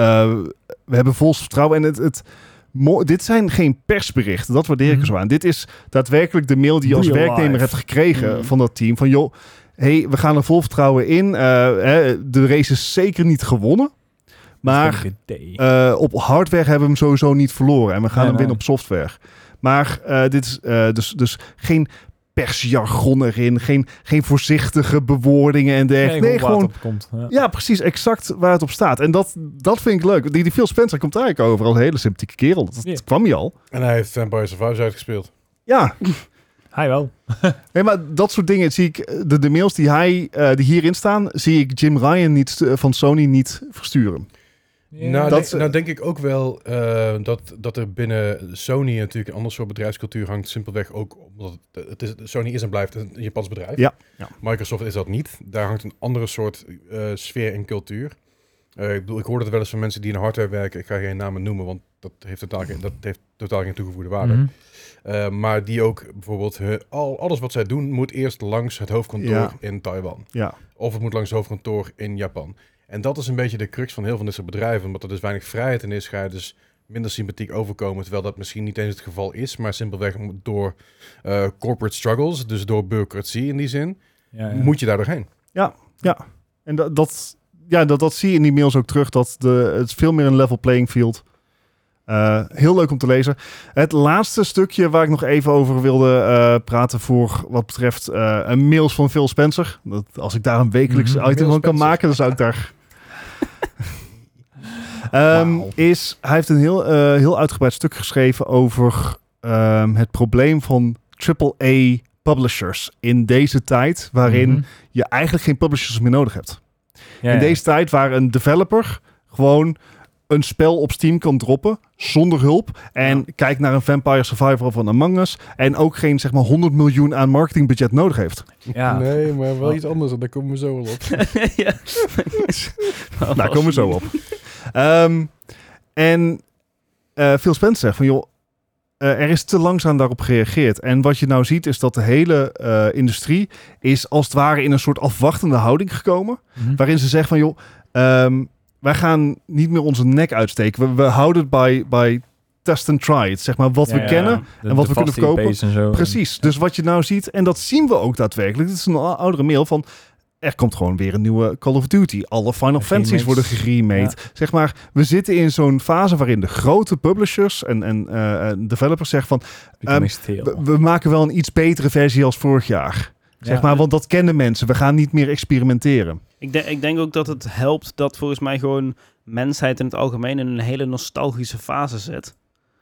we hebben vol vertrouwen. En het, het, mo- dit zijn geen persberichten, dat waardeer ik mm. er zo aan. Dit is daadwerkelijk de mail die je als werknemer life. hebt gekregen mm. van dat team. Van, joh, hey, we gaan er vol vertrouwen in. Uh, hè, de race is zeker niet gewonnen. Maar uh, op hardware hebben we hem sowieso niet verloren. En we gaan ja, hem winnen nou. op software. Maar uh, dit is uh, dus, dus geen persjargon erin. Geen, geen voorzichtige bewoordingen en dergelijke. Nee, nee, gewoon... Komt, ja. ja, precies. Exact waar het op staat. En dat, dat vind ik leuk. Die, die Phil Spencer komt eigenlijk over als een hele sympathieke kerel. Dat, yeah. dat kwam hij al. En hij heeft Vampire Survivors uitgespeeld. Ja. Hij wel. Nee, maar dat soort dingen zie ik... De, de mails die, hij, uh, die hierin staan... zie ik Jim Ryan niet, uh, van Sony niet versturen. Ja, nou, dat, denk, nou denk ik ook wel uh, dat, dat er binnen Sony natuurlijk een ander soort bedrijfscultuur hangt. Simpelweg ook omdat het, het is, Sony is en blijft een Japans bedrijf. Ja, ja. Microsoft is dat niet. Daar hangt een andere soort uh, sfeer en cultuur. Uh, ik bedoel, ik hoor het wel eens van mensen die in hardware werken. Ik ga geen namen noemen, want dat heeft totaal geen, dat heeft totaal geen toegevoegde waarde. Mm-hmm. Uh, maar die ook bijvoorbeeld, uh, al, alles wat zij doen moet eerst langs het hoofdkantoor ja. in Taiwan. Ja. Of het moet langs het hoofdkantoor in Japan. En dat is een beetje de crux van heel veel van dit soort bedrijven. Omdat er dus weinig vrijheid in is, ga je dus minder sympathiek overkomen. Terwijl dat misschien niet eens het geval is. Maar simpelweg door uh, corporate struggles, dus door bureaucratie in die zin, ja, ja. moet je daar doorheen. Ja, ja. En dat, dat, ja, dat, dat zie je in die mails ook terug. Dat de, het is veel meer een level playing field. Uh, heel leuk om te lezen. Het laatste stukje waar ik nog even over wilde uh, praten voor wat betreft uh, een mails van Phil Spencer. Dat, als ik daar een wekelijks mm-hmm. item van kan maken, dan zou ik daar... um, wow. is, hij heeft een heel, uh, heel uitgebreid stuk geschreven over um, het probleem van triple A publishers in deze tijd waarin mm-hmm. je eigenlijk geen publishers meer nodig hebt. Ja, in ja. deze tijd waar een developer gewoon een spel op Steam kan droppen zonder hulp. En Ja. kijk naar een Vampire Survivor van Among Us. En ook geen zeg maar honderd miljoen aan marketingbudget nodig heeft. Ja. Nee, maar wel iets anders en daar komen we zo wel op. ja. Nou, daar komen we zo op. Um, en uh, Phil Spencer zegt van joh, uh, er is te langzaam daarop gereageerd. En wat je nou ziet is dat de hele uh, industrie is als het ware in een soort afwachtende houding gekomen. Mhm. Waarin ze zeggen van joh, um, wij gaan niet meer onze nek uitsteken. We, we houden het bij, bij test and try it. Zeg maar wat Ja, we ja. kennen De- en wat de we kunnen vaste verkopen. I P's en zo. Precies. Dus wat je nou ziet, en dat zien we ook daadwerkelijk. Dit is een oudere mail van er komt gewoon weer een nieuwe Call of Duty. Alle Final Fantasies Remakes. worden geremade. Zeg maar, we zitten in zo'n fase waarin de grote publishers en, en uh, developers zeggen van Becoming um, stale. we, we maken wel een iets betere versie als vorig jaar. Zeg Ja. maar, want dat kennen mensen. We gaan niet meer experimenteren. Ik, denk, ik denk ook dat het helpt dat volgens mij gewoon mensheid in het algemeen in een hele nostalgische fase zit.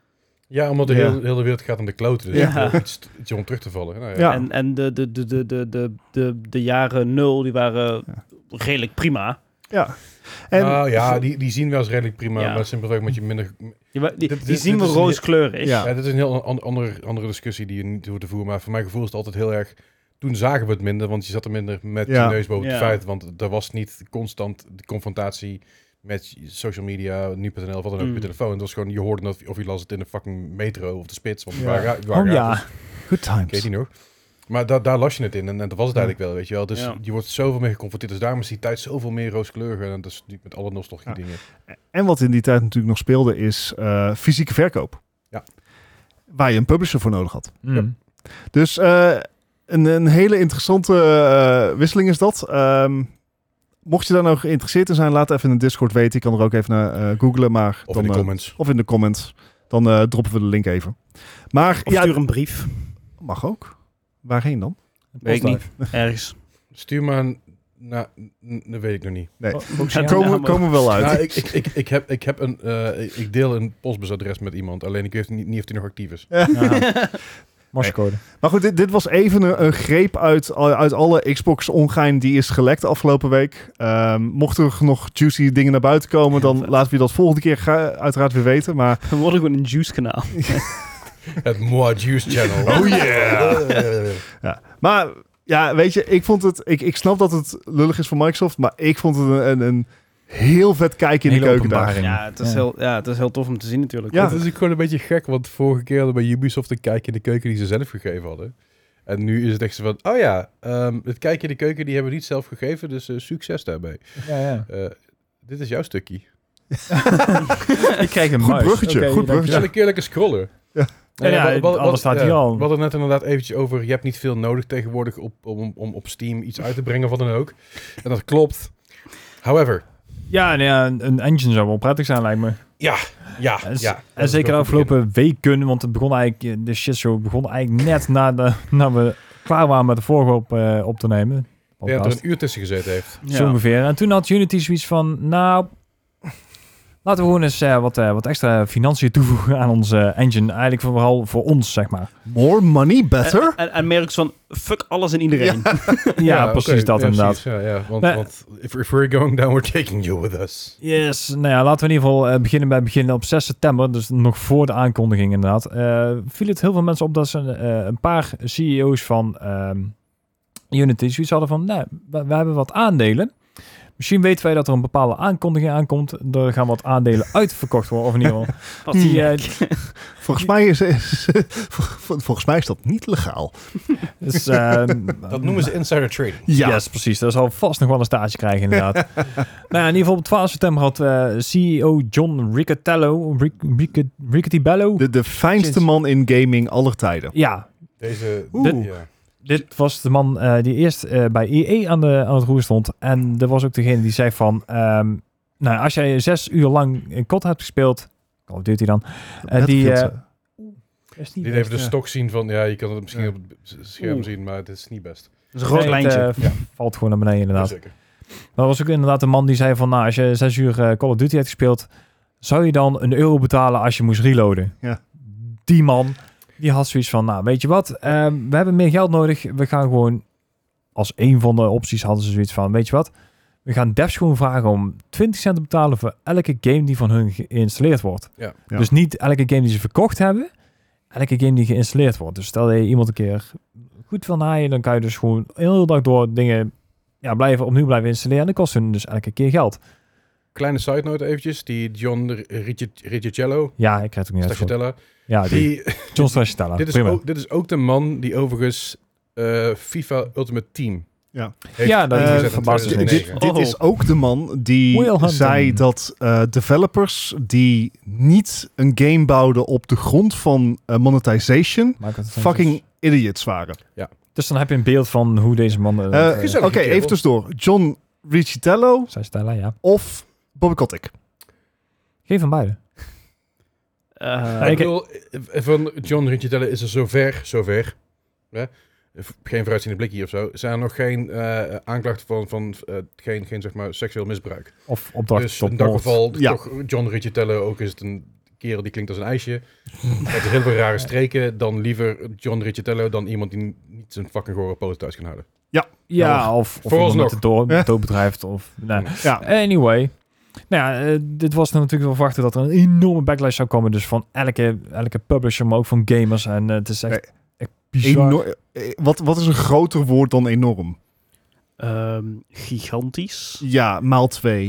Ja, omdat de Ja. hele, hele wereld gaat aan de kloten. Dus Ja. ja. iets, iets om terug te vallen. Nou, ja. Ja. En, en de, de, de, de, de, de, de, de jaren nul, die waren Ja. redelijk prima. Ja. En Nou ja, die, die zien we als redelijk prima, Ja. maar simpelweg met je minder... Die, wa- die, Dit- die dit- zien dit we is een- rooskleurig. Ja. Ja, dat is een heel an- andere, andere discussie die je niet hoeft te voeren. Maar voor mijn gevoel is het altijd heel erg... Toen zagen we het minder, want je zat er minder met Ja. je neus boven Ja. het feit. Want er was niet constant de confrontatie met social media, nu punt n l of wat dan ook, Mm. op je telefoon. Het was gewoon, je hoorde het of je las het in de fucking metro of de spits. Want we Ja. waren, we waren Oh ja. gratis. good Ik weet times. niet nog. Maar da daar las je het in en, en dat was het Ja. eigenlijk wel, weet je wel. Dus Ja. je wordt zoveel meer geconfronteerd. Dus daarom is die tijd zoveel meer rooskleurig. En dat is natuurlijk met alle nostalgie Ja. dingen. En wat in die tijd natuurlijk nog speelde is uh, fysieke verkoop. Ja. Waar je een publisher voor nodig had. Mm. Dus uh, een, een hele interessante uh, wisseling is dat. Um, mocht je daar nou geïnteresseerd in zijn, laat even in de Discord weten. Je kan er ook even naar uh, googlen. Maar Of dan, in de uh, comments. of in de comments. Dan uh, droppen we de link even. Maar Of ja, stuur een brief. mag ook. Waarheen dan? Weet ik niet. Ergens. Stuur maar een... Nou, n- dat weet ik nog niet. Nee, Oh, daar Oceaan. komen, Ja, maar- komen we wel uit. Nou, ik, ik, ik, ik, heb, ik, heb een, uh, ik deel een postbusadres met iemand. Alleen ik weet niet, niet of die nog actief is. Ja. Morsecode. Maar goed, dit, dit was even een, een greep uit, uit alle Xbox-ongein die is gelekt afgelopen week. Um, mocht er nog juicy dingen naar buiten komen, dan vet. laten we dat volgende keer ga, uiteraard weer weten. Maar We worden gewoon een juice-kanaal. Het Moi Juice Channel. Oh yeah. ja. Maar ja, weet je, ik vond het, ik, ik snap dat het lullig is voor Microsoft, maar ik vond het een, een, een heel vet kijken in de Hele keuken daar. openbaring. Ja, het is, Ja. Heel, ja, het is heel tof om te zien natuurlijk. Ja. Het is ook gewoon een beetje gek, want vorige keer hadden we bij Ubisoft een kijkje in de keuken die ze zelf gegeven hadden. En nu is het echt zo van, oh ja, um, het kijkje in de keuken die hebben we niet zelf gegeven, dus uh, succes daarbij. Ja, ja. Uh, dit is jouw stukje. Ik krijg een Goed muis. bruggetje, Oké, goed dank je. bruggetje. Ja, een keer lekker scrollen. Ja. Ja, ja, we- we- we- anders staat hij ja, al. We hadden het net inderdaad eventjes over, je hebt niet veel nodig tegenwoordig op, om, om op Steam iets uit te brengen of wat dan ook. En dat klopt. However, Ja, nou ja, een, een engine zou wel prettig zijn, lijkt me. ja, ja, En, s- ja. en zeker de afgelopen weken, want het begon eigenlijk, de shitshow begon eigenlijk net nadat na we klaar waren met de vorige op, uh, op te nemen. Ja, dat er Podcast. een uur tussen gezeten heeft. Ja. Zo ongeveer. En toen had Unity zoiets van, nou, laten we gewoon eens uh, wat, uh, wat extra financiën toevoegen aan onze engine. Eigenlijk vooral voor ons, zeg maar. More money, better? En, en, en merk van, fuck alles en iedereen. Ja, oké, precies dat ja, inderdaad. precies, ja, ja. Want, Nee. want if, if we're going down, we're taking you with us. Yes, nou ja, laten we in ieder geval uh, beginnen bij het begin op zes september, dus nog voor de aankondiging inderdaad. Uh, viel het heel veel mensen op dat ze uh, een paar C E O's van um, Unity zoiets hadden van, nou, we, we hebben wat aandelen. Misschien weten wij dat er een bepaalde aankondiging aankomt. Er gaan wat aandelen uitverkocht worden, of in ieder geval. Wat Die, uh, Volgens mij is, is vol- volgens mij is dat niet legaal. dus, uh, Dat noemen ze insider trading. Ja. Yes, precies. Dat zal vast nog wel een staartje krijgen, inderdaad. nou ja, in ieder geval op twaalf september had uh, C E O John Riccatello, Ric, Ric, Riccatibello. De, de fijnste man in gaming aller tijden. Ja, Deze, Oeh. ja. dit was de man uh, die eerst uh, bij E A aan, de, aan het roer stond. En er was ook degene die zei van, um, nou, als jij zes uur lang een C O D hebt gespeeld, Call of Duty dan, uh, die... Uh, is niet Die best, even de ja. stok zien van, ja, je kan het misschien Ja. op het scherm Oeh. zien, maar het is niet best. Dat is een rood Nee, lijntje. het, uh, Ja. valt gewoon naar beneden, inderdaad. Zeker. Maar er was ook inderdaad een man die zei van, nou, als je zes uur uh, Call of Duty hebt gespeeld, zou je dan een euro betalen als je moest reloaden? Ja. Die man, die had zoiets van, nou, weet je wat, uh, we hebben meer geld nodig. We gaan gewoon, als een van de opties hadden ze zoiets van, weet je wat, we gaan devs gewoon vragen om twintig cent te betalen voor elke game die van hun geïnstalleerd wordt. Ja. Ja. Dus niet elke game die ze verkocht hebben, elke game die geïnstalleerd wordt. Dus stel je iemand een keer goed wil naaien, dan kan je dus gewoon de hele dag door dingen ja, blijven, opnieuw blijven installeren. En dat kost hun dus elke keer geld. Kleine side note eventjes. Die John Riccicello, Ja, ik krijg het ook niet uit. Stracciatella, Ja, die, die, John Stracciatella. dit, is Prima. ook, dit is ook de man die overigens uh, FIFA Ultimate Team Ja. heeft Ja, dat ingezet uh, in verbaast dus dit, tweeduizend dit, negen. dit is ook de man die Will Hunting. zei dat uh, developers die niet een game bouwden op de grond van uh, monetization Microtransactions. fucking idiots waren. Dus dan heb je een beeld van hoe deze man... Uh, Uh, uh, Oké, gezellig kerel. even tussendoor. John Riccicello Stracciatella, ja. of Bobby Kotick? Geen van beide. Uh, Ik ik- bedoel, van John Riccicello is er zover, zover. Hè? Geen vooruitziende blikje of zo. Zijn er nog geen uh, aanklachten van, van uh, geen, geen zeg maar, seksueel misbruik. Of opdracht Dus tot in dat moord. geval, Ja. toch John Riccicello, ook is het een kerel die klinkt als een ijsje. Met heel veel rare streken. Dan liever John Riccicello dan iemand die niet zijn fucking gore poten thuis kan houden. Ja, of, of Vooralsnog. iemand met de door, Ja. dood bedrijft. Of, nou. Ja, Anyway. Nou ja, uh, dit was natuurlijk wel verwachten dat er een enorme backlash zou komen. Dus van elke, elke publisher, maar ook van gamers. En uh, het is echt, Nee. echt bizar. Eno- eh, wat, wat is een groter woord dan enorm? ehm, gigantisch. Ja, maal twee.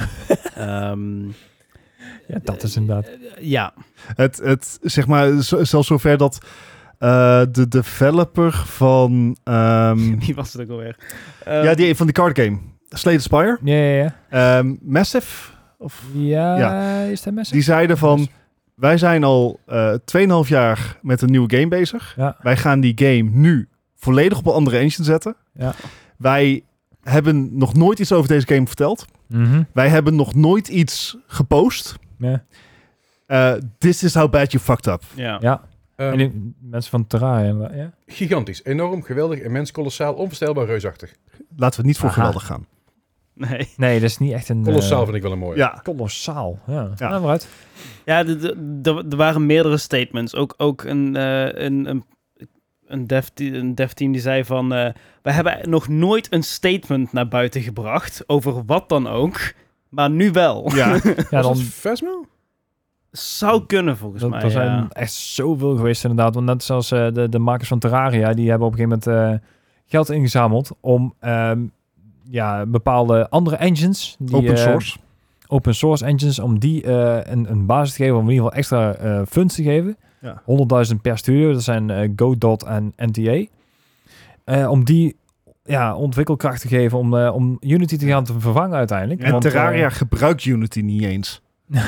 Ehm, Ja, dat is inderdaad. ja. Het, het, zeg maar, z- zelfs zover dat uh, de developer van... ehm, Wie was het ook alweer? Uh, ja, die van die card game. Slay the Spire. Ja, ja, ja. Um, Massive. Of, Ja, Ja. is dat mensen? die zeiden van... Wij zijn al uh, twee komma vijf jaar met een nieuwe game bezig. Ja. Wij gaan die game nu volledig op een andere engine zetten. Ja. Wij hebben nog nooit iets over deze game verteld. Mhm. Wij hebben nog nooit iets gepost. Ja. Uh, this is how bad you fucked up. ja. Ja. Um, En die mensen van Terraria, ja? Gigantisch, enorm, geweldig, immens, kolossaal, onvoorstelbaar, reusachtig. Laten we het niet voor Aha. geweldig gaan. Nee. Nee, dat is niet echt een... Kolossaal uh, vind ik wel een mooi. Ja, kolossaal, ja. Ja. Ja, vooruit. Ja, de- de- de- er waren meerdere statements. Ook, ook een, eh, een, een, een, dev, een dev team die zei van... eh we hebben nog nooit een statement naar buiten gebracht over wat dan ook. Maar nu wel. ja. Ja, Was dan... het Phasmo? Zou kunnen volgens Er, mij. er zijn ja. echt zoveel geweest inderdaad. Want net zoals uh, de, de makers van Terraria, die hebben op een gegeven moment uh, geld ingezameld om um, ja, bepaalde andere engines, die, Open uh, source. open source engines, om die uh, een, een basis te geven, om in ieder geval extra uh, funds te geven. Ja. honderdduizend per studio, dat zijn uh, Godot en N T A. Uh, om die ja, ontwikkelkracht te geven om, uh, om Unity te gaan te vervangen uiteindelijk. En Want, Terraria uh, gebruikt Unity niet eens.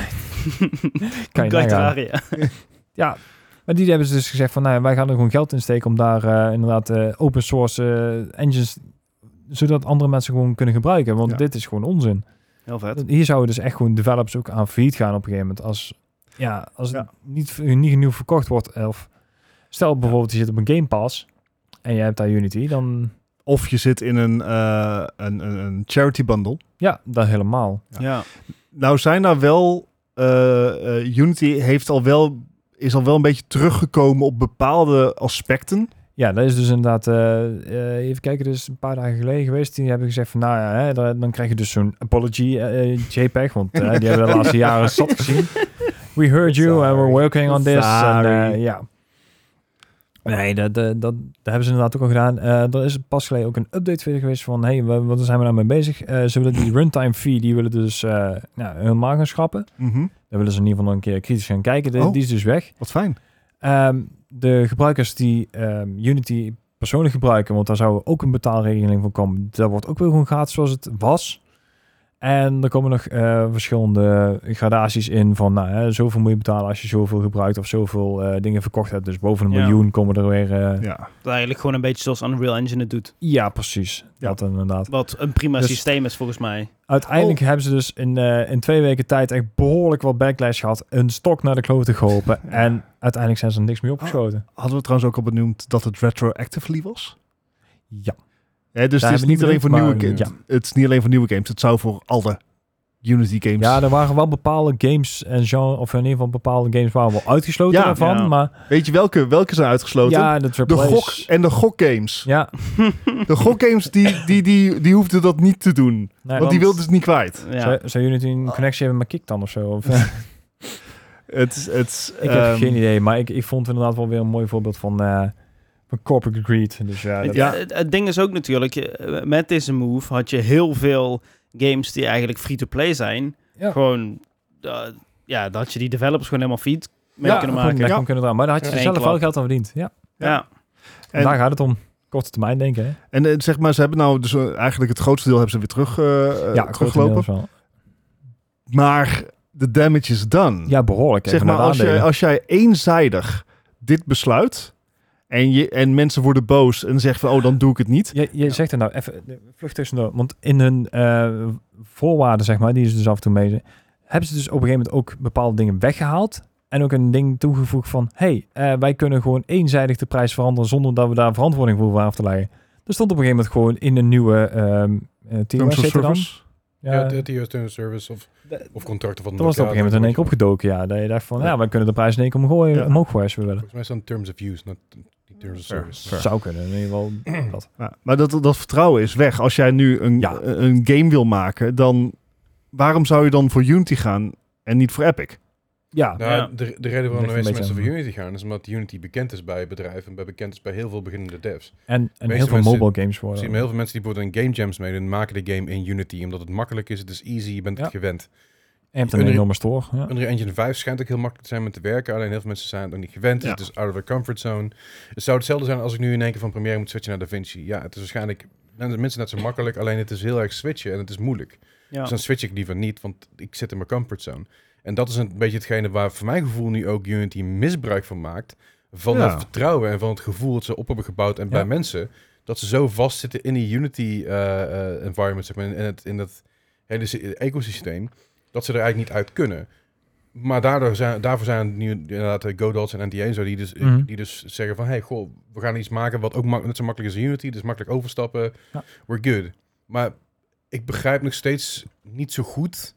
kan je Kan nagaan. Terraria. Ja, maar die hebben ze dus gezegd van, nou ja, wij gaan er gewoon geld in steken om daar uh, inderdaad uh, open source uh, engines, zodat andere mensen gewoon kunnen gebruiken. Want Ja. dit is gewoon onzin. Heel vet. Hier zouden dus echt gewoon developers ook aan failliet gaan op een gegeven moment. Als, ja, als het Ja. niet, niet genoeg verkocht wordt. Of stel bijvoorbeeld, je zit op een Game Pass en je hebt daar Unity, dan Of je zit in een, uh, een, een, een charity bundle. ja, dat helemaal. Ja. Nou zijn daar wel... Uh, uh, Unity heeft al wel, is al wel een beetje teruggekomen op bepaalde aspecten. Ja, dat is dus inderdaad, uh, uh, even kijken, dus een paar dagen geleden geweest. Die hebben gezegd van, nou ja, hè, dan, dan krijg je dus zo'n apology uh, JPEG, want uh, die hebben de laatste jaren zat gezien. We heard you and we're working on this. En, Sorry. uh, ja. Nee, dat, dat, dat, dat hebben ze inderdaad ook al gedaan. Uh, er is pas geleden ook een update weer geweest van, hey, wat zijn we nou mee bezig? Uh, ze willen die runtime fee, die willen dus uh, nou, helemaal gaan schrappen. Mm-hmm. Daar willen ze in ieder geval nog een keer kritisch gaan kijken. De, Oh. Die is dus weg. Wat fijn. Um, de gebruikers die um, Unity persoonlijk gebruiken, want daar zou ook een betaalregeling voor komen. Dat wordt ook weer gewoon gratis zoals het was. En er komen nog uh, verschillende gradaties in van, nou, hè, zoveel moet je betalen als je zoveel gebruikt of zoveel uh, dingen verkocht hebt. Dus boven een Ja. miljoen komen er weer... Uh, ja. Ja. Dat is eigenlijk gewoon een beetje zoals Unreal Engine het doet. precies. Ja. Dat inderdaad. Wat een prima Dus- systeem is volgens mij. Uiteindelijk hebben ze dus in, uh, in twee weken tijd echt behoorlijk wat backlash gehad. Een stok naar de kloten geholpen. Ja. En uiteindelijk zijn ze er niks meer opgeschoten. Hadden we trouwens ook al benoemd dat het retroactively was? Ja. Ja, dus Daar het is hebben we niet alleen niet voor benoemd, nieuwe maar, games. Het is niet alleen voor nieuwe games. Het zou voor alle Unity games. Ja, er waren wel bepaalde games en genre, of in ieder geval bepaalde games waren wel uitgesloten Ja. daarvan, Ja. maar Weet je welke, welke zijn uitgesloten? ja, de de triple A's. gok en de gokgames. Ja, De gokgames, die, die, die, die hoefden dat niet te doen. nee, want want- die wilden ze niet kwijt. Ja. Zou, zou Unity een connectie hebben met Kick dan of zo? Of, eh, Het, is- het, is, ik heb ehm, geen idee, maar ik, ik vond het inderdaad wel weer een mooi voorbeeld van, eh, van corporate greed. Dus ja, dat- Ja. Het, het ding is ook natuurlijk, eh, met deze move had je heel veel games die eigenlijk free-to-play zijn. Ja. Gewoon, uh, ja, dat had je die developers gewoon helemaal feed mee ja, kunnen gewoon maken. lekker kunnen draaien. Maar daar had je Ja. er zelf Eén wel klap. geld aan verdiend. Ja, Ja. Ja. en En- daar gaat het om. Korte termijn denken, hè? En eh, zeg maar, ze hebben nou dus eh, eigenlijk het grootste deel hebben ze weer terug, eh, eh, Ja, teruggelopen. grotendeels wel. Maar de damage is done. Ja, behoorlijk. hè, zeg van maar, de als, je, aandelen. als jij eenzijdig dit besluit en, je, en mensen worden boos en zeggen van, oh, dan doe ik het niet. Je, je zegt er nou even eh, vlug tussendoor. Want in hun eh, voorwaarden, zeg maar, die ze dus af en toe mee hebben ze dus op een gegeven moment ook bepaalde dingen weggehaald. En ook een ding toegevoegd van, hey, eh, wij kunnen gewoon eenzijdig de prijs veranderen zonder dat we daar verantwoording voor hoeven af te leggen. Er stond op een gegeven moment gewoon in een nieuwe ehm uh, Terms of service. Ja, Ja, de T O S Terms of Service of, of contracten van... dat was het op een gegeven moment in één keer opgedoken, ja. Dat je dacht van, ja, Ja. wij kunnen de prijs in één keer omgooien, Ja. omhoog gooien als we willen. Volgens mij staan Terms of Use, not niet Terms of Fair, Service. fair. Zou kunnen, in ieder geval dat. Ja, maar dat, dat vertrouwen is weg. Als jij nu een, Ja. een game wil maken, dan waarom zou je dan voor Unity gaan en niet voor Epic? Ja, Nou, Ja. de, de reden waarom de Ligt meeste een beetje mensen aan- voor Unity gaan, is omdat Unity bekend is bij bedrijven en bij bekend is bij heel veel beginnende devs. en, en meeste heel veel mensen- mobile games Ik worden. zie heel veel mensen die bijvoorbeeld een Game Jams meedoen, maken de game in Unity, omdat het makkelijk is, het is easy, je bent het Ja. gewend. En je hebt een Unreal- enorme store. Ja. Unreal Engine vijf schijnt ook heel makkelijk te zijn met te werken, alleen heel veel mensen zijn het nog niet gewend, dus Ja. het is out of their comfort zone. Het zou hetzelfde zijn als ik nu in één keer van Premiere moet switchen naar DaVinci. Ja, het is waarschijnlijk, mensen net zo makkelijk, alleen het is heel erg switchen en het is moeilijk. Ja. Dus dan switch ik liever niet, want ik zit in mijn comfortzone. En dat is een beetje hetgene waar voor mijn gevoel nu ook Unity misbruik van maakt. Van Ja. het vertrouwen en van het gevoel dat ze op hebben gebouwd. En Ja. bij mensen, dat ze zo vastzitten in die Unity uh, uh, environment, zeg maar, in het, in het hele sy- ecosysteem, dat ze er eigenlijk niet uit kunnen. Maar daardoor zijn, daarvoor zijn nu inderdaad uh, Godals en N T A en zo, die dus, Mhm. die dus zeggen van, hey, goh, we gaan iets maken wat ook mak- net zo makkelijk is als Unity, dus makkelijk overstappen, Ja. we're good. Maar ik begrijp nog steeds niet zo goed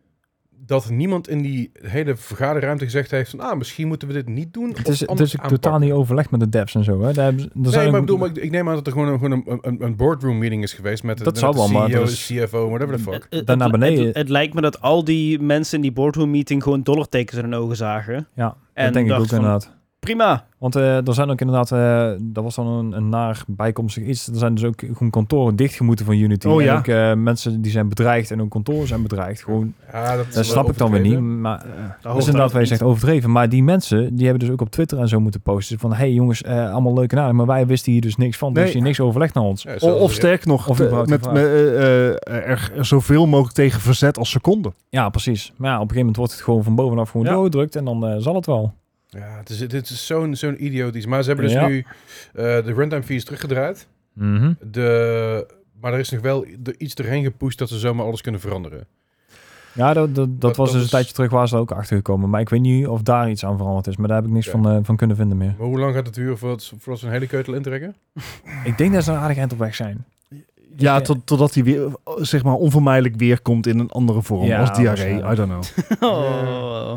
dat niemand in die hele vergaderruimte gezegd heeft van, ah, misschien moeten we dit niet doen. Het of is, het anders is ook aanpakken. totaal niet overlegd met de devs en zo. Hè. Daar hebben ze, er Nee, zijn maar ook- ik bedoel, maar ik, ik neem aan dat er gewoon een, gewoon een, een, een boardroom meeting is geweest met de, Dat met zou de wel, maar C E O, er is- C F O, whatever the fuck. Het- het- Dan naar het- beneden. Het, het lijkt me dat al die mensen in die boardroom meeting gewoon dollartekens in hun ogen zagen. Ja, En dat denk ik dacht ook van, inderdaad. Prima. Want eh, er zijn ook inderdaad, eh, dat was dan een, een naar bijkomstig iets. Er zijn dus ook gewoon kantoren dichtgemoeten van Unity. Oh, en ja? ook eh, mensen die zijn bedreigd en ook kantoren zijn bedreigd. Gewoon, Ja, dat, dat snap ik dan weer niet. Maar dat is inderdaad wat je zegt overdreven. Maar die mensen, die hebben dus ook op Twitter en zo moeten posten. Van, hey jongens, eh, allemaal leuk en aardig. Maar wij wisten hier dus niks van. Dus Nee. hier niks overlegd naar ons. Ja, O- zelfs of de- sterk nog, Of te- überhaupt met, gevraagd. met, eh, eh, er zoveel mogelijk tegen verzet als seconde. Ja, precies. Maar ja, op een gegeven moment wordt het gewoon van bovenaf gewoon Ja. doorgedrukt. En dan eh, zal het wel. Ja, het is, dit is zo'n zo'n idiotisch. Maar ze hebben dus Ja. nu uh, de runtime fees teruggedraaid. Mhm. De, maar er is nog wel de, iets erheen gepusht dat ze zomaar alles kunnen veranderen. Ja, dat, dat, dat, Dat- was dat dus een is- tijdje terug waar ze ook achter gekomen. Maar ik weet niet of daar iets aan veranderd is. Maar daar heb ik niks Ja. van, eh, van kunnen vinden meer. Maar hoe lang gaat het duren voordat, voordat ze een hele keutel intrekken? Ik denk dat ze een aardig eind op weg zijn. Ja, Ik- tot, totdat hij weer, zeg maar, onvermijdelijk weer komt in een andere vorm. Ja, als diarree, I waarschijnlijk. don't know. Oh.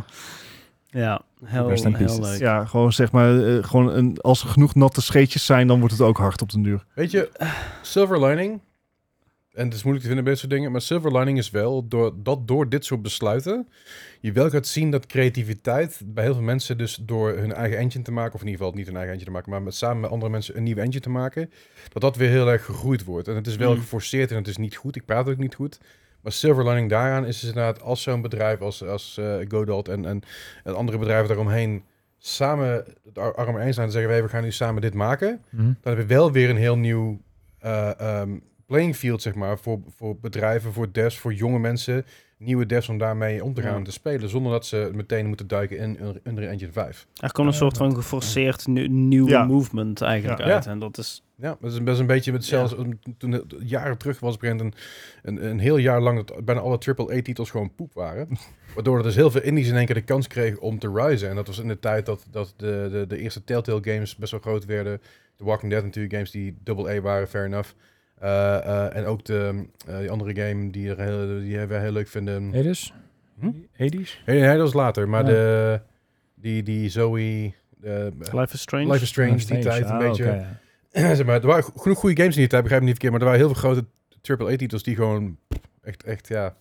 Ja, heel, Rest in heel peace. leuk. Ja, gewoon zeg maar, eh, gewoon een, als er genoeg natte scheetjes zijn, dan wordt het ook hard op den duur. Weet je, silver lining, en het is moeilijk te vinden bij dit soort dingen, maar silver lining is wel door, dat door dit soort besluiten je wel gaat zien dat creativiteit bij heel veel mensen dus door hun eigen engine te maken, of in ieder geval niet hun eigen engine te maken, maar met, samen met andere mensen een nieuwe engine te maken, dat dat weer heel erg gegroeid wordt. En het is wel Mm. geforceerd en het is niet goed. Ik praat ook niet goed. Maar silver lining daaraan is dus inderdaad als zo'n bedrijf als, als uh, Godot en, en, en andere bedrijven daaromheen samen het ar- arm eens zijn en zeggen, hey, we gaan nu samen dit maken. Mhm. Dan heb je wel weer een heel nieuw uh, um, playing field, zeg maar, voor, voor bedrijven, voor devs, voor jonge mensen, nieuwe devs om daarmee om te gaan Ja. en te spelen, zonder dat ze meteen moeten duiken in Unreal Engine vijf. Er komt een Ja, soort van geforceerd nu- nieuwe Ja. movement eigenlijk Ja. uit. Ja. En dat is... Ja, dat is best een beetje met zelfs toen het jaren terug was, op een gegeven moment een, een, een heel jaar lang dat bijna alle triple A titels gewoon poep waren. Waardoor er dus heel veel indies in één keer de kans kregen om te risen. En dat was in de tijd dat, dat de, de, de eerste Telltale games best wel groot werden. The Walking Dead natuurlijk, games die double A waren, fair enough. Uh, uh, en ook de uh, die andere game die, er heel, die wij heel leuk vinden. Hades? Hm? Hades? Nee, nee, dat was later. Maar Ja. de, die, die Zoe... Uh, Life is Strange. Life is Strange, Strange. die tijd Ah, een beetje. oké, ja. zeg maar, er waren genoeg goede games in die tijd, begrijp me niet verkeerd, maar er waren heel veel grote triple A-titels die gewoon echt, echt, ja,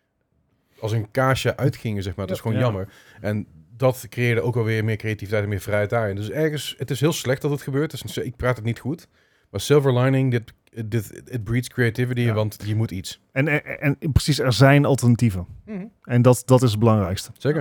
als een kaasje uitgingen, zeg maar. Dat is gewoon Ja. jammer. En dat creëerde ook alweer meer creativiteit en meer vrijheid daarin. Dus ergens, het is heel slecht dat het gebeurt. Dus ik praat het niet goed. Maar silver lining, dit, dit, it breeds creativity, Ja. want je moet iets. En, en, en precies, er zijn alternatieven. Mm-hmm. En dat, dat is het belangrijkste. Zeker.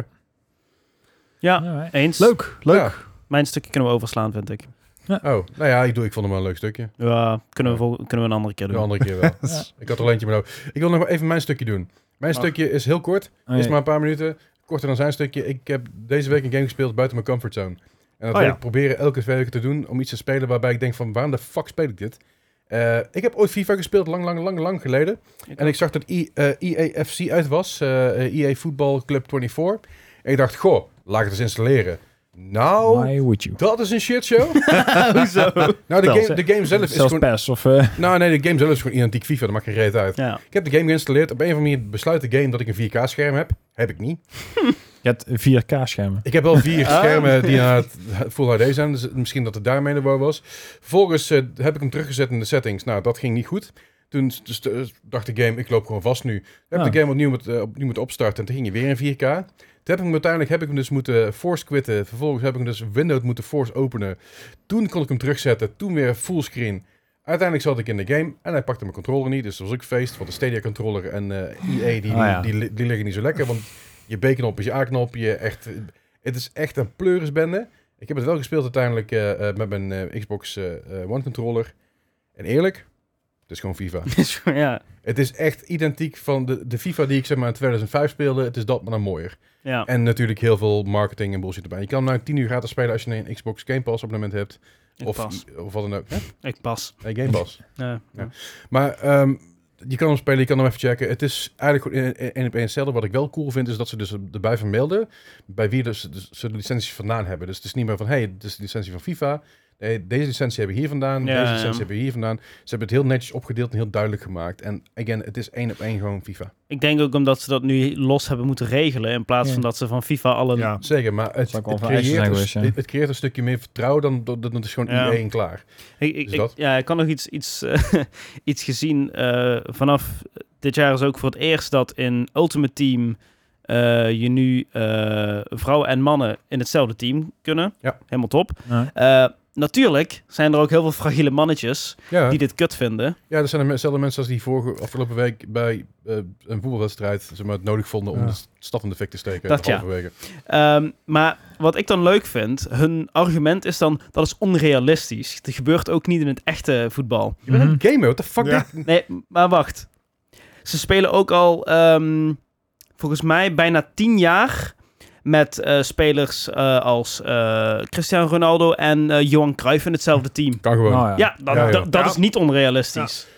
Ja, Alright. eens. Leuk, leuk. Ja. Mijn stukje kunnen we overslaan, vind ik. Oh, nou ja, ik, doe, ik vond hem wel een leuk stukje. Ja, kunnen we, Ja. vol- kunnen we een andere keer De doen. andere keer wel. Ja. Ik had er al eentje maar nodig. Ik wil nog maar even mijn stukje doen. Mijn Ach. stukje is heel kort. Oh, Is ja. maar een paar minuten. Korter dan zijn stukje. Ik heb deze week een game gespeeld buiten mijn comfortzone. En dat Oh, wil ja. ik proberen elke twee weken te doen. Om iets te spelen waarbij ik denk van, waarom de fuck speel ik dit? Uh, ik heb ooit FIFA gespeeld, lang, lang, lang, lang geleden. Ik En ik zag dat I, uh, E A F C uit was. Uh, E A Football Club vierentwintig. En ik dacht, goh, laat ik het eens installeren. Nou, Why would you? dat is een shitshow. Hoezo? Nou, de Stel. game, de game zelf is Zelfs gewoon... PES of... uh, Nou, nee, de game zelf is gewoon identiek FIFA. Dat maakt geen reet uit. Ja. Ik heb de game geïnstalleerd. Op een of andere manier besluit de game dat ik een vier K-scherm heb. Heb ik niet. je hebt vier K-schermen. Ik heb wel vier Ah. schermen die aan het Full H D zijn. Dus misschien dat het daarmee de war was. Vervolgens uh, heb ik hem teruggezet in de settings. Nou, dat ging niet goed. Toen dus, uh, dacht de game, ik loop gewoon vast nu. Ik heb Ah. de game opnieuw, met, uh, opnieuw moeten opstarten. En toen ging je weer in vier K. Toen heb ik hem uiteindelijk heb ik hem dus moeten force quitten. Vervolgens heb ik hem dus Windows moeten force openen. Toen kon ik hem terugzetten. Toen weer fullscreen. Uiteindelijk zat ik in de game en hij pakte mijn controller niet. Dus dat was ook feest. Want de Stadia controller en uh, E A die, Ah, ja. die, die, die liggen niet zo lekker. Want je B-knop is je A-knop. Je echt, het is echt een pleurisbende. Ik heb het wel gespeeld uiteindelijk uh, uh, met mijn uh, Xbox uh, uh, One controller. En eerlijk, het is gewoon FIFA. ja. Het is echt identiek van de, de FIFA die ik zeg maar in tweeduizend vijf speelde. Het is dat, maar dan mooier. Ja. En natuurlijk heel veel marketing en bullshit erbij. Je kan hem nou tien uur gratis spelen als je een Xbox Game Pass abonnement hebt. Ik Of, pas. of wat dan ook. Hè? Ik pas. Nee, Game Pass. Ja. Ja. Maar um, je kan hem spelen, je kan hem even checken. Het is eigenlijk gewoon één op één hetzelfde. Wat ik wel cool vind, is dat ze dus erbij vermelden bij wie dus, dus ze de licenties vandaan hebben. Dus het is niet meer van, hey, dit is de licentie van FIFA. Nee, deze licentie hebben we hier vandaan, Ja, deze licentie ja. hebben we hier vandaan. Ze hebben het heel netjes opgedeeld en heel duidelijk gemaakt. En again, het is één op één gewoon FIFA. Ik denk ook omdat ze dat nu los hebben moeten regelen. In plaats Ja. van dat ze van FIFA al een... Ja. Zeker, maar het, zou ik wel het, van eisen creëert, zijn een, geweest, ja. het, het creëert een stukje meer vertrouwen dan dat dat is gewoon Ja. E A en klaar. Ik, ik, Dus ik- dat? ja, ik kan nog iets, iets, eh, iets gezien. eh, vanaf dit jaar is ook voor het eerst dat in Ultimate Team eh, je nu eh, vrouwen en mannen in hetzelfde team kunnen. Ja. Helemaal top. Ja. Eh, natuurlijk zijn er ook heel veel fragiele mannetjes Ja, die dit kut vinden. ja er zijn dezelfde mensen als die vorige afgelopen week bij uh, een voetbalwedstrijd zeg maar, het nodig vonden om Ja. de staf in de fik te steken. Dat ja. halverwege. Ehm, maar wat ik dan leuk vind, hun argument is dan dat is onrealistisch. Het gebeurt ook niet in het echte voetbal. Je bent Mhm. een gamer, what the fuck? Ja. dit- Nee, maar wacht. Ze spelen ook al, ehm, volgens mij, bijna tien jaar met eh, spelers eh, als eh, Cristiano Ronaldo en eh, Johan Cruijff in hetzelfde team. Kan gewoon. Oh, ja. ja. Ja, dat, Ja, ja. dat, dat Ja. is niet onrealistisch.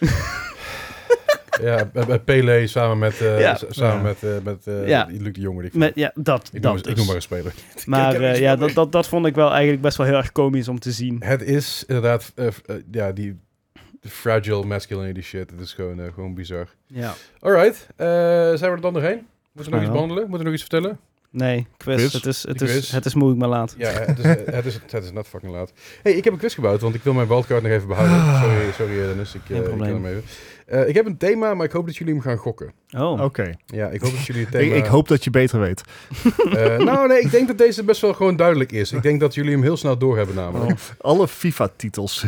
bij, bij Pele samen met, uh, Ja. s- samen Ja. met, uh, met uh, Ja. Luc de Jonge. Die ik, Met, ja, dat. ik, dat noem, ik dus. noem maar een speler. Maar Ik heb eh, iets ja, van- dat, dat, dat vond ik wel eigenlijk best wel heel erg komisch om te zien. Het is inderdaad, uh, uh, ja, die de fragile masculinity shit. Het is gewoon, uh, gewoon bizar. Ja. Alright, uh, zijn we er dan doorheen? Moeten we nog mij iets wel. behandelen? Moeten we nog iets vertellen? Nee, quiz. Quiz? Het, is, het, De is, quiz. het is moeilijk maar laat. Ja, het is, het is, het is net fucking laat. Hey, ik heb een quiz gebouwd, want ik wil mijn wildcard nog even behouden. Sorry, sorry Dennis, ik, Geen uh, ik probleem. kan hem even. Uh, ik heb een thema, maar ik hoop dat jullie hem gaan gokken. Oh. Oké. Ja, ik hoop dat jullie het Ik, thema... ik hoop dat je beter weet. Uh, nou, nee, ik denk dat deze best wel gewoon duidelijk is. Ik denk dat jullie hem heel snel doorhebben namelijk. Alle FIFA-titels.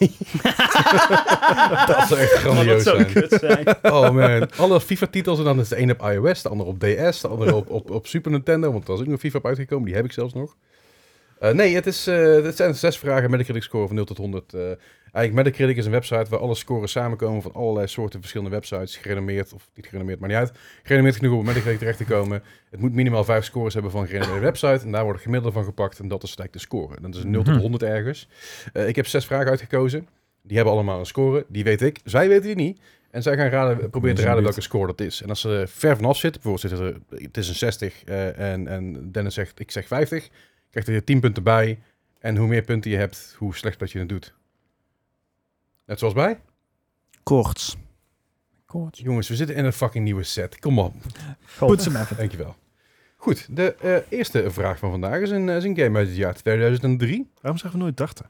Dat zou echt Oh, dat grandioos zou zijn. kut zijn. Oh man, alle FIFA-titels en dan is de een op iOS, de andere op D S, de andere op, op, op Super Nintendo, want daar is ook nog FIFA op uitgekomen, die heb ik zelfs nog. Uh, nee, het, is, uh, het zijn zes vragen Metacritic score van nul tot honderd. Uh, eigenlijk Metacritic is een website waar alle scores samenkomen van allerlei soorten verschillende websites, gerenommeerd of niet gerenommeerd, maar niet uit. Gerenommeerd genoeg om op Metacritic terecht te komen. Het moet minimaal vijf scores hebben van een gerenommeerde website en daar wordt het gemiddelde van gepakt en dat is eigenlijk de score. En dat is nul tot honderd ergens. Uh, ik heb zes vragen uitgekozen. Die hebben allemaal een score. Die weet ik. Zij weten die niet. En zij gaan raden, proberen te raden welke score dat is. En als ze ver vanaf zitten, bijvoorbeeld zit er, het is een zestig uh, en, en Dennis zegt, ik zeg vijftig, krijgt er tien punten bij. En hoe meer punten je hebt, hoe slecht dat je het doet. Net zoals bij? Koorts. Koorts. Jongens, we zitten in een fucking nieuwe set. Kom op. Put some effort. Dankjewel. Goed, de uh, eerste vraag van vandaag is een, is een game uit het jaar tweeduizend drie. Waarom zeggen we nooit dachten?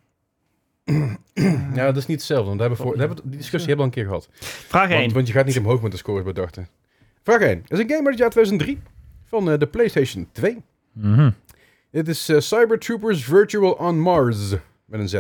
Ja, dat is niet hetzelfde. Want we hebben voor, we hebben, die discussie hebben we al een keer gehad. Vraag één. Want, want je gaat niet omhoog met de scores bij dachten. Vraag één. Is een game uit het jaar tweeduizend drie van uh, de PlayStation twee. Mm-hmm. Dit is uh, Cyber Troopers Virtual on Mars. Met een Z.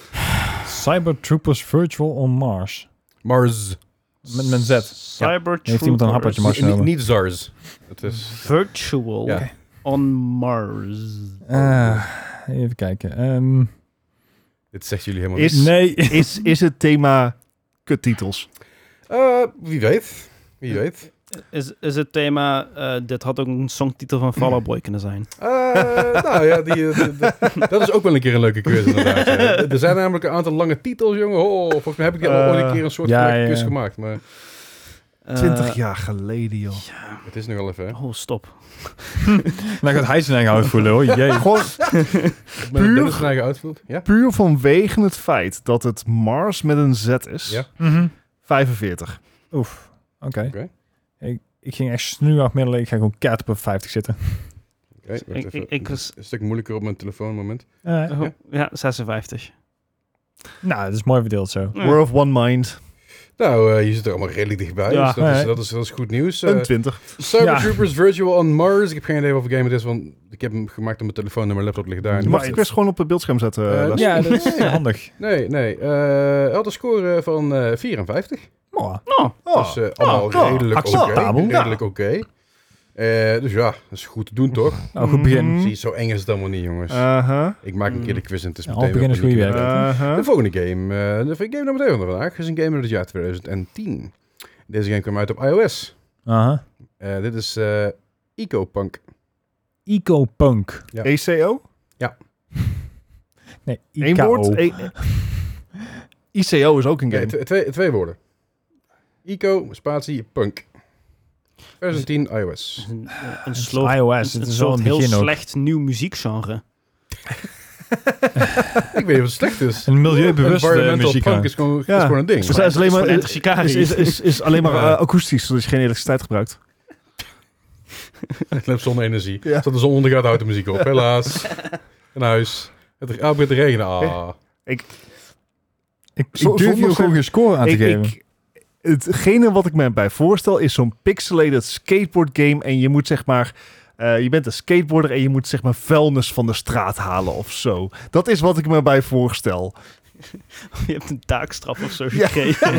Cyber Troopers Virtual on Mars. Mars. Met een Z. Cyber Heeft iemand een happertje Mars Niet, niet, genomen? niet ZARS. Het is... Virtual Ja. on Mars. Uh, even kijken. Um, Dit zegt jullie helemaal Is- niet. nee. Is, is het thema kuttitels? Uh, wie weet. Wie weet. Is, is het thema, uh, dit had ook een songtitel van Fall Out Boy kunnen zijn. Uh, nou ja, die, uh, die- die- dat is ook wel een keer een leuke quiz inderdaad. Ja. Er zijn namelijk een aantal lange titels, jongen. Oh, volgens mij heb ik die al Uh, ooit een keer een soort ja, gelijke ja, quiz ja. gemaakt. Maar Twintig Uh, jaar geleden, joh. Ja. het is nog wel even, hè. Oh, stop. Dan gaat hij zijn eigen uitvoelen hoor. Jee. Gewoon Ik ben Puur- Dennis zijn eigen uitvult. Ja? puur vanwege het feit dat het Mars met een Z is. Ja. Mhm. vijfenveertig. Oef. Oké. Oké. Ik, ik ging echt snuwig middelen. Ik ga gewoon cat op vijftig zitten. Oké, wacht Ik- even. ik- ik was- Een stuk moeilijker op mijn telefoon, moment. Uh, Oh, ja, zesenvijftig. nou, dat is mooi verdeeld zo. Ja. We're of one mind. Nou, uh, je zit er allemaal redelijk dichtbij. Ja. Dus dat, is, Nee. dat, is, dat is goed nieuws. Uh, Een twintig. Cyber Ja. Troopers Virtual on Mars. Ik heb geen idee wat voor game het is, want ik heb hem gemaakt op mijn telefoon en mijn laptop ligt daar. Je mag de quiz gewoon op het beeldscherm zetten. Eh, Les. Ja, dat is handig. Nee, nee. Uh, hij had een score van uh, vierenvijftig. Oh, Oh, Oh, Dus uh, allemaal oh, redelijk oké. acceptabel. Redelijk oké. Uh, dus ja, dat is goed te doen, toch? nou, goed begin. Mhm. Zie, zo eng is het allemaal niet, jongens. Uh-huh. Ik maak een keer de quiz en het is Ja, meteen al beginnen weer is goede paniek. werk. Uh-huh. De volgende game, uh, de game nummer twee van vandaag, is een game uit het jaar tweeduizend tien. Deze game kwam uit op iOS. Aha. Uh, dit is uh, EcoPunk. Eco-punk. Ja. E C O? Nee, Eén I K O. woord? E- I C O is ook een Nee, game. tw- twee, twee woorden. Eco, spatie, punk. tweeduizend tien iOS. een, een is sloot, iOS, een, het een is wel soort een heel begin ook. slecht nieuw muziekgenre. Ik weet niet of het slecht is. Een milieubewuste Environmental muziek. punk is gewoon, Ja. is gewoon een ding. Dus hij is alleen Het is maar, gewoon is, Enter Shikari. is, is, is alleen maar Ja. uh, akoestisch, zodat je geen elektriciteit gebruikt. Het heeft zonne-energie. Ja. Als de zon ondergaat, houdt de muziek op. Helaas. In huis. Het ah, begint te regenen. Ah. Ik, Zo- ik durf zonder hier gewoon geen score aan te Ik, geven. ik, hetgene wat ik me bij voorstel is zo'n pixelated skateboard game en je moet zeg maar, uh, je bent een skateboarder en je moet zeg maar vuilnis van de straat halen of zo. Dat is wat ik me bij voorstel. Je hebt een taakstraf of zo Ja. gekregen.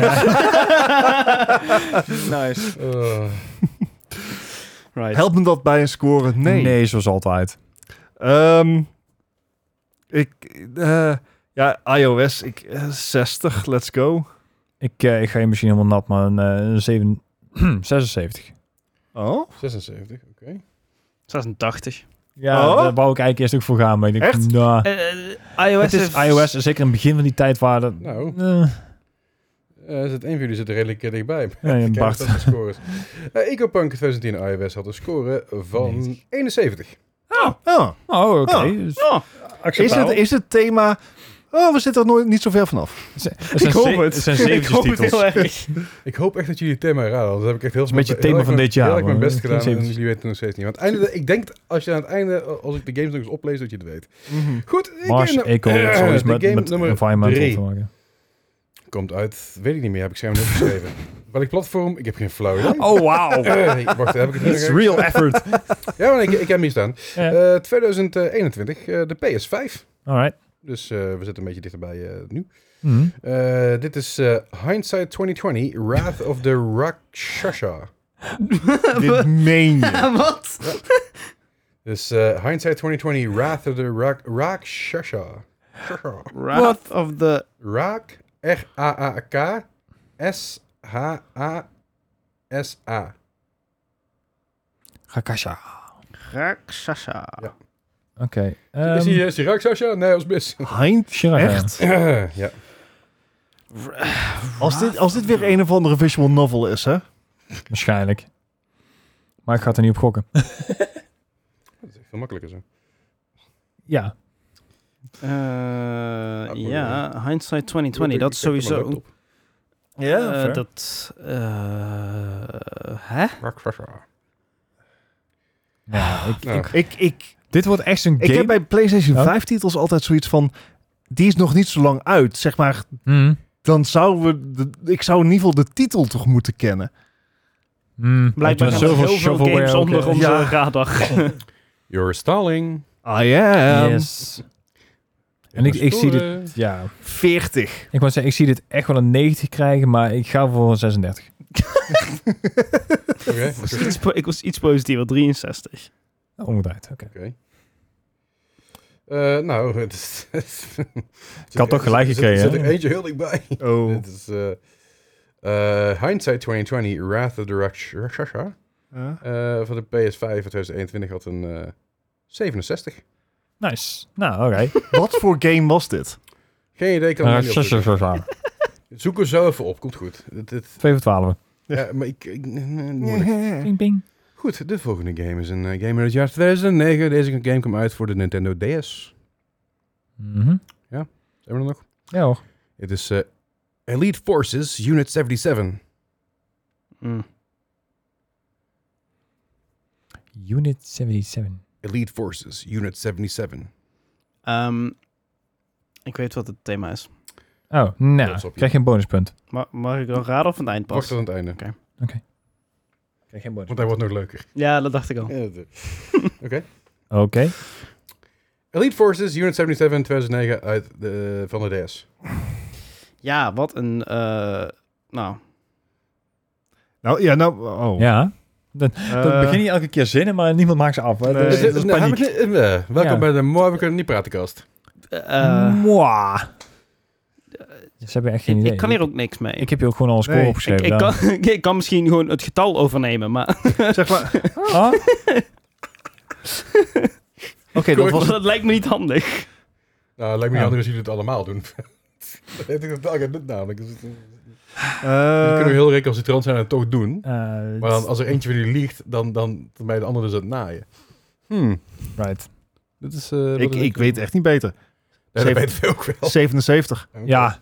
Nice. Uh, Right. Helpt me dat bij een score? Nee. Nee, zoals altijd. Ehm, ik, uh, ja, iOS, ik, uh, zestig, let's go. Ik, uh, ik ga je misschien helemaal nat, maar een, uh, een zeven, zesenzeventig. Oh? zesenzeventig, oké. zesentachtig. Ja, Oh? daar wou ik eigenlijk eerst ook voor gaan. Maar ik denk, Echt? nou, Uh, iOS het is heeft- iOS, zeker in het begin van die tijd waren... Nou, eh, uh, zit één van jullie zit er redelijk uh, dichtbij. Ja, ja, Kijk Bart. wat de score is. Uh, EcoPunk tweeduizend tien iOS had een score van negentig. eenenzeventig. Oh. Oh, oké. Oh. Dus Oh, Is, het, is het thema... Oh, we zitten er nooit, niet zo ver vanaf. het zijn- het zijn hoop ze- het. Het zijn ik zeventjes hoop het titels. heel erg. Ik hoop echt dat jullie het thema raden. Want dat heb ik echt heel een beetje het heel thema erg van mijn- dit jaar, Heel erg mijn man. best gedaan en zevenentjes. jullie weten het nog steeds niet. Want het einde, ik denk als je aan het einde, als ik de games nog eens oplees, dat je het weet. Goed, Mars, game, Eco, eh, zoiets de met, game met nummer environmental drie te maken. komt uit, weet ik niet meer, heb ik scherm opgeschreven. Welk platform? Ik heb geen flauw idee. Oh, wauw. Eh, wacht, heb ik het It's hier? real effort. Ja, maar ik, ik heb hem hier staan. Ja. Eh, tweeduizend eenentwintig, eh, de P S vijf. Alright. Dus uh, we zitten een beetje dichterbij uh, nu. Mhm. Uh, dit is uh, Hindsight twintig twintig, Wrath of the Rakshasa. Dit meen je. Wat? Dus uh, Hindsight twintig twintig, Wrath of the Rak Rakshasa. Wrath of the... Rak, R A A K, S H A S A. Rakasha. Rakshasa. Ja. Oké. Is die, is die Rakshasa? Nee, dat was mis. Hind? Shiraga. Echt? ja. Als dit, als dit weer een of andere visual novel is, hè? Waarschijnlijk. Maar ik ga er niet op gokken. Dat is echt veel makkelijker zo. Ja. Uh, ja, Hindsight twintig twintig, dat is Ik- ik- ik- sowieso... mijn laptop. Ja, Uh, fair. dat... Uh, hè? Ja, ik, Nou. ik, Ik, ik, dit wordt echt een ik game. heb bij PlayStation Oh. vijf titels altijd zoiets van... Die is nog niet zo lang uit. Zeg maar, Mm. dan zouden we... De, ik zou in ieder geval de titel toch moeten kennen. Mm. Blijkbaar Met gaan er zoveel heel veel shovelware games ook, onder eh, onze ja. radar. You're stalling. I am. Yes. En ik, ik zie dit... Ja. veertig. Ik wou zeggen, ik zie dit echt wel een negentig krijgen, maar ik ga voor een zesendertig. Oké. Iets po- ik was iets positiever, drieënzestig. Omgedraaid, oké. Oké. Uh, nou, het is... Ik had toch gelijk Er gekregen, zit er hè? eentje heel dichtbij. Oh. Dit is... Uh, uh, Hindsight twenty twenty, Wrath of the Rakshasa. Uh. Uh, van de P S vijf van twintig eenentwintig had een uh, zevenenzestig. Nice. Nou, oké. Wat voor game was dit? Geen idee, kan Uh, ik niet opzoeken. twee Zoek er zo even op, komt goed. Dit, dit, voor twaalf. ja, maar ik... ik moeilijk. Bing, bing. Goed, de volgende game is een uh, game uit het jaar tweeduizend negen. Deze game kwam uit voor de Nintendo D S. Mhm. Zijn we er nog? Ja hoor. Het is uh, Elite Forces Unit zevenenzeventig. Mm. Unit zevenenzeventig. Elite Forces Unit zevenenzeventig. Um, ik weet wat het thema is. Oh, nou, Trots op je. krijg je een bonuspunt. Ma- mag ik dan raden of aan het eind Wacht pas? tot aan het einde. Oké. Krijg geen Want hij wordt nog leuker. Ja, dat dacht ik al. Ja, dat- Oké. Oké. Elite Forces Unit zevenenzeventig tweeduizend negen uit de, van de D S. Ja, wat een... Uh, nou, Nou, ja, nou... Oh. Ja. Dat Eh, begin niet elke keer zinnen, maar niemand maakt ze af. Hè? Nee, Dus- Is dit- dat is nou, paniek. heb ik niet- eh, welkom Ja. bij de Mooi We Kunnen Niet Praten kast. uh, Mwah. Ze hebben echt geen ik, idee. ik kan hier ook niks mee. Ik heb hier ook gewoon al een score Nee. opgeschreven. ik, ik, daar. kan, ik kan misschien gewoon het getal overnemen, maar Zeg maar... Ah? Oké, dat was... dat lijkt me niet handig. Nou, het lijkt me niet Ja. handig als jullie het allemaal doen. Dat weet ik dat ik dit namelijk. Dus het- eh, Jullie kunnen heel recalcitrant zijn en het toch doen. Eh, Maar dan, als er eentje van jullie liegt, dan, dan, dan ben je de ander dus aan het naaien. Hmm. Right. Dit is, uh, wat ik, is ik weet echt niet beter. Nee, dat zeven- weten we ook wel. zevenenzeventig. Ja.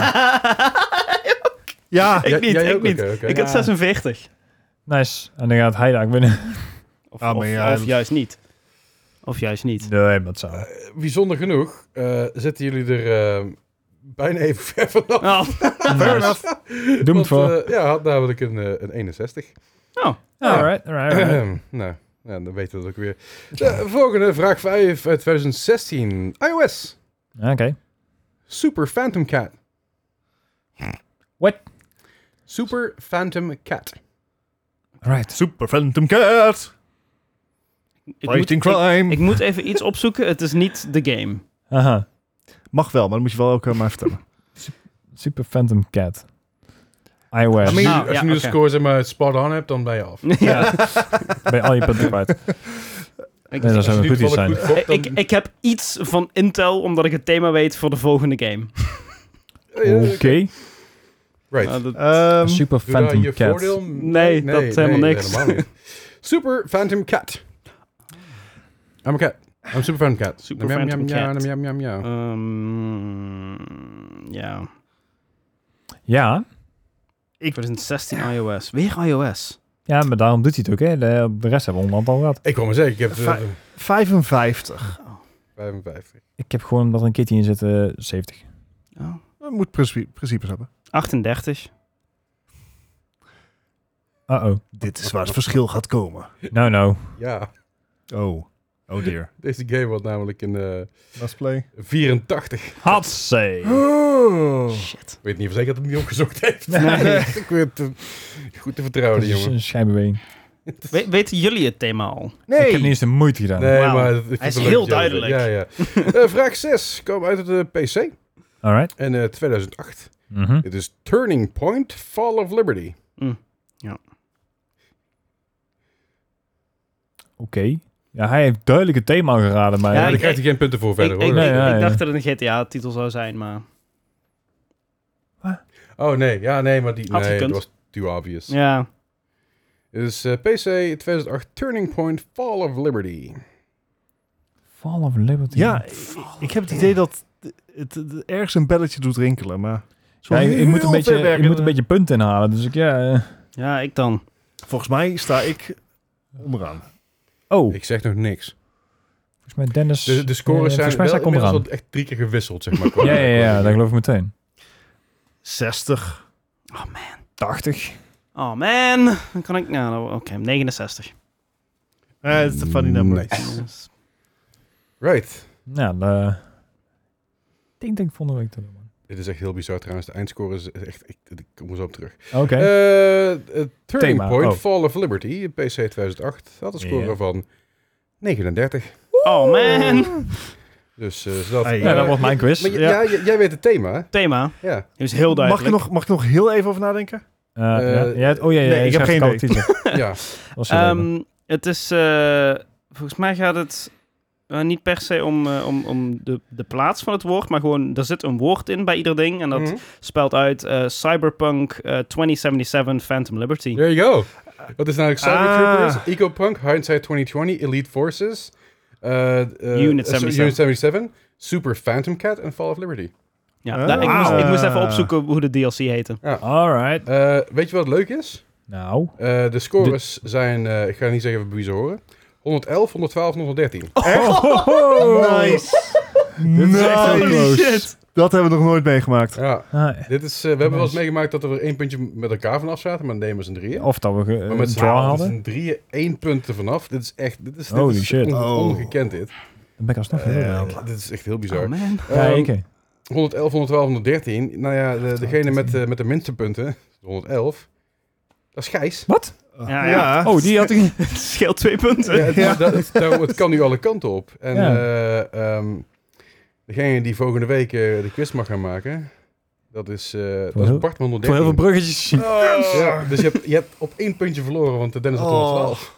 Ja. Ik niet, jij ik ook? niet. Oké, oké. Ik had Ja. zesenveertig. Nice. En dan gaat hij daar winnen. Of, Ah, maar of, ja, of dat- juist niet. Of juist niet. Nee, dat zou. Uh, bijzonder genoeg uh, zitten jullie er uh, bijna even ver vanaf. Oh. Fair enough. Doe Want, het voor. uh, ja, had namelijk een, uh, een eenenzestig. Oh. Alright, alright, alright. nou, ja, dan weten we dat ook weer. De volgende, vraag vijf uit twintig zestien. iOS. Oké. Super Phantom Cat. What? Super Phantom Cat. Alright. Super Phantom Cat. Ik moet, Fighting ik, crime. ik moet even iets opzoeken. Het is niet de game. Aha. Mag wel, maar dan moet je wel ook aan mij vertellen. Super Phantom Cat. iOS. Als je, Ah, als je ja, nu de oké. score zeg maar spot on hebt, dan ben je af. Ja. Ben al je punten kwijt. Ik, Nee, dat Als zou je wel nu goed iets zijn. toevallig goed gokt, ik, dan- ik heb iets van Intel, omdat ik het thema weet voor de volgende game. Ja, ja, Oké. Right. Nou, dat- Ehm, Super Doe daar Phantom je Cat. voordeel? Nee, dat is helemaal niks. helemaal niet. Super Phantom Cat. I'm a cat. I'm Super Phantom Cat. Super Yum, yum, Phantom yum, Cat. yum, yum, yum. Ehm, ja. Ja. twintig zestien iOS. Weer iOS. Ja, maar daarom doet hij het ook, hè. De, de rest hebben we onderhand al gehad. Ik kom maar zeggen, ik heb uh, Vij- vijfenvijftig. vijfenvijftig. Ik heb gewoon dat er een kitty in zit, uh, zeventig. Oh. Dat moet principe- principes hebben. achtendertig. Uh-oh. Dit is waar het verschil gaat komen. No, no. Ja, Oh. Oh dear. deze game wordt namelijk in uh, Let's play. vierentachtig. Hatsé. Oh. Shit. Ik weet niet of zeker dat hij het niet opgezocht heeft. Nee. ik weet uh, goed te vertrouwen, Dat die is jongen. een schijnbeweging. We- weten jullie het thema al? Nee. Ik heb niet eens de moeite gedaan. Nee, Wauw. maar... ik vind Hij is het leuk heel dat jij- duidelijk. Ja, ja. Uh, vraag zes. Komen uit de P C. Alright. En uh, tweeduizend acht. Mhm. Het is Turning Point Fall of Liberty. Oké. Ja, hij heeft duidelijk het thema al geraden, maar... Ja, Ja, ik- daar krijgt hij geen punten voor verder, ik, hoor. ik, Nee, ik, ja, ik ja. dacht dat het een G T A-titel zou zijn, maar... Oh, nee. Ja, nee, maar die... Had Nee, gekund. dat was too obvious. Ja. Het is uh, P C tweeduizend acht Turning Point Fall of Liberty. Fall of Liberty. Ja, ik, ik heb het idee dat het, het ergens een belletje doet rinkelen, maar... Ja, ik, ik, moet een beetje, ik werken. moet een beetje punten inhalen. Dus ik, ja... Uh... Ja, ik dan. Volgens mij sta ik onderaan. Oh, Ik zeg nog niks. volgens mij Dennis... De, de scores uh, zijn mij wel sta ik inmiddels onderaan. al echt drie keer gewisseld, zeg maar. Ja, ja, ja, dat geloof ik meteen. zestig. Oh man. tachtig. Oh man. Dan kan ik... Nou, oké, okay, negenenzestig. Eh, dat is een funny number. Nice. Yes. Right. Ja, uh, ik denk dat ik volgende week te doen. Dit is echt heel bizar trouwens. De eindscore is echt... Ik, ik kom er zo op terug. Oké. Okay. Uh, uh, Turning Thema, Point, oh. Fall of Liberty, P C tweeduizend acht. Had een score Ja. van negenendertig. Oh man. Dus uh, zodat... Hey. uh, Ja, dat was mijn quiz. Maar, j- Ja. ja, j- jij weet het thema, hè? Thema. Ja. is heel Mag duidelijk. ik, nog, mag ik nog heel even over nadenken? Uh, ja, Eh, ja, oh ja, ja, nee, je ik heb schrijft geen het al titel. ja. Was er even. Um, het is... Uh, volgens mij gaat het... Uh, niet per se om, uh, om, om de, de plaats van het woord, maar gewoon, er zit een woord in bij ieder ding. En dat Mhm. spelt uit uh, Cyberpunk uh, twintig zevenenzeventig Phantom Liberty. There you go. Dat is namelijk Cyber Ah. Troopers, EcoPunk, Hindsight twintig twintig, Elite Forces, uh, uh, Unit uh, zevenenzeventig. Unit zevenenzeventig, Super Phantom Cat en Fall of Liberty. Ja, Ah. daar- ik, moest, ik moest even Ah. opzoeken hoe de D L C heette. Alright. Uh, weet je wat leuk is? Nou. Uh, de scores zijn, uh, ik ga niet zeggen wie ze horen, honderd elf, honderdtwaalf en honderddertien. Oh, nice. Dit is echt heel close. Shit. Dat hebben we nog nooit meegemaakt. Ja, Ah, dit is, uh, we hebben wel eens Nice. meegemaakt dat we er één puntje met elkaar vanaf zaten, maar dan deden we z'n drieën. of dat we ge- Maar een met z'n draw allen hadden. z'n drieën één punt er vanaf. Dit is echt, dit is, dit Holy is shit. on- Oh. ongekend dit. Dan ben ik alsnog heel Uh, uh, dit is echt heel bizar. Oh man. Ehm, Kijken. honderdelf, honderdtwaalf, honderddertien. Nou ja, de, degene met, uh, met de minste punten, honderdelf, dat is Gijs. Wat? Ja, ja. Oh, die had ik... Het scheelt twee punten. Ja, het, Ja. dat- het, nou, het kan nu alle kanten op. En Ja. eh, ehm, degene die volgende week uh, de quiz mag gaan maken, dat is, uh, dat is heel- Bart Voor honderddertien. heel veel bruggetjes. Ja, dus je hebt, je hebt op één puntje verloren, want de Dennis had Oh. honderdtwaalf.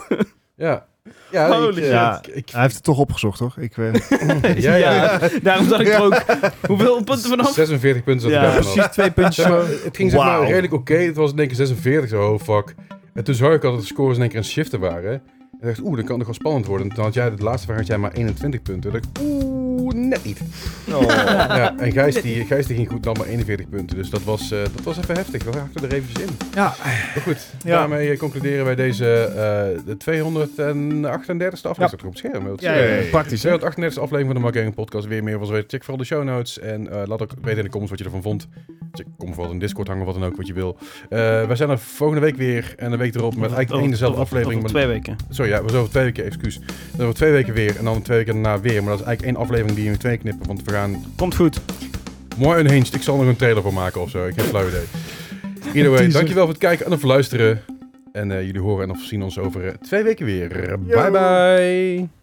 Ja. Ja, Holy ik, uh, shit. ik, ik- Hij heeft het toch opgezocht, hoor. Ik, uh, ja, ja, ja. Daarom zat ik er ook... Hoeveel punten vanaf? zesenveertig punten zat Ja, ik daar vanaf. Precies twee puntjes. Zeg maar, het ging zeg maar Wauw. redelijk oké. Het was in één keer zesenveertig. Zo, oh fuck. En toen zag ik al dat de scores in één keer een shiften waren. En ik dacht, oeh, dan kan het nog wel spannend worden. En toen had jij, de laatste vraag had jij maar eenentwintig punten. Toen dacht ik, oeh, net niet. oh. Ja, en Gijs die, Gijs die ging goed, dan maar eenenveertig punten. Dus dat was, uh, dat was even heftig. We hakten er eventjes in. Ja. Maar goed, Ja. daarmee concluderen wij deze uh, de tweehonderdachtendertigste aflevering. Ja. Op het scherm. Dat is, Ja, ja, ja. uh, Praktisch, hè? tweehonderdachtendertigste aflevering van de Mark Gaming Podcast. Weer meer van zo weten. Check vooral de show notes. En uh, laat ook weten in de comments wat je ervan vond. Check, kom vooral in Discord hangen, wat dan ook, wat je wil. Uh, wij zijn er volgende week weer. En een week erop met eigenlijk één dezelfde Over- aflevering. over maar- twee weken. Sorry, ja, we zijn over twee weken, excuus. Dan over twee weken weer. En dan twee weken daarna weer. Maar dat is eigenlijk één aflevering die je in twee knippen. Want we gaan Komt goed. mooi unhinged. Ik zal nog een trailer voor maken of zo. Ik heb een flauw idee. Either way, dankjewel voor het kijken en het luisteren. En uh, jullie horen en of zien ons over uh, twee weken weer. Bye bye.